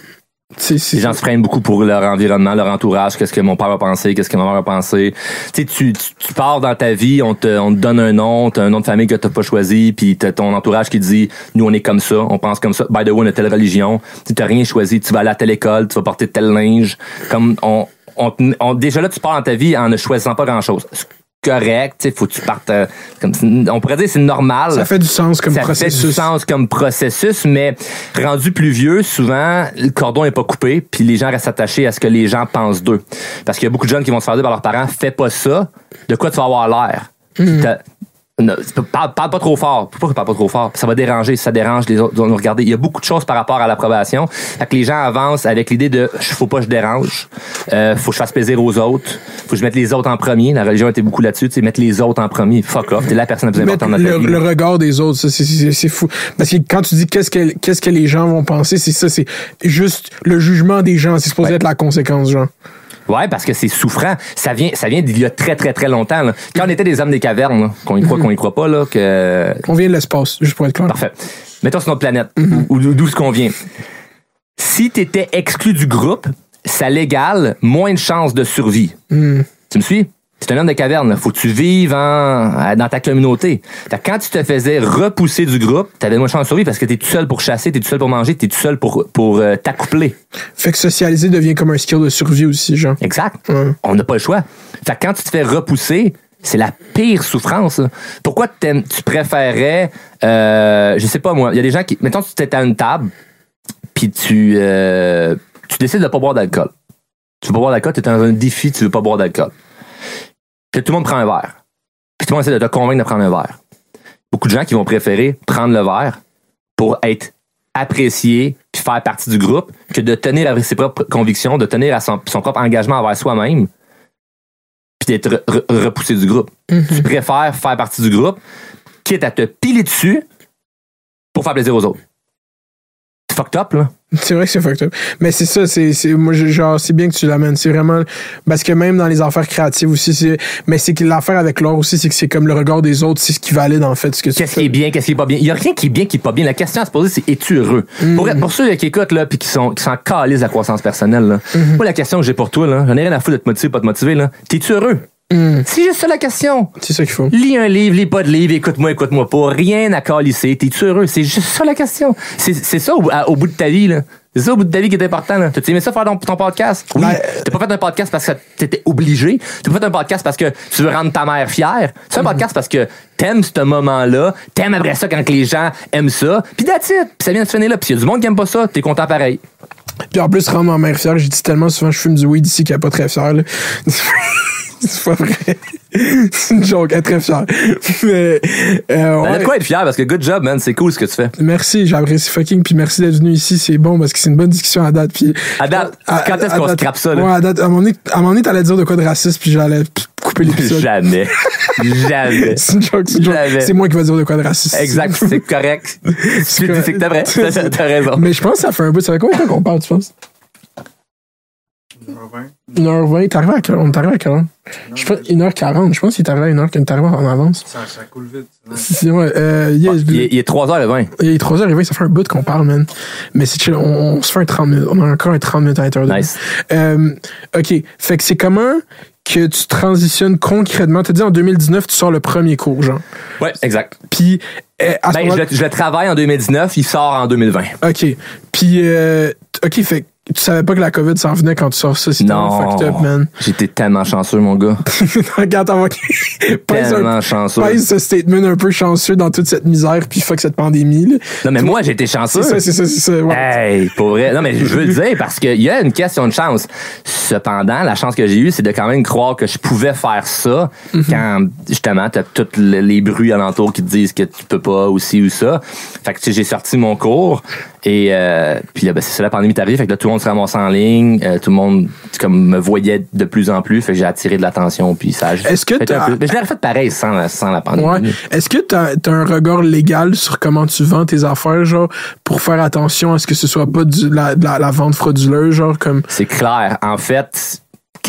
C'est, c'est, les gens se prennent beaucoup pour leur environnement, leur entourage, qu'est-ce que mon père va penser, qu'est-ce que ma mère va penser. Tu sais, tu, tu, tu pars dans ta vie, on te, on te donne un nom, t'as un nom de famille que t'as pas choisi, puis t'as ton entourage qui dit, nous on est comme ça, on pense comme ça. By the way, on a telle religion. Tu t'as rien choisi, tu vas aller à telle école, tu vas porter tel linge. Comme on, on, on déjà là, tu pars dans ta vie en ne choisissant pas grand-chose. Correct, tu sais, faut que tu partes euh, comme on pourrait dire c'est normal. Ça fait du sens comme ça processus. Ça fait du sens comme processus, mais rendu plus vieux, souvent le cordon est pas coupé, puis les gens restent attachés à ce que les gens pensent d'eux. Parce qu'il y a beaucoup de jeunes qui vont se faire dire par leurs parents, fais pas ça, de quoi tu vas avoir l'air. Mm. Non, parle, parle pas trop fort. Pourquoi parle pas trop fort? Ça va déranger. Si ça dérange, les autres vont nous regarder. Il y a beaucoup de choses par rapport à l'approbation. Fait que les gens avancent avec l'idée de faut pas que je dérange. Euh, faut que je fasse plaisir aux autres. Faut que je mette les autres en premier. La religion était beaucoup là-dessus. Tu sais, mettre les autres en premier. Fuck off. T'es la personne la plus importante de le, notre vie. Le regard des autres, ça, c'est, c'est, c'est fou. Parce que quand tu dis qu'est-ce que, qu'est-ce que les gens vont penser, c'est ça, c'est juste le jugement des gens. C'est supposé ouais. être la conséquence, genre. Ouais, parce que c'est souffrant. Ça vient, ça vient d'il y a très, très, très longtemps, là. Quand on était des hommes des cavernes, là, qu'on y croit, mm-hmm. qu'on y croit pas, là, que... On vient de l'espace, juste pour être clair. Parfait. Mettons sur notre planète, mm-hmm. où, d'où ce qu'on vient. Si t'étais exclu du groupe, ça l'égale moins de chances de survie. Mm. Tu me suis? C'est un homme de caverne. Là. Faut que tu vives en, dans ta communauté. Fait que quand tu te faisais repousser du groupe, t'avais moins de chance de survie parce que t'es tout seul pour chasser, t'es tout seul pour manger, t'es tout seul pour, pour euh, t'accoupler. Fait que socialiser devient comme un skill de survie aussi, genre. Exact. Mm. On n'a pas le choix. Fait que quand tu te fais repousser, c'est la pire souffrance. Là. Pourquoi tu préférerais, euh, je sais pas moi, il y a des gens qui, mettons, tu t'es à une table, puis tu, euh, tu décides de pas boire d'alcool. Tu veux pas boire d'alcool, t'es dans un défi, tu veux pas boire d'alcool. Puis tout le monde prend un verre. Puis tout le monde essaie de te convaincre de prendre un verre. Beaucoup de gens qui vont préférer prendre le verre pour être apprécié puis faire partie du groupe que de tenir à ses propres convictions, de tenir à son, son propre engagement envers soi-même puis d'être re- re- repoussé du groupe. Mm-hmm. Tu préfères faire partie du groupe quitte à te piler dessus pour faire plaisir aux autres. C'est fucked up, là. C'est vrai que c'est fucked up. Mais c'est ça, c'est, c'est, moi, genre, c'est bien que tu l'amènes. C'est vraiment, parce que même dans les affaires créatives aussi, c'est, mais c'est que l'affaire avec l'art aussi, c'est que c'est comme le regard des autres, c'est ce qui valide, en fait, ce que tu Qu'est-ce fais. qui est bien, qu'est-ce qui est pas bien? Il y a rien qui est bien, qui est pas bien. La question à se poser, c'est, es-tu heureux? Mm. Pour, pour ceux qui écoutent, là, pis qui sont, qui sont calés de la croissance personnelle, là. Mm-hmm. Moi, la question que j'ai pour toi, là, j'en ai rien à foutre de te motiver, pas te motiver, là. T'es-tu heureux? Mm. C'est juste ça la question. C'est ça qu'il faut. Lis un livre, lis pas de livre, écoute-moi, écoute-moi pas. Rien à calisser. T'es-tu heureux? C'est juste ça la question. C'est, c'est ça au, à, au bout de ta vie, là. C'est ça au bout de ta vie qui est important, là. T'as aimé ça faire ton, ton podcast? Oui. Ben, t'as pas fait un podcast parce que t'étais obligé. T'as pas fait un podcast parce que tu veux rendre ta mère fière. C'est un mm-hmm. podcast parce que t'aimes ce moment-là. T'aimes après ça quand les gens aiment ça. Pis that's it. Pis ça vient de se finir là. Pis s'il y a du monde qui aime pas ça, t'es content pareil. Puis en plus, rendre ma mère fière, j'ai dit tellement souvent, je fume du weed ici qu'elle est pas très fière, là. C'est pas vrai. C'est une joke, elle est très fière. Mais, euh, ouais. De quoi être fier parce que good job, man. C'est cool ce que tu fais. Merci, j'apprécie fucking. Puis merci d'être venu ici. C'est bon parce que c'est une bonne discussion à date. Puis, à date, à, quand est-ce qu'on se crappe ça, là? Ouais, à date. À un moment donné, à un moment donné t'allais dire de quoi de raciste, puis j'allais couper l'épisode. Jamais. Jamais. C'est une joke, c'est une joke. Jamais. C'est moi qui vais dire de quoi de raciste. Exact, c'est correct. c'est, correct. c'est que t'as vrai. T'as, t'as raison. Mais je pense que ça fait un bout. Ça fait combien de temps qu'on parle, tu penses? une heure vingt. une heure vingt. T'es arrivé à quelle heure? On est arrivé à quelle heure? Je pense une heure quarante. Je pense qu'il est arrivé à une heure qu'il est arrivé en avance. Ça, ça coule vite. C'est, ouais, euh, yeah, ah, il, est, il est trois heures vingt. Il est trois heures vingt. Ça fait un bout qu'on parle, man. Mais c'est chill. On, on se fait un trente minutes. On a encore un trente minutes à l'intérieur. Nice. Euh, OK. Fait que c'est comment que tu transitionnes concrètement? T'as dit en deux mille dix-neuf, tu sors le premier cours, genre. Ouais, exact. Puis, euh, à ce ben, moment-là, je, je le travaille en deux mille dix-neuf, il sort en deux mille vingt. OK. Puis, euh, OK, fait tu savais pas que la COVID s'en venait quand tu sors ça. C'était non, fucked up, man. J'étais tellement chanceux, mon gars. Regarde, t'as tellement un, chanceux. Pèse ce statement un peu chanceux dans toute cette misère puis fuck cette pandémie, là. Non, mais moi, j'étais chanceux. C'est ça, c'est ça, c'est ça. Ouais. Hey, pour vrai. Non, mais je veux le dire parce qu'il y a une question de chance. Cependant, la chance que j'ai eue, c'est de quand même croire que je pouvais faire ça mm-hmm. quand, justement, t'as tous les bruits alentours qui te disent que tu peux pas ou ci ou ça. Fait que, tu sais, j'ai sorti mon cours et euh, puis là, ben, c'est ça, la pandémie est arrivée. Fait que là, tout le monde se ramasse en ligne. Euh, tout le monde, comme, me voyait de plus en plus. Fait que j'ai attiré de l'attention puis ça a juste Est-ce que fait t'as... un peu. Mais je l'aurais fait pareil sans la, sans la pandémie. Ouais. Est-ce que t'as, t'as un regard légal sur comment tu vends tes affaires, genre, pour faire attention à ce que ce soit pas du, la, la, la vente frauduleuse, genre, comme... C'est clair. En fait,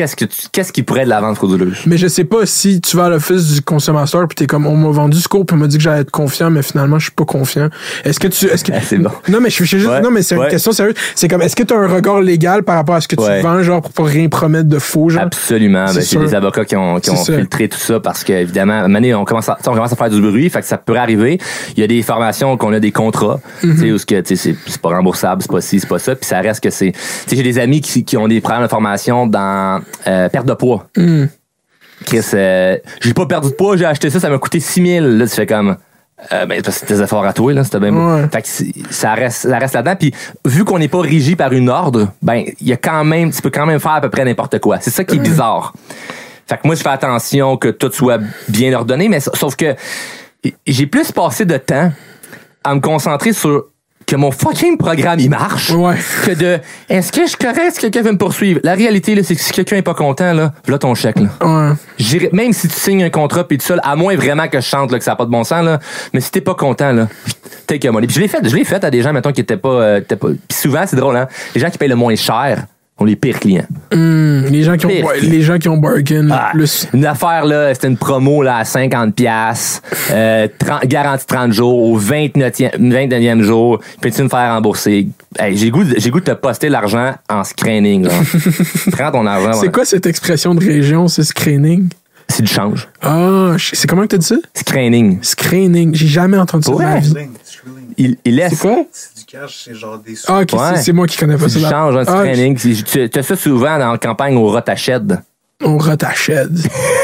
qu'est-ce que tu, qu'est-ce qui pourrait être de la vente frauduleuse? Mais je sais pas si tu vas à l'office du consommateur puis t'es comme, on m'a vendu ce cours puis on m'a dit que j'allais être confiant, mais finalement, je suis pas confiant. Est-ce que tu, est-ce que, Ah, c'est bon. non, mais je suis juste, Ouais. non, mais c'est une Ouais. question sérieuse. C'est comme, est-ce que tu as un regard légal par rapport à ce que tu Ouais. vends, genre, pour pas rien promettre de faux, genre? Absolument. C'est Ben, j'ai sûr. des avocats qui ont, qui ont C'est ça. filtré tout ça parce que, évidemment, à un moment donné, on commence à, on commence à faire du bruit, fait que ça peut arriver. Il y a des formations qu'on a des contrats, Mm-hmm. tu sais, où ce que, tu sais, c'est, c'est pas remboursable, c'est pas ci, c'est pas ça, puis ça reste que c'est, tu sais, j'ai des amis qui, qui ont des problèmes de formation dans, euh, perte de poids. Mm. Chris, euh, j'ai pas perdu de poids, j'ai acheté ça, ça m'a coûté six mille. Là, tu fais comme, euh, ben, parce que c'est tes efforts à toi, là, c'était bien beau. Ouais. Fait que c'est- ça reste, ça reste là-dedans. Puis, vu qu'on n'est pas régi par une ordre, ben, il y a quand même, tu peux quand même faire à peu près n'importe quoi. C'est ça qui est bizarre. Fait que moi, je fais attention que tout soit bien ordonné, mais sauf que j'ai plus passé de temps à me concentrer sur que mon fucking programme, il marche, Ouais. que de, est-ce que je suis correct si quelqu'un veut me poursuivre? La réalité, là, c'est que si quelqu'un est pas content, là, voilà ton chèque, là. Ouais. J'irai- même si tu signes un contrat pis tout ça, à moins vraiment que je chante là, que ça n'a pas de bon sens, là, mais si t'es pas content, là, take a money. Puis je l'ai fait, je l'ai fait à des gens, mettons, qui étaient pas, euh, étaient pas. Puis souvent, c'est drôle, hein. Les gens qui payent le moins cher ont les pires clients. Mm. Les gens qui ont, Pire. les gens qui ont bargain, le Ah, plus. Une affaire, là, c'était une promo là, à cinquante piastres, euh, trente garantie trente jours, au vingt-neuvième jour, peux-tu me faire rembourser? Hey, j'ai goût, de- j'ai goût de te poster l'argent en screening. Là. Prends ton argent. C'est voilà. quoi cette expression de région, c'est screening? C'est du change. Ah, je- c'est comment que t'as dit ça? Screening. Screening. J'ai jamais entendu ça de ma Ouais. vie. Shrilling, shrilling. Il, il laisse. C'est quoi? C'est du cash, c'est genre des sous. Ah, ok, Ouais. c'est, c'est moi qui connais pas C'est ça. du change, un Ah, screening. Tu tu as ça souvent dans la campagne au Rotached. On rate à shed.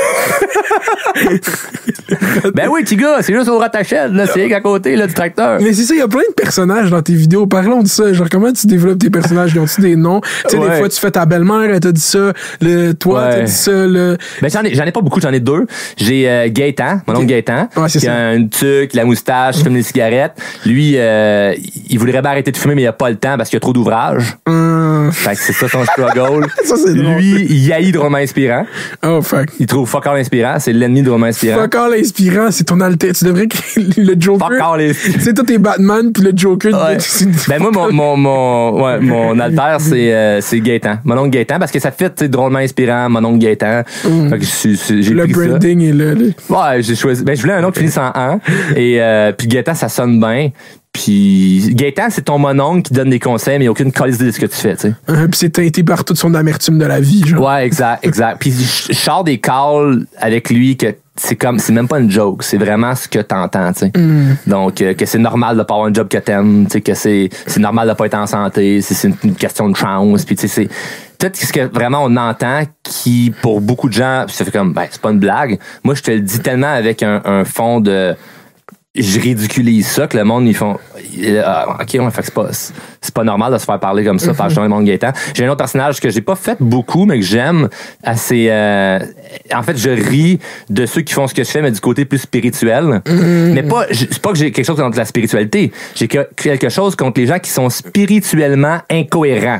Ben oui, petit gars, c'est juste au Rotached, là, c'est à côté là, du tracteur. Mais c'est ça, il y a plein de personnages dans tes vidéos. Parlons de ça. Genre, comment tu développes tes personnages? Ils ont-tu des noms? Tu sais, Ouais. des fois, tu fais ta belle-mère, elle t'a dit ça. Le, toi, Ouais. t'as dit ça. Le... Ben j'en ai, j'en ai pas beaucoup, j'en ai deux. J'ai euh, Gaëtan, mon oncle Gaëtan, Ouais, c'est qui ça. a une tuque, la moustache, fume des cigarettes. Lui, euh, il voudrait bien arrêter de fumer, mais il a pas le temps parce qu'il y a trop d'ouvrages. Hum, Fait que c'est ça son struggle. Ça, c'est drôle. Lui, il haït drôlement inspirant. Oh, fuck. Il trouve fuck all inspirant, c'est l'ennemi de drôlement inspirant. Fuck all inspirant, c'est ton alter. Tu devrais créer le Joker. Fuck all inspirant. C'est toi, t'es Batman, puis le Joker. Ouais. c'est- Ben moi mon mon mon ouais, mon alter c'est euh, c'est Gaëtan, mon oncle Gaëtan parce que ça fait tu sais, drôlement inspirant, mon oncle Gaëtan. Fait que je suis- je- j'ai le pris ça. branding est là. là. Ouais, j'ai choisi. Ben je voulais un nom qui finisse en an et euh, puis Gaëtan ça sonne bien. Puis Gaëtan c'est ton mononcle qui donne des conseils mais il y a aucune calice de ce que tu fais, tu sais. Hein, puis c'est teinté par toute son amertume de la vie, genre. Ouais, exact, exact. Puis je je sors des calls avec lui que c'est comme c'est même pas une joke, c'est vraiment ce que t'entends, tu sais. Donc euh, que c'est normal de pas avoir un job que t'aimes, tu sais que c'est c'est normal de pas être en santé, c'est c'est une, une question de chance, puis tu sais c'est tout ce que vraiment on entend qui pour beaucoup de gens ça fait comme ben c'est pas une blague. Moi je te le dis tellement avec un, un fond de je ridiculise ça que le monde ils font euh, ok ouais fait que c'est pas c'est pas normal de se faire parler comme ça par Jean Raymond Gaëtan. J'ai un autre personnage que j'ai pas fait beaucoup mais que j'aime assez euh, en fait je ris de ceux qui font ce que je fais mais du côté plus spirituel mais pas je- c'est pas que j'ai quelque chose contre la spiritualité, j'ai que- quelque chose contre les gens qui sont spirituellement incohérents.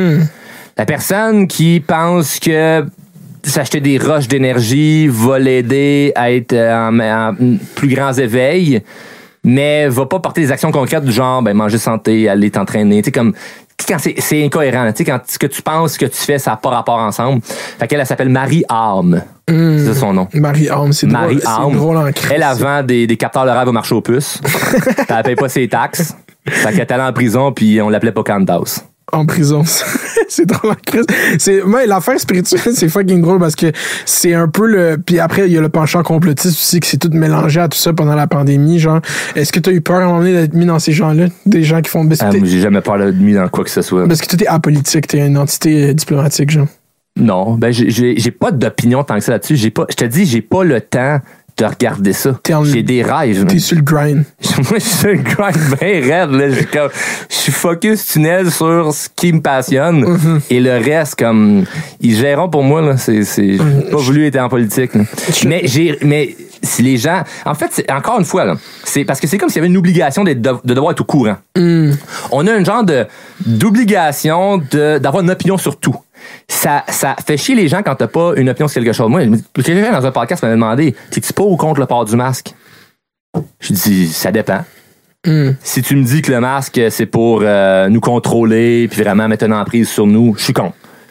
La personne qui pense que s'acheter des roches d'énergie va l'aider à être en, en plus grands éveils, mais va pas porter des actions concrètes du genre ben manger santé, aller t'entraîner, tu sais comme quand c'est, c'est incohérent, tu sais quand ce que tu penses, ce que tu fais, ça n'a pas rapport ensemble. Fait qu'elle elle s'appelle Marie Arme. C'est ça son nom. Marie-Arme, c'est drôle. Marie C'est Arme. drôle en crise. Elle elle vend des, des capteurs de rêve au marché aux puces. Elle paye pas ses taxes. Fait qu'elle est allée en prison puis on l'appelait pas Candace. En prison. C'est drôle en crise. C'est, ouais, l'affaire spirituelle, c'est fucking drôle parce que c'est un peu le. Puis après, il y a le penchant complotiste aussi, que c'est tout mélangé à tout ça pendant la pandémie. Genre, est-ce que tu as eu peur à un moment donné d'être mis dans ces gens-là? Des gens qui font. Parce que, Ah, t'es- moi, j'ai jamais peur de mis dans quoi que ce soit. parce que toi, t'es apolitique, t'es une entité euh, diplomatique, genre. Non, ben j'ai- j'ai j'ai pas d'opinion tant que ça là-dessus. J'ai pas, je te dis, j'ai pas le temps de regarder ça. T'es en- J'ai des rêves. T'es sur le grind. Moi, je suis un grind bien raide. Là. Je, suis comme- je suis focus tunnel sur ce qui me passionne. Mm-hmm. Et le reste, comme, ils géreront pour moi. Là. C'est, c'est, j'ai Mm-hmm. pas voulu être en politique. Là. Mais j'ai, mais si les gens, en fait, c'est, encore une fois, là, c'est parce que c'est comme s'il y avait une obligation d'être, de, de devoir être au courant. Mm. On a un genre de, d'obligation de, d'avoir une opinion sur tout. Ça, ça fait chier les gens quand t'as pas une opinion sur quelque chose. Moi, quelqu'un dans un podcast m'avait demandé, t'es-tu pour ou contre le port du masque? Je dis, ça dépend. Mm. Si tu me dis que le masque, c'est pour euh, nous contrôler puis vraiment mettre une emprise sur nous, je suis contre.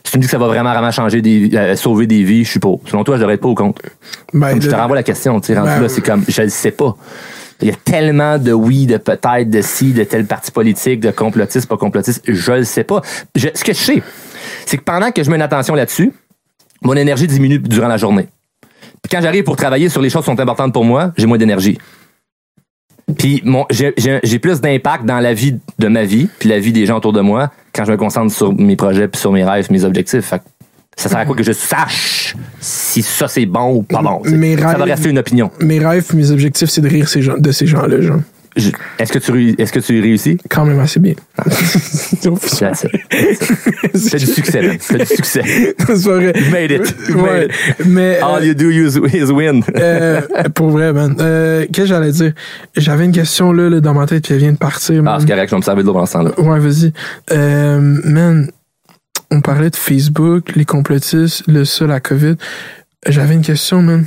Si tu me dis que ça va vraiment, vraiment changer des, euh, sauver des vies, je suis pour. Selon toi, je devrais être pas ou contre. Ben, Comme je te le- renvoie la question, tu sais, rendu Ben, là, c'est comme, je le sais pas. Il y a tellement de oui, de peut-être, de si, de tel parti politique, de complotiste, pas complotiste, je le sais pas. Je- ce que je sais, c'est que pendant que je mets une attention là-dessus, mon énergie diminue durant la journée. Puis quand j'arrive pour travailler sur les choses qui sont importantes pour moi, j'ai moins d'énergie. Puis mon, j'ai, j'ai, j'ai plus d'impact dans la vie de ma vie, puis la vie des gens autour de moi, quand je me concentre sur mes projets, puis sur mes rêves, mes objectifs. Fait que ça sert à quoi que je sache si ça c'est bon ou pas bon. t'sais. Mes Ça va rêves- rester une opinion. Mes rêves, mes objectifs, c'est de rire ces gens, de ces gens-là, genre. Je- est-ce que tu réu- est-ce que tu réussis? Quand même assez bien. That's it. C'est du succès, là. C'est du succès. C'est pas vrai. You made it. You Ouais. made it. Mais, euh, All you do is, is win. euh, pour vrai, man. Euh, qu'est-ce que j'allais dire? J'avais une question, là, là, dans ma tête, puis elle vient de partir, man. Ah, c'est correct, je vais me servir de l'eau pendant ce temps-là. Ouais, vas-y. Euh, man, on parlait de Facebook, les complotistes, le ça, la COVID. J'avais une question, man.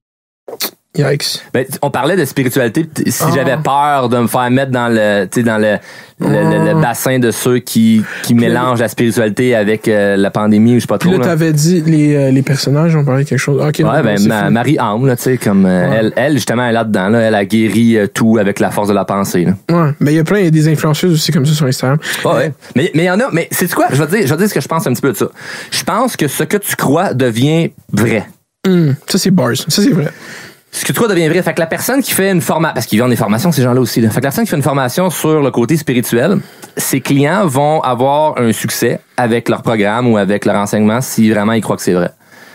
Yikes. Ben, on parlait de spiritualité. pis Si Ah. j'avais peur de me faire mettre dans le, tu sais, dans le, le, le- le Ah. bassin de ceux qui, qui mélangent la spiritualité avec euh, la pandémie, ou je sais pas Puis trop. là, là. t'avais dit les, euh, les personnages, on parlait de quelque chose. Ok, non, Ouais, non, ben, c'est ma- fou. Marie-Anne, là, tu sais, comme, euh, Ouais. elle, elle, justement, elle est là-dedans, là. Elle a guéri euh, tout avec la force de la pensée, là. Ouais, mais il y a plein, il y a des influenceuses aussi comme ça sur Instagram. Ouais, ouais. Mais, mais il y en a, mais c'est quoi? Je vais te dire, je vais te dire ce que je pense un petit peu de ça. Je pense que ce que tu crois devient vrai. Hum, ça, c'est bars. Ça, c'est vrai. Ce que tu crois devient vrai. Fait que la personne qui fait une formation, parce qu'ils vendent des formations, ces gens-là aussi, là. Fait que la personne qui fait une formation sur le côté spirituel, ses clients vont avoir un succès avec leur programme ou avec leur enseignement si vraiment ils croient que c'est vrai.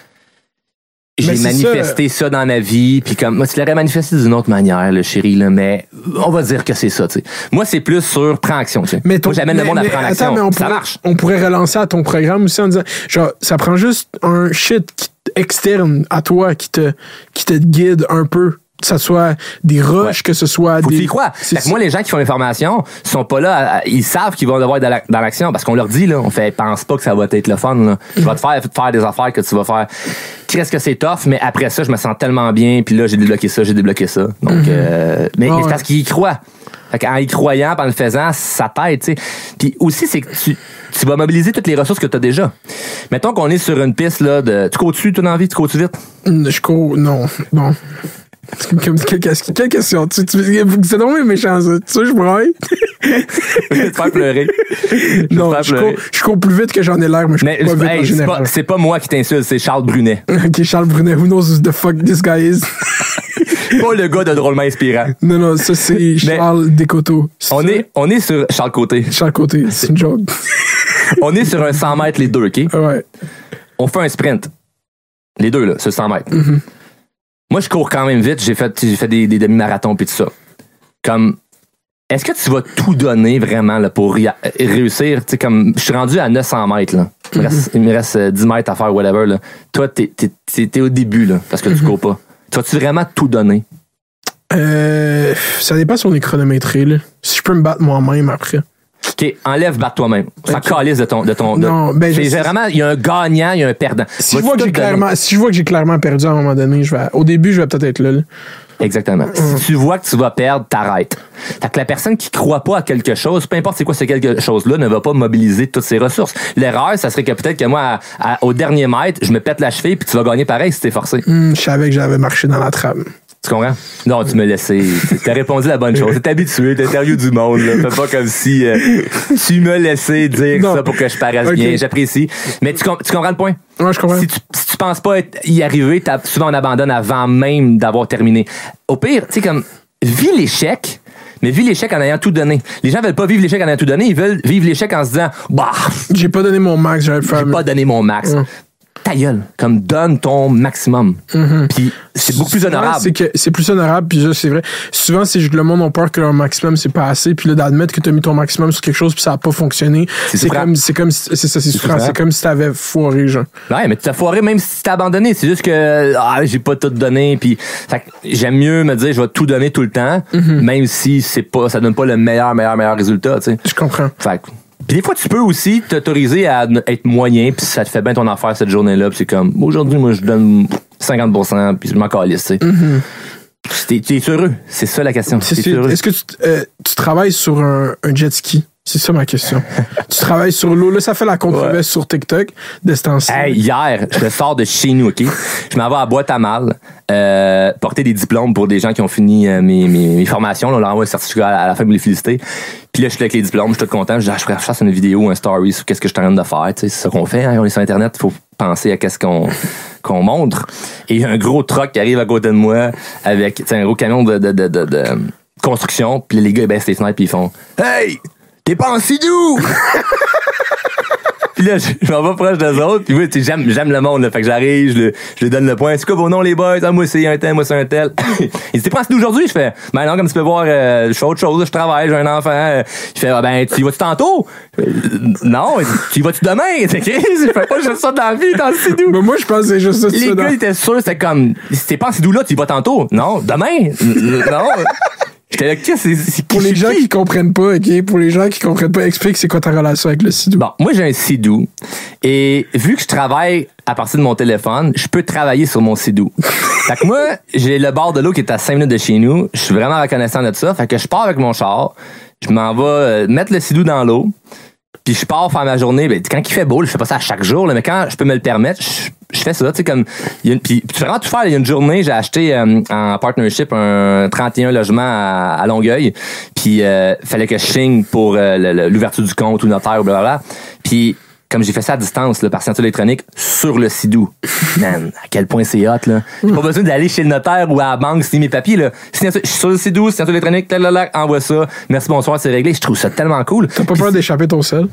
J'ai Mais c'est manifesté ça. dans ma vie, puis comme moi, tu l'aurais manifesté d'une autre manière, le chéri, là, mais on va dire que c'est ça, tu sais. Moi, c'est plus sur prends action, tu sais. Mais ton- Moi, j'amène le mais- monde à mais prendre attends, action. mais on ça pourrait, marche. On pourrait relancer à ton programme aussi en disant, genre, ça prend juste un shit qui- externe à toi qui te, qui te guide un peu. Que ce soit des rushs, Ouais. que ce soit Faut que des. tu y crois. C'est Fait que moi, les gens qui font les formations sont pas là, à- à- ils savent qu'ils vont devoir être dans la- dans l'action parce qu'on leur dit, là, on fait, pense pas que ça va être le fun, là. Je vais te faire, faire des affaires que tu vas faire. Qu'est-ce que c'est tough, mais après ça, je me sens tellement bien, puis là, j'ai débloqué ça, j'ai débloqué ça. Donc, euh, mais Ah c'est ouais. parce qu'ils y croient. Fait qu'en y croyant, en le faisant, ça t'aide, tu sais. Puis aussi, c'est que tu, tu vas mobiliser toutes les ressources que tu as déjà. Mettons qu'on est sur une piste, là, de, tu cours-tu, toi, dans la vie, tu cours-tu vite? Hum, Je cours. Non. Bon. Comme, quelle, quelle, quelle question? Tu, tu, c'est vraiment méchant, ça. Tu sais, je braille. Je vais te faire pleurer. Je vais te Non, faire je pleurer. cours, je cours plus vite que j'en ai l'air, mais je Mais cours pas vite hey, en c'est général. pas, c'est pas moi qui t'insulte, c'est Charles Brunet. Ok, Charles Brunet, who knows who the fuck this guy is? Pas le gars de drôlement inspirant. Non, non, ça, c'est Charles Descoteaux. C'est On ça? est, on est sur Charles Côté. Charles Côté, c'est une joke. On est sur un cent mètres les deux, OK? Ouais. On fait un sprint. Les deux, là, sur cent mètres. Mm-hmm. Moi, je cours quand même vite. J'ai fait, j'ai fait des, des demi-marathons puis tout ça. Comme, est-ce que tu vas tout donner vraiment là, pour y a- réussir? Tu sais, comme, je suis rendu à neuf cents mètres, là. Il me reste, il me reste euh, dix mètres à faire, whatever, là. Toi, t'es, t'es, t'es, t'es au début, là, parce que tu cours pas. Tu vas-tu vraiment tout donner? Euh, ça dépend si on est chronométré, là. Si je peux me battre moi-même après. OK, enlève, batte toi-même. Ça Ok. calisse de ton. De ton de- Non, ben, je c'est sais- vraiment, il y a un gagnant, il y a un perdant. Si je, Vas-tu vois que tout j'ai donner? clairement, si je vois que j'ai clairement perdu à un moment donné, je vais, au début, je vais peut-être être là, là. Exactement. Mm. Si tu vois que tu vas perdre, t'arrêtes. Fait que la personne qui croit pas à quelque chose, peu importe c'est quoi ce quelque chose-là, ne va pas mobiliser toutes ses ressources. L'erreur, ça serait que peut-être que moi, à- à- au dernier mètre, je me pète la cheville puis tu vas gagner pareil si t'es forcé. Hum, je savais que j'avais marché dans la trame. Tu comprends? Non, tu me laissais. T'as répondu la bonne chose. T'es habitué, t'interviews du monde, là. Fais pas comme si euh, tu me laissais dire Non. ça pour que je paraisse Ok. bien. J'apprécie. Mais tu, com- tu comprends le point? Ouais, je comprends. Si tu, si tu penses pas être- y arriver, t'as, souvent on abandonne avant même d'avoir terminé. Au pire, tu sais, comme, vis l'échec, mais vis l'échec en ayant tout donné. Les gens veulent pas vivre l'échec en ayant tout donné, ils veulent vivre l'échec en se disant, bah, J'ai pas donné mon max, j'allais le faire. j'ai mais- pas donné mon max. Ouais. Ta gueule. Comme, donne ton maximum. Puis, c'est beaucoup plus Souvent, honorable. C'est que c'est plus honorable, puis ça, c'est vrai. Souvent, c'est que le monde a peur que leur maximum, c'est pas assez, puis là, d'admettre que t'as mis ton maximum sur quelque chose, puis ça a pas fonctionné. C'est C'est souffrant. comme, c'est comme, c'est ça, c'est souffrant. souffrant. C'est comme si t'avais foiré, genre. Ouais, mais tu t'as foiré même si t'as abandonné. C'est juste que ah, j'ai pas tout donné. Puis fait que j'aime mieux me dire je vais tout donner tout le temps, même si c'est pas, ça donne pas le meilleur, meilleur, meilleur résultat. Tu sais. Je comprends. Fait que- puis des fois tu peux aussi t'autoriser à n- être moyen, puis ça te fait bien ton affaire cette journée-là. Puis c'est comme aujourd'hui moi je donne cinquante pour cent puis je m'en calisse. Tu sais. T'es, t'es heureux. C'est ça la question. C'est- T'es c'est- heureux. Est-ce que tu, euh, tu travailles sur un, un jet ski? C'est ça ma question. Tu travailles sur l'eau. Là, ça fait la controverse ouais. sur TikTok de ce temps-ci. Hey, hier, je sors de chez nous, OK? Je m'en vais à Boîte-à-Mal euh, porter des diplômes pour des gens qui ont fini euh, mes, mes, mes formations. Là, on leur envoie un certificat à, à la fin pour les féliciter. Puis là, je suis là avec les diplômes, je suis tout content. Je dis, ah, je ferais faire une vidéo, un story sur qu'est-ce que je suis en train de faire. C'est ça qu'on fait. Hein? On est sur Internet, il faut penser à qu'est-ce qu'on qu'on montre. Et il y a un gros truck qui arrive à côté de moi avec un gros camion de, de, de, de, de construction. Puis les gars, ils baissent les fenêtres puis ils font « Hey! T'es pas en sidou! » Puis là, je, je m'en vais proche d'eux autres. Puis moi, tu sais, j'aime, j'aime le monde, là. Fait que j'arrive, je, le, je lui donne le point. C'est quoi vos noms, les boys? Ah, moi, c'est un tel, moi, c'est un tel. Il dit, t'es pas en sidou aujourd'hui? Je fais, ben non, comme tu peux voir, euh, je fais autre chose, là, je travaille, j'ai un enfant. Euh. Il fait, ah, ben, tu y vas-tu tantôt? Euh, non, tu y vas-tu demain? C'est Chris, je fais pas juste ça dans la vie, t'es en sidou. Mais moi, je pense que c'est juste ça. Les ça, gars, ils étaient sûrs, c'était comme, si t'es pas en sidou là, tu y vas tantôt? Non, demain? Non. J'étais là, qu'est-ce que c'est, c'est pour les gens qui comprennent pas, OK? Pour les gens qui comprennent pas, explique c'est quoi ta relation avec le sidou. Bon, moi, j'ai un sidou. Et vu que je travaille à partir de mon téléphone, je peux travailler sur mon sidou. Fait que moi, j'ai le bord de l'eau qui est à cinq minutes de chez nous. Je suis vraiment reconnaissant de ça. Fait que je pars avec mon char. Je m'en vais euh, mettre le sidou dans l'eau. Puis je pars faire ma journée. Ben, quand il fait beau, je fais pas ça à chaque jour, là, mais quand je peux me le permettre, je, je fais ça. Tu sais, comme. Y a une, puis tu peux vraiment tout faire. Il y a une journée, j'ai acheté euh, en partnership un trente et un logements à, à Longueuil. Puis euh, fallait que je signe pour euh, le, le, l'ouverture du compte ou notaire ou blablabla. Puis comme j'ai fait ça à distance, là, par signature électronique, sur le sidou. Man, à quel point c'est hot, là. J'ai pas besoin d'aller chez le notaire ou à la banque signer mes papiers, là. Signature, je suis sur le sidou, signature électronique, tel, là, envoie ça. Merci, bonsoir, c'est réglé. Je trouve ça tellement cool. T'as pas peur d'échapper ton sel?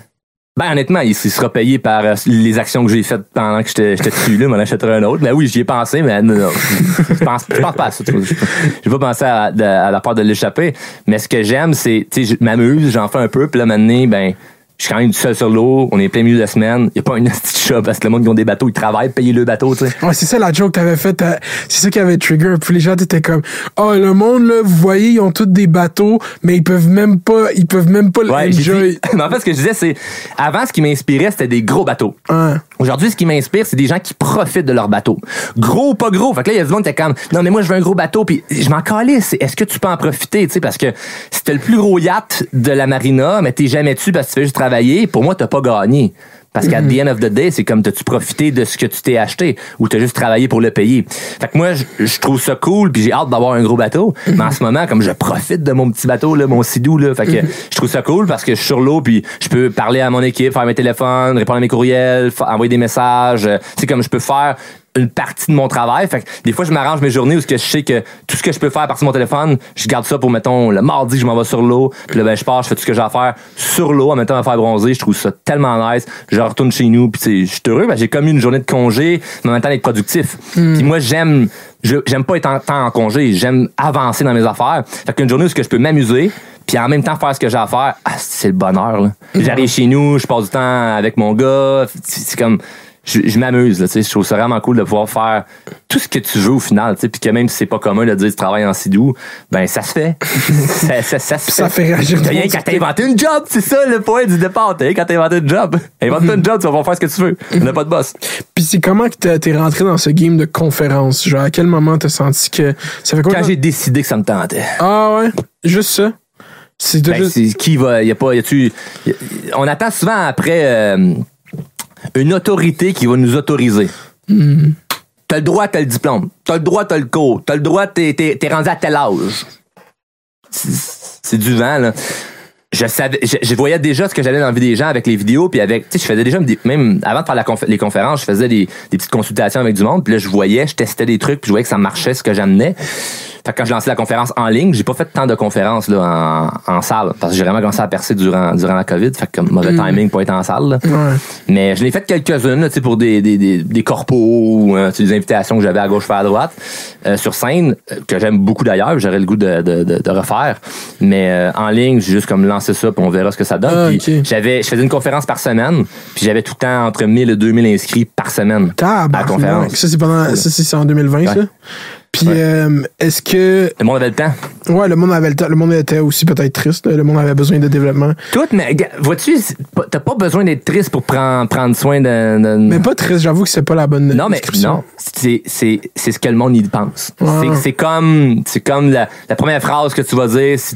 Ben, honnêtement, il, il sera payé par euh, les actions que j'ai faites pendant que j'étais, j'étais dessus, là. M'en achèterai un autre. Mais oui, j'y ai pensé, mais non, non. Je pense, je pense pas à ça, tu vois. J'ai pas pensé à, à la peur de l'échapper. Mais ce que j'aime, c'est, tu sais, je m'amuse, j'en fais un peu, puis là, maintenant, ben, je suis quand même tout seul sur l'eau, on est plein milieu de la semaine, y a pas une petite chat parce que le monde qui ont des bateaux, ils travaillent, payent le bateau, tu sais. Ouais, c'est ça la joke que t'avais faite, c'est ça qui avait trigger, puis les gens étaient comme oh le monde là, vous voyez, ils ont tous des bateaux, mais ils peuvent même pas, ils peuvent même pas ouais, l'enjoy. Mais en fait, ce que je disais, c'est avant, ce qui m'inspirait, c'était des gros bateaux. Hein. Aujourd'hui, ce qui m'inspire, c'est des gens qui profitent de leur bateau. Gros ou pas gros. Fait que là, il y a du monde qui était comme non, mais moi, je veux un gros bateau, puis je m'en calisse. Est-ce que tu peux en profiter, tu sais, parce que si t'as le plus gros yacht de la marina, mais t'es jamais dessus parce que tu fais juste travailler, pour moi, t'as pas gagné. Parce qu'à mm-hmm. the end of the day, c'est comme t'as-tu profité de ce que tu t'es acheté ou t'as juste travaillé pour le payer. Fait que moi, je trouve ça cool puis j'ai hâte d'avoir un gros bateau. Mm-hmm. Mais en ce moment, comme je profite de mon petit bateau, là, mon sidou, là, fait que mm-hmm. je trouve ça cool parce que je suis sur l'eau puis je peux parler à mon équipe, faire mes téléphones, répondre à mes courriels, fa- envoyer des messages. C'est comme je peux faire une partie de mon travail. Fait que des fois, je m'arrange mes journées où je sais que tout ce que je peux faire à partir de mon téléphone, je garde ça pour, mettons, le mardi, je m'en vais sur l'eau. Puis là, ben, je pars, je fais tout ce que j'ai à faire sur l'eau en même temps à faire bronzer. Je trouve ça tellement nice. Je retourne chez nous, puis je suis heureux. Ben, j'ai comme eu une journée de congé, mais en même temps d'être productif. Mm. Puis moi, j'aime je, j'aime pas être en temps en congé. J'aime avancer dans mes affaires. Fait qu'une journée où je peux m'amuser, puis en même temps faire ce que j'ai à faire, ah, c'est le bonheur. Là. Mm. J'arrive chez nous, je passe du temps avec mon gars. C'est, c'est comme... Je, je m'amuse, là, tu sais, je trouve ça vraiment cool de pouvoir faire tout ce que tu veux au final, tu sais, puis que même si c'est pas commun de dire que tu travailles en sidou, ben ça se fait. ça, ça, ça se fait. Ça fait réagir. T'as rien qu'à t'inventer une job, c'est ça le point du départ. T'as rien qu'à t'inventer une job. Invente-toi une job, tu vas pouvoir faire ce que tu veux. On n'a pas de boss. Puis c'est comment que t'es, t'es rentré dans ce game de conférence? Genre, à quel moment t'as senti que... Ça fait quoi? Quand j'ai décidé que ça me tentait. Ah ouais? Juste ça? C'est, ben, juste... c'est qui va... Y a pas... Y a-tu... Y a, on attend souvent après... Euh, une autorité qui va nous autoriser. Mm. T'as le droit, t'as le diplôme. T'as le droit, t'as le cours. T'as le droit, t'es, t'es, t'es rendu à tel âge. C'est, c'est du vent, là. Je savais, je, je voyais déjà ce que j'allais dans la vie des gens avec les vidéos, puis avec, tu sais, je faisais déjà, même avant de faire la conf- les conférences, je faisais des, des petites consultations avec du monde, puis là, je voyais, je testais des trucs, puis je voyais que ça marchait, ce que j'amenais. Fait que quand j'ai lancé la conférence en ligne, j'ai pas fait tant de conférences là en, en salle parce que j'ai vraiment commencé à percer durant durant la COVID, fait que comme mauvais mmh. timing pour être en salle. Là. Ouais. Mais je l'ai fait quelques-unes, tu sais, pour des des des, des corpos ou euh, des invitations que j'avais à gauche, à droite euh, sur scène que j'aime beaucoup d'ailleurs, j'aurais le goût de de de, de refaire. Mais euh, en ligne, j'ai juste comme lancé ça, puis on verra ce que ça donne. Ah, puis okay. j'avais je faisais une conférence par semaine, puis j'avais tout le temps entre mille et deux mille inscrits par semaine Tab, à la conférence. Ça c'est pendant ouais. ça c'est en deux mille vingt ouais. ça. Puis, ouais. euh, est-ce que... Le monde avait le temps. Ouais, le monde avait le temps. Le monde était aussi peut-être triste. Là. Le monde avait besoin de développement. Tout, mais vois-tu, t'as pas besoin d'être triste pour prendre, prendre soin de, de... Mais pas triste, j'avoue que c'est pas la bonne non, mais non, c'est, c'est, c'est ce que le monde y pense. Ouais. C'est, c'est comme, c'est comme la, la première phrase que tu vas dire si t'es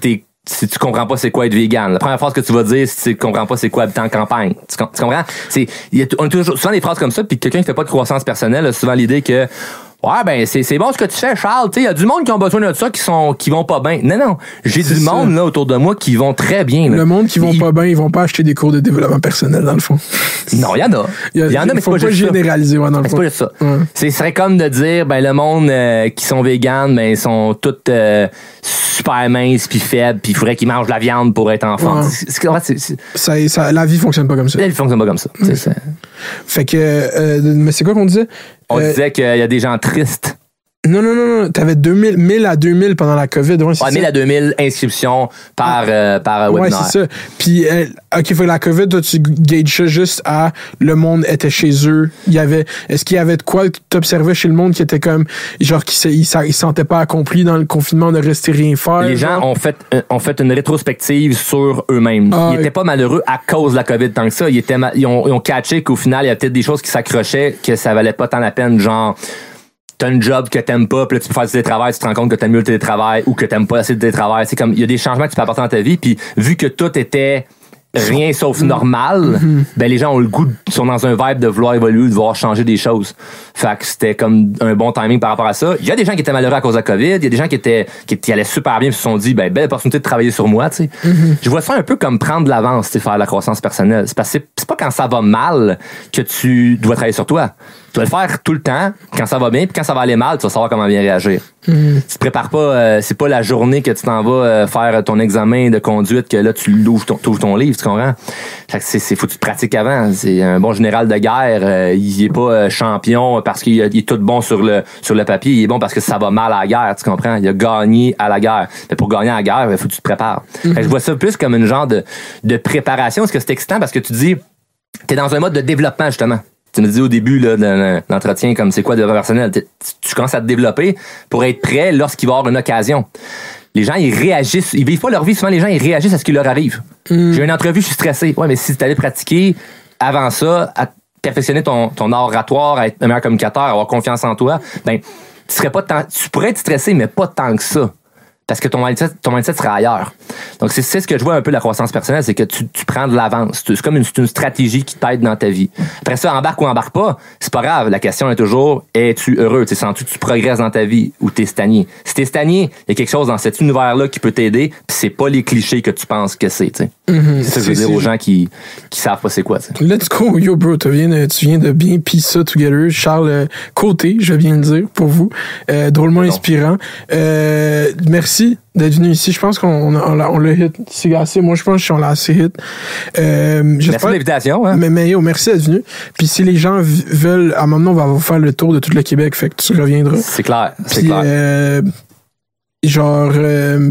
si tu comprends pas c'est quoi être vegan. La première phrase que tu vas dire, si tu comprends pas c'est quoi habiter en campagne. Tu, com- tu comprends? C'est, il y a, on a toujours, souvent des phrases comme ça, puis quelqu'un qui fait pas de croissance personnelle a souvent l'idée que ouais, ben, c'est, c'est bon ce que tu fais, Charles. Tu sais, il y a du monde qui ont besoin de ça, qui sont, qui vont pas bien. Non, non. J'ai C'est du ça. monde, là, autour de moi, qui vont très bien, là. Le monde qui vont Ils- pas bien, ils vont pas acheter des cours de développement personnel, dans le fond. Non, il y en a. Il y, a, Il y en a, mais c'est faut pas pas juste ça. généraliser, ouais, dans le Mais c'est fond. pas juste ça. Ouais. C'est, ce serait comme de dire, ben, le monde euh, qui sont véganes, ben, ils sont tous euh, super minces puis faibles, puis il faudrait qu'ils mangent de la viande pour être en forme. Ouais. C'est, c'est, en fait, c'est, c'est, Ça, ça, la vie fonctionne pas comme ça. la vie fonctionne pas comme ça. C'est ça. Fait que, euh, mais c'est quoi qu'on disait? On Euh, disait qu'il y a des gens tristes. Non, non, non, non. T'avais deux mille, mille à deux mille pendant la COVID. Ouais, c'est Ouais, ça. mille à deux mille inscriptions par, euh, par euh, Ouais, webinaire. c'est ça. Puis, euh, OK, fait que la COVID, toi, tu gages ça juste à le monde était chez eux. Il y avait, est-ce qu'il y avait de quoi que t'observais chez le monde qui était comme, genre, qui se, il, se il se sentait pas accompli dans le confinement de rester rien faire? Les gens genre? ont fait, euh, ont fait une rétrospective sur eux-mêmes. Ah, ils oui. étaient pas malheureux à cause de la COVID tant que ça. Ils, étaient ma- ils, ont, ils ont catché qu'au final, il y a peut-être des choses qui s'accrochaient, que ça valait pas tant la peine. Genre, t'as un job que t'aimes pas, puis là, tu peux faire du télétravail, tu te rends compte que t'aimes mieux le télétravail ou que t'aimes pas assez de télétravail. C'est comme, il y a des changements que tu peux apporter dans ta vie, puis vu que tout était rien sauf normal, ben les gens ont le goût, de- sont dans un vibe de vouloir évoluer, de vouloir changer des choses. Fait que c'était comme un bon timing par rapport à ça. Il y a des gens qui étaient malheureux à cause de la COVID, il y a des gens qui étaient qui, qui allaient super bien, puis se sont dit ben belle opportunité de travailler sur moi, tu sais. Je vois ça un peu comme prendre de l'avance, tu sais, faire de la croissance personnelle. C'est parce que c'est, c'est pas quand ça va mal que tu dois travailler sur toi. Tu vas le faire tout le temps, quand ça va bien, puis quand ça va aller mal, tu vas savoir comment bien réagir. Tu te prépares pas, euh, c'est pas la journée que tu t'en vas euh, faire ton examen de conduite que là tu l'ouvres ton, t'ouvres ton livre, tu comprends? Fait que c'est, c'est faut que tu te pratiques avant. C'est un bon général de guerre, euh, il est pas euh, champion parce qu'il il est tout bon sur le sur le papier, il est bon parce que ça va mal à la guerre, tu comprends? Il a gagné à la guerre. Mais pour gagner à la guerre, il faut que tu te prépares. Fait que je vois ça plus comme une genre de, de préparation, parce que c'est excitant parce que tu dis, t'es dans un mode de développement justement. Tu me dis au début là, de l'entretien comme c'est quoi le développement personnel. Tu, tu commences à te développer pour être prêt lorsqu'il va y avoir une occasion. Les gens, ils réagissent. Ils vivent pas leur vie. Souvent, les gens, ils réagissent à ce qui leur arrive. Mm. J'ai une entrevue, je suis stressé. Ouais, mais si tu allais pratiquer avant ça, à perfectionner ton, ton oratoire, à être un meilleur communicateur, à avoir confiance en toi, ben, tu serais pas tant, tu pourrais être stressé, mais pas tant que ça. Parce que ton mindset, ton mindset serait ailleurs. Donc, c'est, c'est ce que je vois un peu de la croissance personnelle, c'est que tu, tu prends de l'avance. C'est comme une, c'est une stratégie qui t'aide dans ta vie. Après ça, embarque ou embarque pas, c'est pas grave. La question est toujours, es-tu heureux? Tu sens-tu que tu progresses dans ta vie ou t'es stagné? Si t'es stagné, il y a quelque chose dans cet univers-là qui peut t'aider, puis c'est pas les clichés que tu penses que c'est, tu sais. Mm-hmm. C'est ça que je veux C'est, dire aux c'est... gens qui, qui savent pas c'est quoi, tu sais. Let's go, yo bro, tu viens de, tu viens de bien piece ça together. Charles euh, Côté, je viens de dire, pour vous. Euh, drôlement inspirant. Euh, merci d'être venu ici. Je pense qu'on on, on, on l'a hit. C'est assez. Moi, je pense qu'on l'a assez hit. Euh, merci de l'invitation. Hein? Mais, mais yo, merci d'être venu. Puis si les gens v- veulent, à un moment donné, on va faire le tour de tout le Québec. Fait que tu reviendras. C'est clair. C'est Puis, clair. Euh, genre... Euh,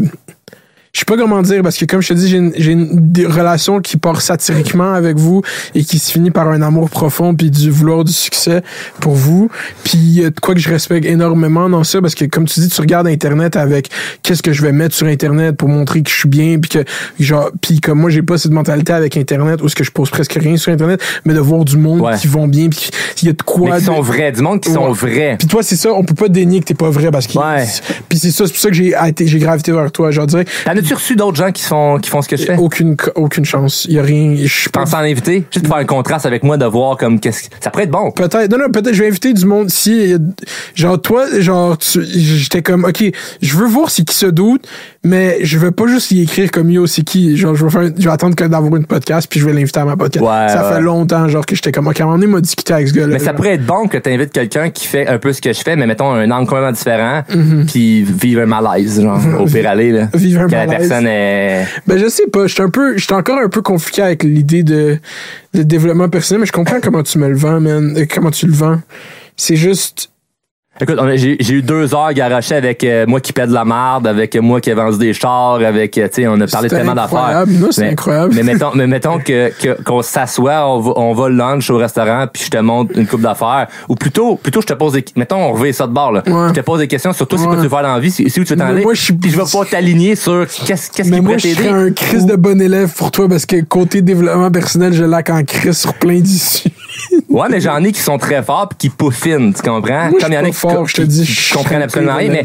je sais pas comment dire, parce que comme je te dis, j'ai une, j'ai une des relation qui part satiriquement avec vous et qui se finit par un amour profond puis du vouloir du succès pour vous. Puis de quoi que je respecte énormément dans ça, parce que comme tu dis, tu regardes Internet avec qu'est-ce que je vais mettre sur Internet pour montrer que je suis bien, puis que genre, puis comme moi j'ai pas cette mentalité avec Internet où ce que je pose presque rien sur Internet, mais de voir du monde ouais. qui vont bien, puis il y a de quoi. Mais qui de... sont vrais, du monde qui ouais. sont vrais. Puis toi c'est ça, on peut pas dénier que t'es pas vrai parce que. Ouais. Puis c'est ça, c'est pour ça que j'ai été, j'ai gravité vers toi. Genre dirais. As-tu reçu d'autres gens qui font, qui font ce que je fais? Aucune, aucune chance. Il y a rien. Je pense en inviter, juste pour faire un contraste avec moi, de voir comme qu'est-ce que ça pourrait être bon. Peut-être. Non, non, peut-être. Je vais inviter du monde. Si, genre, toi, genre, tu, j'étais comme, OK, je veux voir c'est qui se doute, mais je veux pas juste y écrire comme yo, c'est qui. Genre, je vais faire, je vais attendre que d'avoir une podcast, puis je vais l'inviter à ma podcast. Ouais, ça ouais. fait longtemps, genre, que j'étais comme, OK, à un moment donné, m'a discuté avec ce gars-là. Mais ça genre. pourrait être bon que tu invites quelqu'un qui fait un peu ce que je fais, mais mettons un angle complètement différent, mm-hmm. puis vivre un malaise, genre, au pire aller, là. Vivre un que malaise. la personne est. Ben, je sais pas. J'étais un peu, j'étais encore un peu compliqué avec l'idée de, de développement personnel, mais je comprends comment tu me le vends, man. Comment tu le vends. C'est juste. Écoute, on a, j'ai, j'ai eu deux heures garochées avec euh, moi qui paie de la marde, avec moi qui ai vendu des chars, avec, euh, tu sais, on a parlé c'est tellement d'affaires. Non, c'est mais, incroyable. Mais mettons, mais mettons que, que, qu'on s'assoit, on va, on va lunch au restaurant, puis je te montre une coupe d'affaires. Ou plutôt, plutôt, je te pose des, mettons, on revient ça de bord, là. Ouais. Je te pose des questions sur toi, c'est ouais. quoi tu veux faire dans la vie, c'est, c'est où tu veux t'en mais aller. Moi, je suis... Puis je vais pas t'aligner sur qu'est-ce, qu'est-ce mais qui moi, pourrait je t'aider. serais un crise ou... de bon élève pour toi parce que côté développement personnel, je laque en crise sur plein d'issues. Ouais, mais j'en ai qui sont très forts pis qui peaufinent, tu comprends? Moi, Comme il y en a qui, fort, qui, je te dis, qui comprennent absolument rien, mais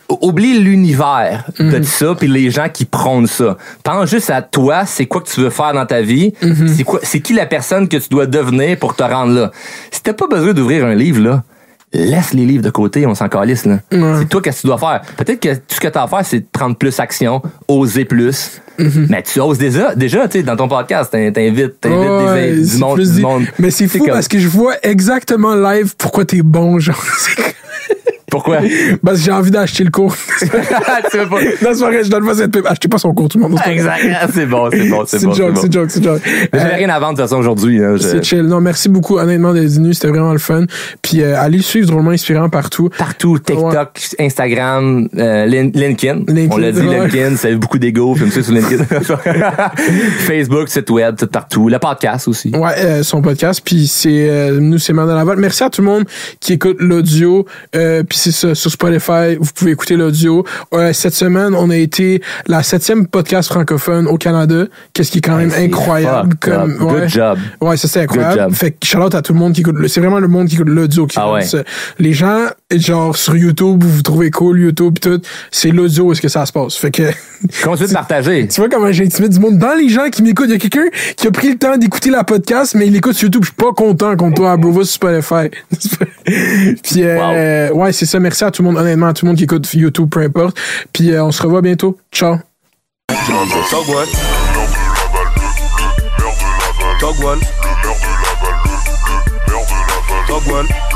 oublie l'univers mm-hmm. de ça puis les gens qui prônent ça. Pense juste à toi, c'est quoi que tu veux faire dans ta vie, mm-hmm. c'est quoi, c'est qui la personne que tu dois devenir pour te rendre là. Si t'as pas besoin d'ouvrir un livre là, laisse les livres de côté, on s'en calisse là. Mm-hmm. C'est toi qu'est-ce que tu dois faire. Peut-être que tout ce que tu as à faire c'est de prendre plus action, oser plus. Mm-hmm. Mais tu oses déjà, déjà tu sais, dans ton podcast, t'invites, t'invites oh, des, du, monde, du dit, monde. Mais c'est fou comme... parce que je vois exactement live pourquoi t'es bon, genre. Pourquoi? Parce que j'ai envie d'acheter le cours. Tu veux pas? Non, c'est vrai, je donne pas cette pub. Achetez pas son cours, tout le monde. Exact. C'est bon, c'est bon, c'est, c'est bon. Joke, c'est, bon. c'est joke, c'est joke, c'est joke. J'avais euh, rien à vendre de toute façon aujourd'hui. Hein, je... C'est chill. Non, merci beaucoup, honnêtement, d'être venu. C'était vraiment le fun. Puis euh, allez suivre Drôlement Inspirant partout. Partout. TikTok, ouais. Instagram, euh, LinkedIn. LinkedIn. On l'a dit, ouais. LinkedIn. Ça a eu beaucoup d'ego. Puis ça sur LinkedIn. Facebook, site web, tout partout. Le podcast aussi. Ouais, euh, son podcast. Puis c'est euh, nous, c'est Mandel Laval. Merci à tout le monde qui écoute l'audio. Euh, puis c'est ça, sur Spotify. Vous pouvez écouter l'audio. Euh, cette semaine, on a été la septième podcast francophone au Canada, qu'est-ce qui est quand même hey, incroyable. Comme, ouais. Good job. Ouais, ça c'est incroyable. Fait que shout-out à tout le monde qui écoute. C'est vraiment le monde qui écoute l'audio qui ah ouais. ça. Les gens, genre sur YouTube, vous, vous trouvez cool YouTube et tout, c'est l'audio où est-ce que ça se passe. Fait que continue de partager. Tu vois comment j'ai intimidé du monde. Dans les gens qui m'écoutent, il y a quelqu'un qui a pris le temps d'écouter la podcast, mais il écoute sur YouTube. Je suis pas content contre toi, bro. Va sur Spotify. Puis euh, wow. ouais, c'est ça. Merci à tout le monde. Honnêtement, à tout le monde qui écoute YouTube, peu importe. Puis euh, on se revoit bientôt. Ciao. Talk One. Talk One. Talk One.